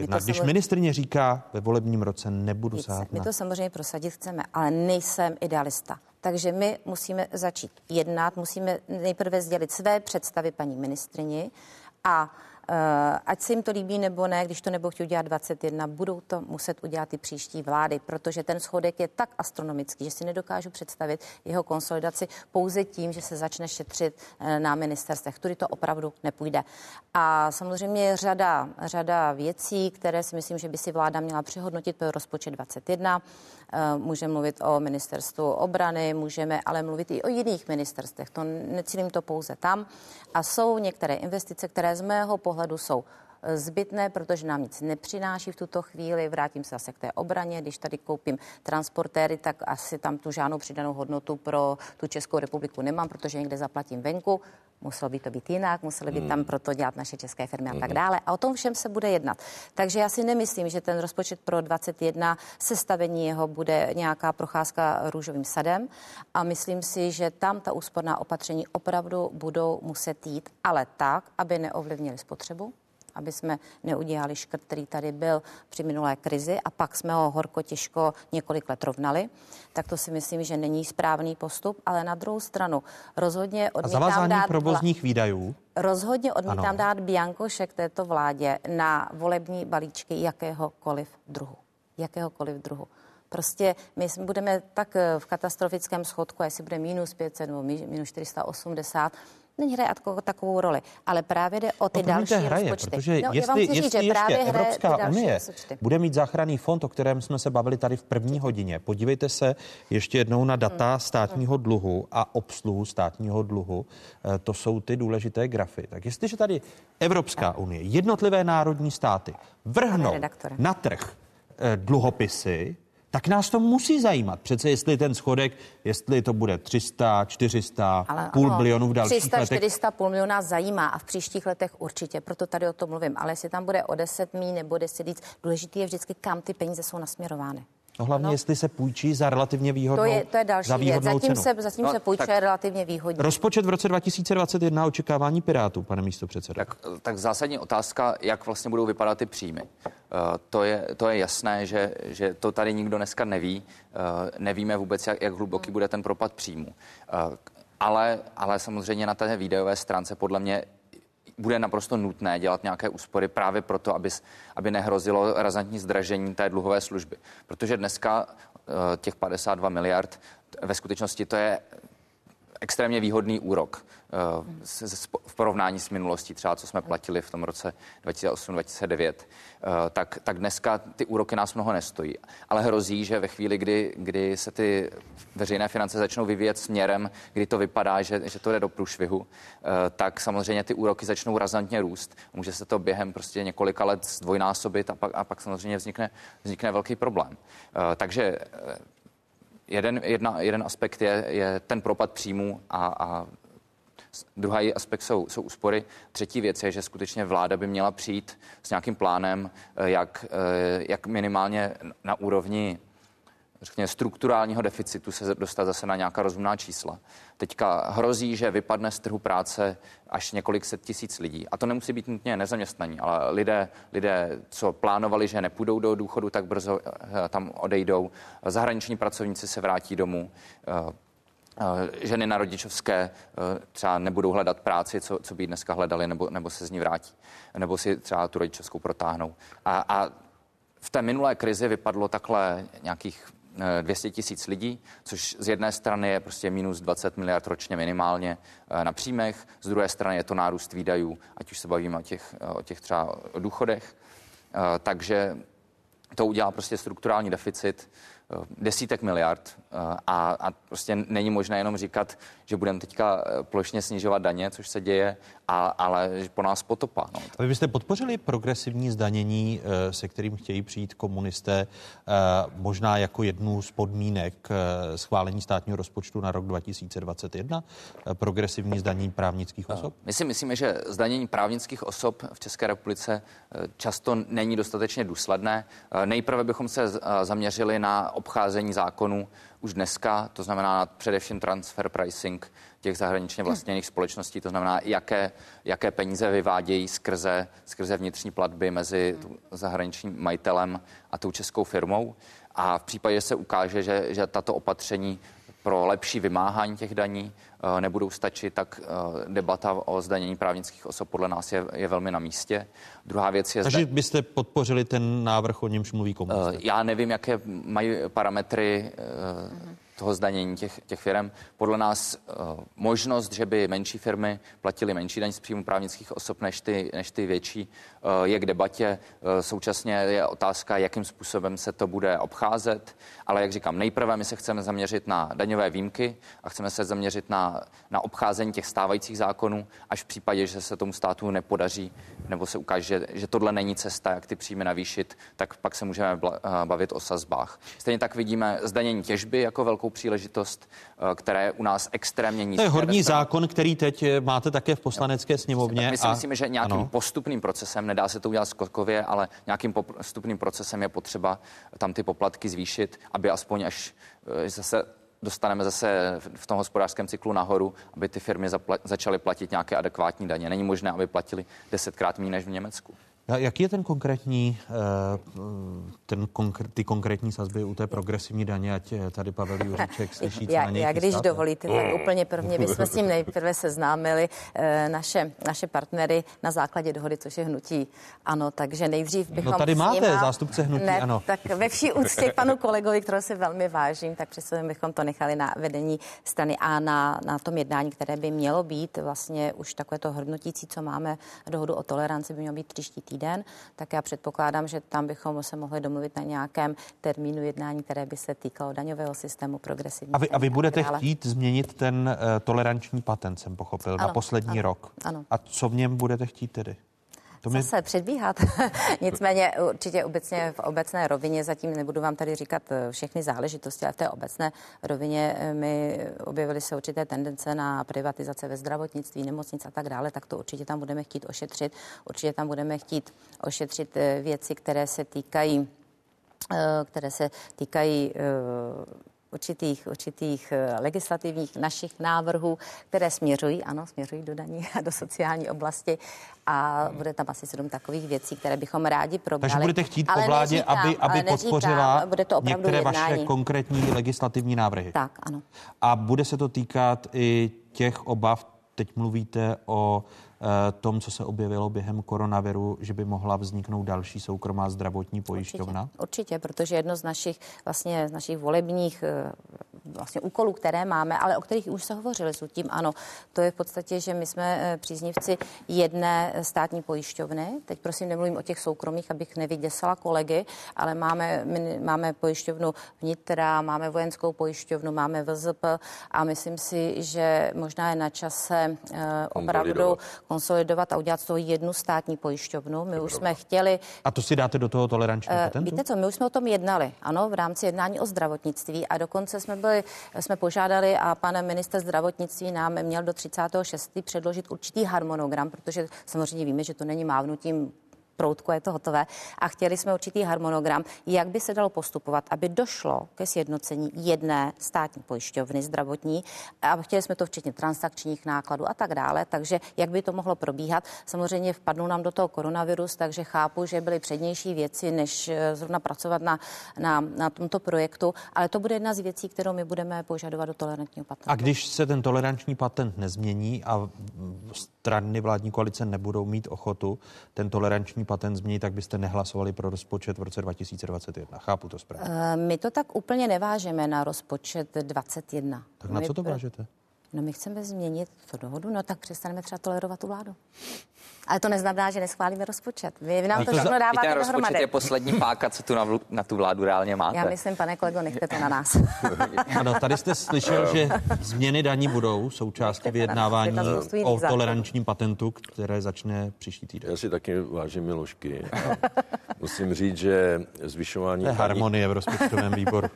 [SPEAKER 1] 21, když ministryně říká ve volebním roce nebudu sahat
[SPEAKER 23] My to samozřejmě prosadit chceme, ale nejsem idealista. Takže my musíme začít jednat, musíme nejprve sdělit své představy paní ministrini a ať se jim to líbí nebo ne, když to nebudou chtít udělat 21, budou to muset udělat i příští vlády, protože ten schodek je tak astronomický, že si nedokážu představit jeho konsolidaci pouze tím, že se začne šetřit na ministerstvech. Tudy to opravdu nepůjde. A samozřejmě je řada věcí, které si myslím, že by si vláda měla přehodnotit pro rozpočet 21. Můžeme mluvit o ministerstvu obrany, můžeme ale mluvit i o jiných ministerstvech. To necílím to pouze tam. A jsou některé investice, které z mého pohledu jsou zbytné, protože nám nic nepřináší v tuto chvíli. Vrátím se zase k té obraně. Když tady koupím transportéry, tak asi tam tu žádnou přidanou hodnotu pro tu Českou republiku nemám, protože někde zaplatím venku. Muselo by to být jinak, museli by tam proto dělat naše české firmy a tak dále. A o tom všem se bude jednat. Takže já si nemyslím, že ten rozpočet pro 21 sestavení jeho bude nějaká procházka růžovým sadem a myslím si, že tam ta úsporná opatření opravdu budou muset jít, ale tak, aby neovlivnili spotřebu, aby jsme neudělali škrt, který tady byl při minulé krizi a pak jsme ho horko těžko několik let rovnali, tak to si myslím, že není správný postup, ale na druhou stranu rozhodně odmítám dát
[SPEAKER 1] provozních výdajů.
[SPEAKER 23] Rozhodně odmítám dát biankošek této vládě na volební balíčky jakéhokoliv druhu. Prostě my budeme tak v katastrofickém schodku, jestli bude minus 500 nebo minus 480, není hraje takovou roli, ale právě jde o ty další rozpočty.
[SPEAKER 1] Protože jestli ještě Evropská unie bude mít záchranný fond, o kterém jsme se bavili tady v první hodině, podívejte se ještě jednou na data státního dluhu a obsluhu státního dluhu, to jsou ty důležité grafy. Tak jestliže tady Evropská unie, jednotlivé národní státy vrhnou na trh dluhopisy, tak nás to musí zajímat. Přece jestli ten schodek, jestli to bude 300, 400, půl bilionu v dalších
[SPEAKER 23] 300,
[SPEAKER 1] letech.
[SPEAKER 23] 400, půl milionu zajímá a v příštích letech určitě, proto tady o tom mluvím. Ale jestli tam bude o 10 míň nebo 10 víc, důležitý je vždycky, kam ty peníze jsou nasměrovány.
[SPEAKER 1] No hlavně, jestli se půjčí za relativně výhodnou
[SPEAKER 23] to je další věc. Zatím se půjčuje relativně výhodně.
[SPEAKER 1] Rozpočet v roce 2021 očekávání Pirátů, pane místopředsedo.
[SPEAKER 2] Tak zásadní otázka, jak vlastně budou vypadat ty příjmy. To je jasné, že to tady nikdo dneska neví. Nevíme vůbec, jak hluboký bude ten propad příjmu. Ale samozřejmě na té výdajové stránce podle mě bude naprosto nutné dělat nějaké úspory právě proto, aby nehrozilo razantní zdražení té dluhové služby. Protože dneska těch 52 miliard, ve skutečnosti to je extrémně výhodný úrok v porovnání s minulostí, třeba co jsme platili v tom roce 2008-2009, tak dneska ty úroky nás mnoho nestojí. Ale hrozí, že ve chvíli, kdy se ty veřejné finance začnou vyvíjet směrem, kdy to vypadá, že to jde do průšvihu, tak samozřejmě ty úroky začnou razantně růst. Může se to během prostě několika let zdvojnásobit a pak samozřejmě vznikne velký problém. Takže jeden aspekt je ten propad příjmů a druhý aspekt jsou úspory. Třetí věc je, že skutečně vláda by měla přijít s nějakým plánem, jak minimálně na úrovni řekněme, strukturálního deficitu se dostat zase na nějaká rozumná čísla. Teďka hrozí, že vypadne z trhu práce až několik set tisíc lidí. A to nemusí být nutně nezaměstnaní, ale lidé, co plánovali, že nepůjdou do důchodu, tak brzo tam odejdou. Zahraniční pracovníci se vrátí domů. Ženy na rodičovské třeba nebudou hledat práci, co by dneska hledali, nebo se z ní vrátí. Nebo si třeba tu rodičovskou protáhnou. A v té minulé krizi vypadlo takhle nějakých 200 tisíc lidí, což z jedné strany je prostě minus 20 miliard ročně minimálně na příjmech, z druhé strany je to nárůst výdajů, ať už se bavíme o těch třeba důchodech. Takže to udělá prostě strukturální deficit desítek miliard a prostě není možné jenom říkat, že budeme teďka plošně snižovat daně, což se děje, ale po nás potopa. No.
[SPEAKER 1] A vy byste podpořili progresivní zdanění, se kterým chtějí přijít komunisté, možná jako jednu z podmínek schválení státního rozpočtu na rok 2021? Progresivní zdanění právnických osob?
[SPEAKER 2] My si myslíme, že zdanění právnických osob v České republice často není dostatečně důsledné. Nejprve bychom se zaměřili na obcházení zákonů už dneska, to znamená především transfer pricing těch zahraničně vlastněných společností, to znamená, jaké peníze vyvádějí skrze vnitřní platby mezi zahraničním majitelem a tou českou firmou. A v případě, že se ukáže, že tato opatření pro lepší vymáhání těch daní nebudou stačit, tak debata o zdanění právnických osob podle nás je velmi na místě. Druhá věc je...
[SPEAKER 1] Takže byste podpořili ten návrh, o němž mluví komunisté?
[SPEAKER 2] Já nevím, jaké mají parametry toho zdanění těch firm. Podle nás možnost, že by menší firmy platily menší daň z příjmu právnických osob než ty větší, je k debatě. Současně je otázka, jakým způsobem se to bude obcházet. Ale jak říkám, nejprve my se chceme zaměřit na daňové výjimky a chceme se zaměřit na obcházení těch stávajících zákonů, až v případě, že se tomu státu nepodaří nebo se ukáže, že tohle není cesta, jak ty příjmy navýšit, tak pak se můžeme bavit o sazbách. Stejně tak vidíme zdanění těžby jako velkou příležitost, která je u nás extrémně nízké.
[SPEAKER 1] To je horní zákon, který teď máte také v Poslanecké sněmovně.
[SPEAKER 2] My si myslíme, že nějakým postupným procesem, nedá se to udělat skokově, ale nějakým postupným procesem je potřeba tam ty poplatky zvýšit, aby aspoň až zase dostaneme zase v tom hospodářském cyklu nahoru, aby ty firmy začaly platit nějaké adekvátní daně. Není možné, aby platili 10krát méně než v Německu.
[SPEAKER 1] Jaký je ten konkrétní, ty konkrétní sazby u té progresivní daně, ať tady Pavel Juříček slyší, co na něj
[SPEAKER 23] Já když
[SPEAKER 1] chystáte?
[SPEAKER 23] dovolíte, tak úplně prvně bychom s tím nejprve seznámili naše partnery na základě dohody, což je hnutí ANO, takže nejdřív bychom...
[SPEAKER 1] No tady máte zástupce hnutí ANO.
[SPEAKER 23] Tak ve vší úctě k panu kolegovi, kterého se velmi vážím, tak přece bychom to nechali na vedení strany a na tom jednání, které by mělo být vlastně už takové to hodnotící, co máme dohodu o toleranci, by mělo být příští týden, tak já předpokládám, že tam bychom se mohli domluvit na nějakém termínu jednání, které by se týkalo daňového systému progresivní.
[SPEAKER 1] A vy budete chtít změnit ten toleranční patent, jsem pochopil, na poslední rok.
[SPEAKER 23] Ano.
[SPEAKER 1] A co v něm budete chtít tedy?
[SPEAKER 23] Zase předbíhat. Nicméně určitě v obecné rovině, zatím nebudu vám tady říkat všechny záležitosti, ale v té obecné rovině mi objevily se určité tendence na privatizace ve zdravotnictví, nemocnic a tak dále, tak to určitě tam budeme chtít ošetřit. Určitě tam budeme chtít ošetřit věci, které se týkají určitých legislativních našich návrhů, které směřují do daní a do sociální oblasti a bude tam asi 7 takových věcí, které bychom rádi probrali.
[SPEAKER 1] Takže budete chtít po vládě, aby podpořila některé vaše konkrétní legislativní návrhy.
[SPEAKER 23] Tak, ano.
[SPEAKER 1] A bude se to týkat i těch obav, teď mluvíte o tom, co se objevilo během koronaviru, že by mohla vzniknout další soukromá zdravotní pojišťovna?
[SPEAKER 23] Určitě, protože jedno z našich volebních úkolů, které máme, ale o kterých už se hovořili s tím, ano, to je v podstatě, že my jsme příznivci jedné státní pojišťovny. Teď prosím nemluvím o těch soukromých, abych nevyděsala kolegy, ale máme pojišťovnu vnitra, máme vojenskou pojišťovnu, máme VZP a myslím si, že možná je na čase opravdu konsolidovat a udělat z toho jednu státní pojišťovnu. My už jsme chtěli...
[SPEAKER 1] A to si dáte do toho tolerančního patentu?
[SPEAKER 23] Víte co, my už jsme o tom jednali, ano, v rámci jednání o zdravotnictví a dokonce jsme požádali a pan ministr zdravotnictví nám měl do 36. předložit určitý harmonogram, protože samozřejmě víme, že to není mávnutím proutku, je to hotové. A chtěli jsme určitý harmonogram, jak by se dalo postupovat, aby došlo ke sjednocení jedné státní pojišťovny zdravotní. A chtěli jsme to včetně transakčních nákladů a tak dále. Takže jak by to mohlo probíhat? Samozřejmě vpadnul nám do toho koronavirus, takže chápu, že byly přednější věci, než zrovna pracovat na tomto projektu. Ale to bude jedna z věcí, kterou my budeme požadovat do tolerantního patentu.
[SPEAKER 1] A když se ten toleranční patent nezmění a strany vládní koalice nebudou mít ochotu ten toleranční patent změnit, tak byste nehlasovali pro rozpočet v roce 2021. Chápu to správně.
[SPEAKER 23] My to tak úplně nevážeme na rozpočet 2021.
[SPEAKER 1] Tak na co to vážete?
[SPEAKER 23] No my chceme změnit tu dohodu, no tak přestaneme třeba tolerovat tu vládu. Ale to neznamená, že neschválíme rozpočet. Vy nám to všechno dáváte dohromady.
[SPEAKER 2] Rozpočet je poslední páka, co tu na tu vládu reálně máte.
[SPEAKER 23] Já myslím, pane kolego, nechte to na nás.
[SPEAKER 1] Ano, tady jste slyšel, že změny daní budou součástí vyjednávání o tolerančním patentu, které začne příští týden.
[SPEAKER 22] Já si taky vážím Milošky. Musím říct, že zvyšování...
[SPEAKER 1] To je harmonie v rozpočtovém výboru.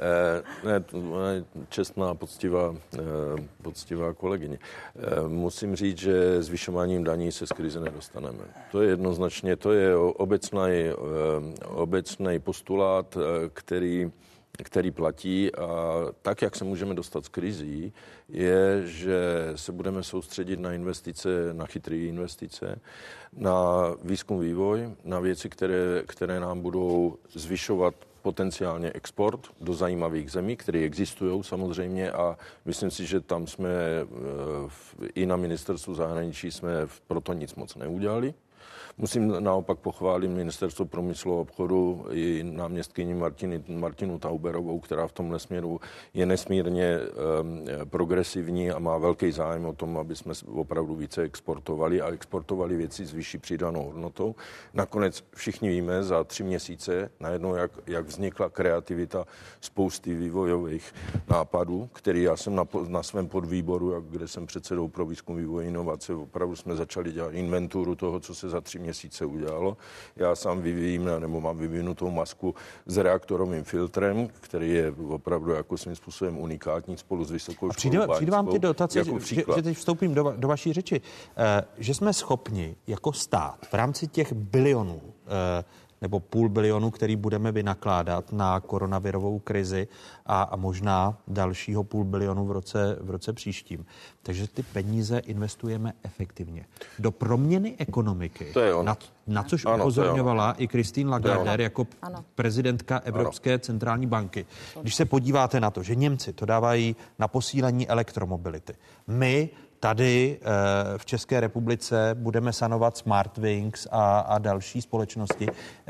[SPEAKER 22] Čestná, poctivá kolegyně. Musím říct, že zvyšováním daní se z krize nedostaneme. To je jednoznačně, to je obecný postulát, který který platí. A tak, jak se můžeme dostat z krizí, je, že se budeme soustředit na investice, na chytré investice, na výzkum, vývoj, na věci, které nám budou zvyšovat potenciálně export do zajímavých zemí, které existují samozřejmě, a myslím si, že tam jsme i na ministerstvu zahraničí jsme proto nic moc neudělali. Musím naopak pochválit Ministerstvo průmyslu a obchodu i náměstkyni Martinu Tauberovou, která v tomhle směru je nesmírně progresivní a má velký zájem o tom, aby jsme opravdu více exportovali a exportovali věci s vyšší přidanou hodnotou. Nakonec všichni víme za 3 měsíce najednou, jak vznikla kreativita spousty vývojových nápadů, který já jsem na svém podvýboru, kde jsem předsedou pro výzkum, vývoj, inovace, opravdu jsme začali dělat inventuru toho, co se za 3 měsíce udělalo. Já sám vyvíjím, nebo mám vyvinutou masku s reaktorovým filtrem, který je opravdu jako svým způsobem unikátní spolu s vysokou školou.
[SPEAKER 1] Přijde vám ty dotace, že teď vstoupím do vaší řeči, že jsme schopni jako stát v rámci těch bilionů nebo $500 milionu, který budeme vynakládat na koronavirovou krizi a možná dalšího $500 milionu v roce příštím. Takže ty peníze investujeme efektivně. Do proměny ekonomiky, na což upozorňovala i Christine Lagarde jako prezidentka Evropské centrální banky. Když se podíváte na to, že Němci to dávají na posílení elektromobility. My tady v České republice budeme sanovat Smartwings a další společnosti,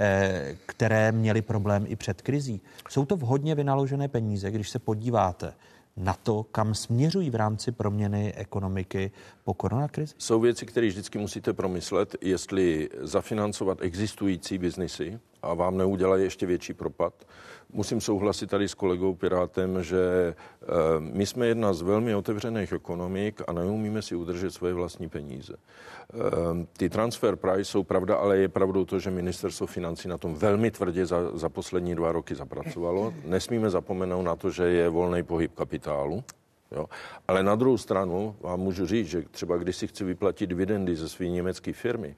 [SPEAKER 1] které měly problém i před krizí. Jsou to vhodně vynaložené peníze, když se podíváte na to, kam směřují v rámci proměny ekonomiky po koronakrizi?
[SPEAKER 22] Jsou věci, které vždycky musíte promyslet, jestli zafinancovat existující biznisy a vám neudělají ještě větší propad. Musím souhlasit tady s kolegou Pirátem, že my jsme jedna z velmi otevřených ekonomik a neumíme si udržet svoje vlastní peníze. Ty transfer price jsou pravda, ale je pravdou to, že ministerstvo financí na tom velmi tvrdě za poslední 2 roky zapracovalo. Nesmíme zapomenout na to, že je volný pohyb kapitálu. Jo. Ale na druhou stranu vám můžu říct, že třeba když si chci vyplatit dividendy ze své německé firmy,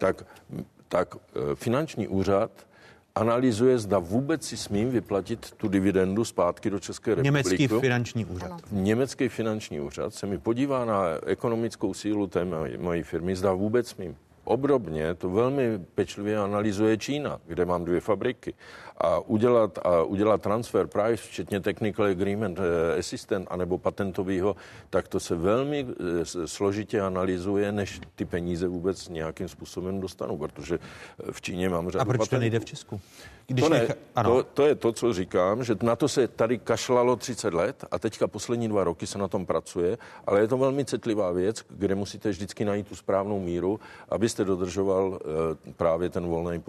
[SPEAKER 22] tak finanční úřad analyzuje, zda vůbec si smím vyplatit tu dividendu zpátky do České republiky.
[SPEAKER 1] Německý finanční úřad.
[SPEAKER 22] Německý finanční úřad se mi podívá na ekonomickou sílu té mojí firmy, zda vůbec smím. Obdobně to velmi pečlivě analyzuje Čína, kde mám 2 fabriky. A udělat transfer price, včetně technical agreement assistant anebo patentovýho, tak to se velmi složitě analyzuje, než ty peníze vůbec nějakým způsobem dostanu, protože v Číně mám řadu patentů.
[SPEAKER 1] A proč to nejde v Česku?
[SPEAKER 22] To je to, co říkám, že na to se tady kašlalo 30 let a teďka poslední 2 roky se na tom pracuje, ale je to velmi citlivá věc, kde musíte vždycky najít tu správnou míru, abyste dodržoval právě ten volný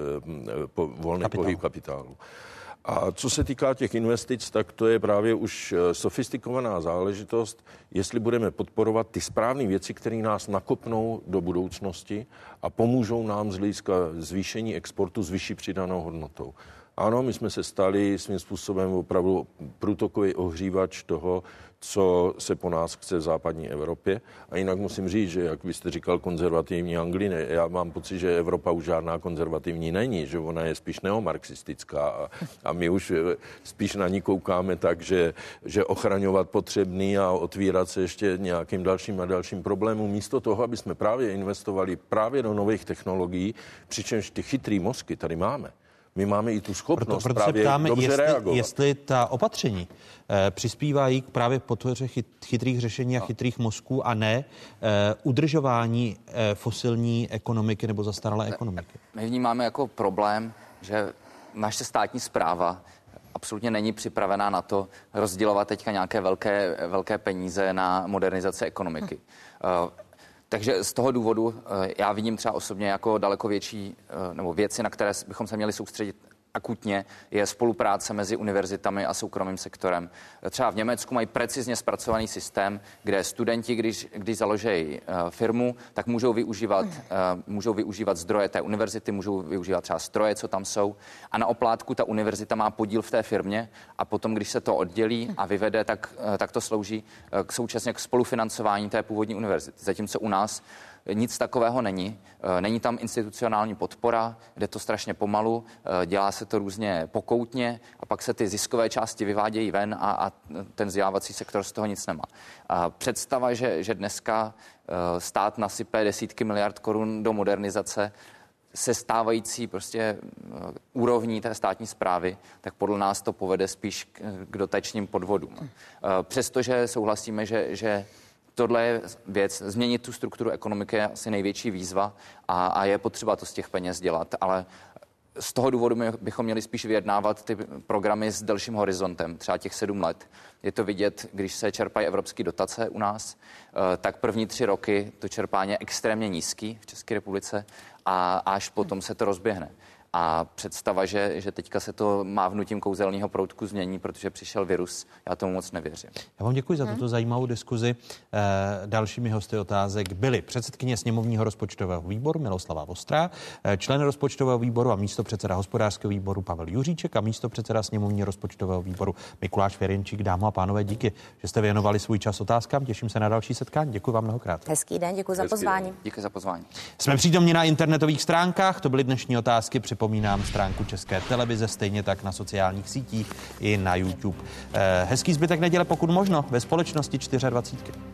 [SPEAKER 22] pohyb kapitálu. A co se týká těch investic, tak to je právě už sofistikovaná záležitost, jestli budeme podporovat ty správné věci, které nás nakopnou do budoucnosti a pomůžou nám z hlediska zvýšení exportu s vyšší přidanou hodnotou. Ano, my jsme se stali svým způsobem opravdu průtokový ohřívač toho, co se po nás chce v západní Evropě. A jinak musím říct, že jak byste říkal konzervativní Anglie, já mám pocit, že Evropa už žádná konzervativní není, že ona je spíš neomarxistická a my už spíš na ní koukáme tak, že ochraňovat potřebný a otvírat se ještě nějakým dalším problémům, místo toho, aby jsme právě investovali právě do nových technologií, přičemž ty chytrý mozky tady máme. My máme i tu schopnost
[SPEAKER 1] proto
[SPEAKER 22] právě
[SPEAKER 1] se ptáme,
[SPEAKER 22] dobře reagovat.
[SPEAKER 1] Jestli ta opatření přispívají k právě podpoře chytrých řešení a chytrých mozků a ne udržování fosilní ekonomiky nebo zastaralé ekonomiky.
[SPEAKER 2] My vnímáme jako problém, že naše státní správa absolutně není připravená na to rozdělovat teďka nějaké velké peníze na modernizaci ekonomiky. Takže z toho důvodu já vidím třeba osobně jako daleko větší nebo věci, na které bychom se měli soustředit akutně, je spolupráce mezi univerzitami a soukromým sektorem. Třeba v Německu mají precizně zpracovaný systém, kde studenti, když založí firmu, tak můžou využívat zdroje té univerzity, můžou využívat třeba stroje, co tam jsou. A na oplátku ta univerzita má podíl v té firmě a potom, když se to oddělí a vyvede, tak to slouží současně k spolufinancování té původní univerzity. Zatímco u nás nic takového není. Není tam institucionální podpora, jde to strašně pomalu, dělá se to různě pokoutně a pak se ty ziskové části vyvádějí ven a ten vzdělávací sektor z toho nic nemá. A představa, že dneska stát nasype desítky miliard korun do modernizace se stávající prostě úrovní té státní správy, tak podle nás to povede spíš k dotačním podvodům. Přestože souhlasíme, že tohle je věc, změnit tu strukturu ekonomiky je asi největší výzva a je potřeba to z těch peněz dělat, ale z toho důvodu my bychom měli spíš vyjednávat ty programy s delším horizontem, třeba těch 7 let. Je to vidět, když se čerpají evropské dotace u nás, tak první 3 roky to čerpání je extrémně nízký v České republice a až potom se to rozběhne. A představa, že teďka se to mávnutím kouzelného proutku změní, protože přišel virus, já tomu moc nevěřím.
[SPEAKER 1] Já vám děkuji za tuto zajímavou diskuzi. Dalšími hosty otázek byly předsedkyně sněmovního rozpočtového výboru Miloslava Vostrá, člen rozpočtového výboru a místopředseda hospodářského výboru Pavel Juříček a místopředseda sněmovního rozpočtového výboru Mikuláš Ferjenčík. Dámy a pánové, díky, že jste věnovali svůj čas otázkám. Těším se na další setkání. Děkuji vám mnohokrát.
[SPEAKER 23] Hezký den, děkuji za pozvání.
[SPEAKER 2] Díky za pozvání.
[SPEAKER 1] Jsme přítomni na internetových stránkách, to byly dnešní otázky. Připomínám stránku České televize, stejně tak na sociálních sítích i na YouTube. Hezký zbytek neděle, pokud možno, ve společnosti 24.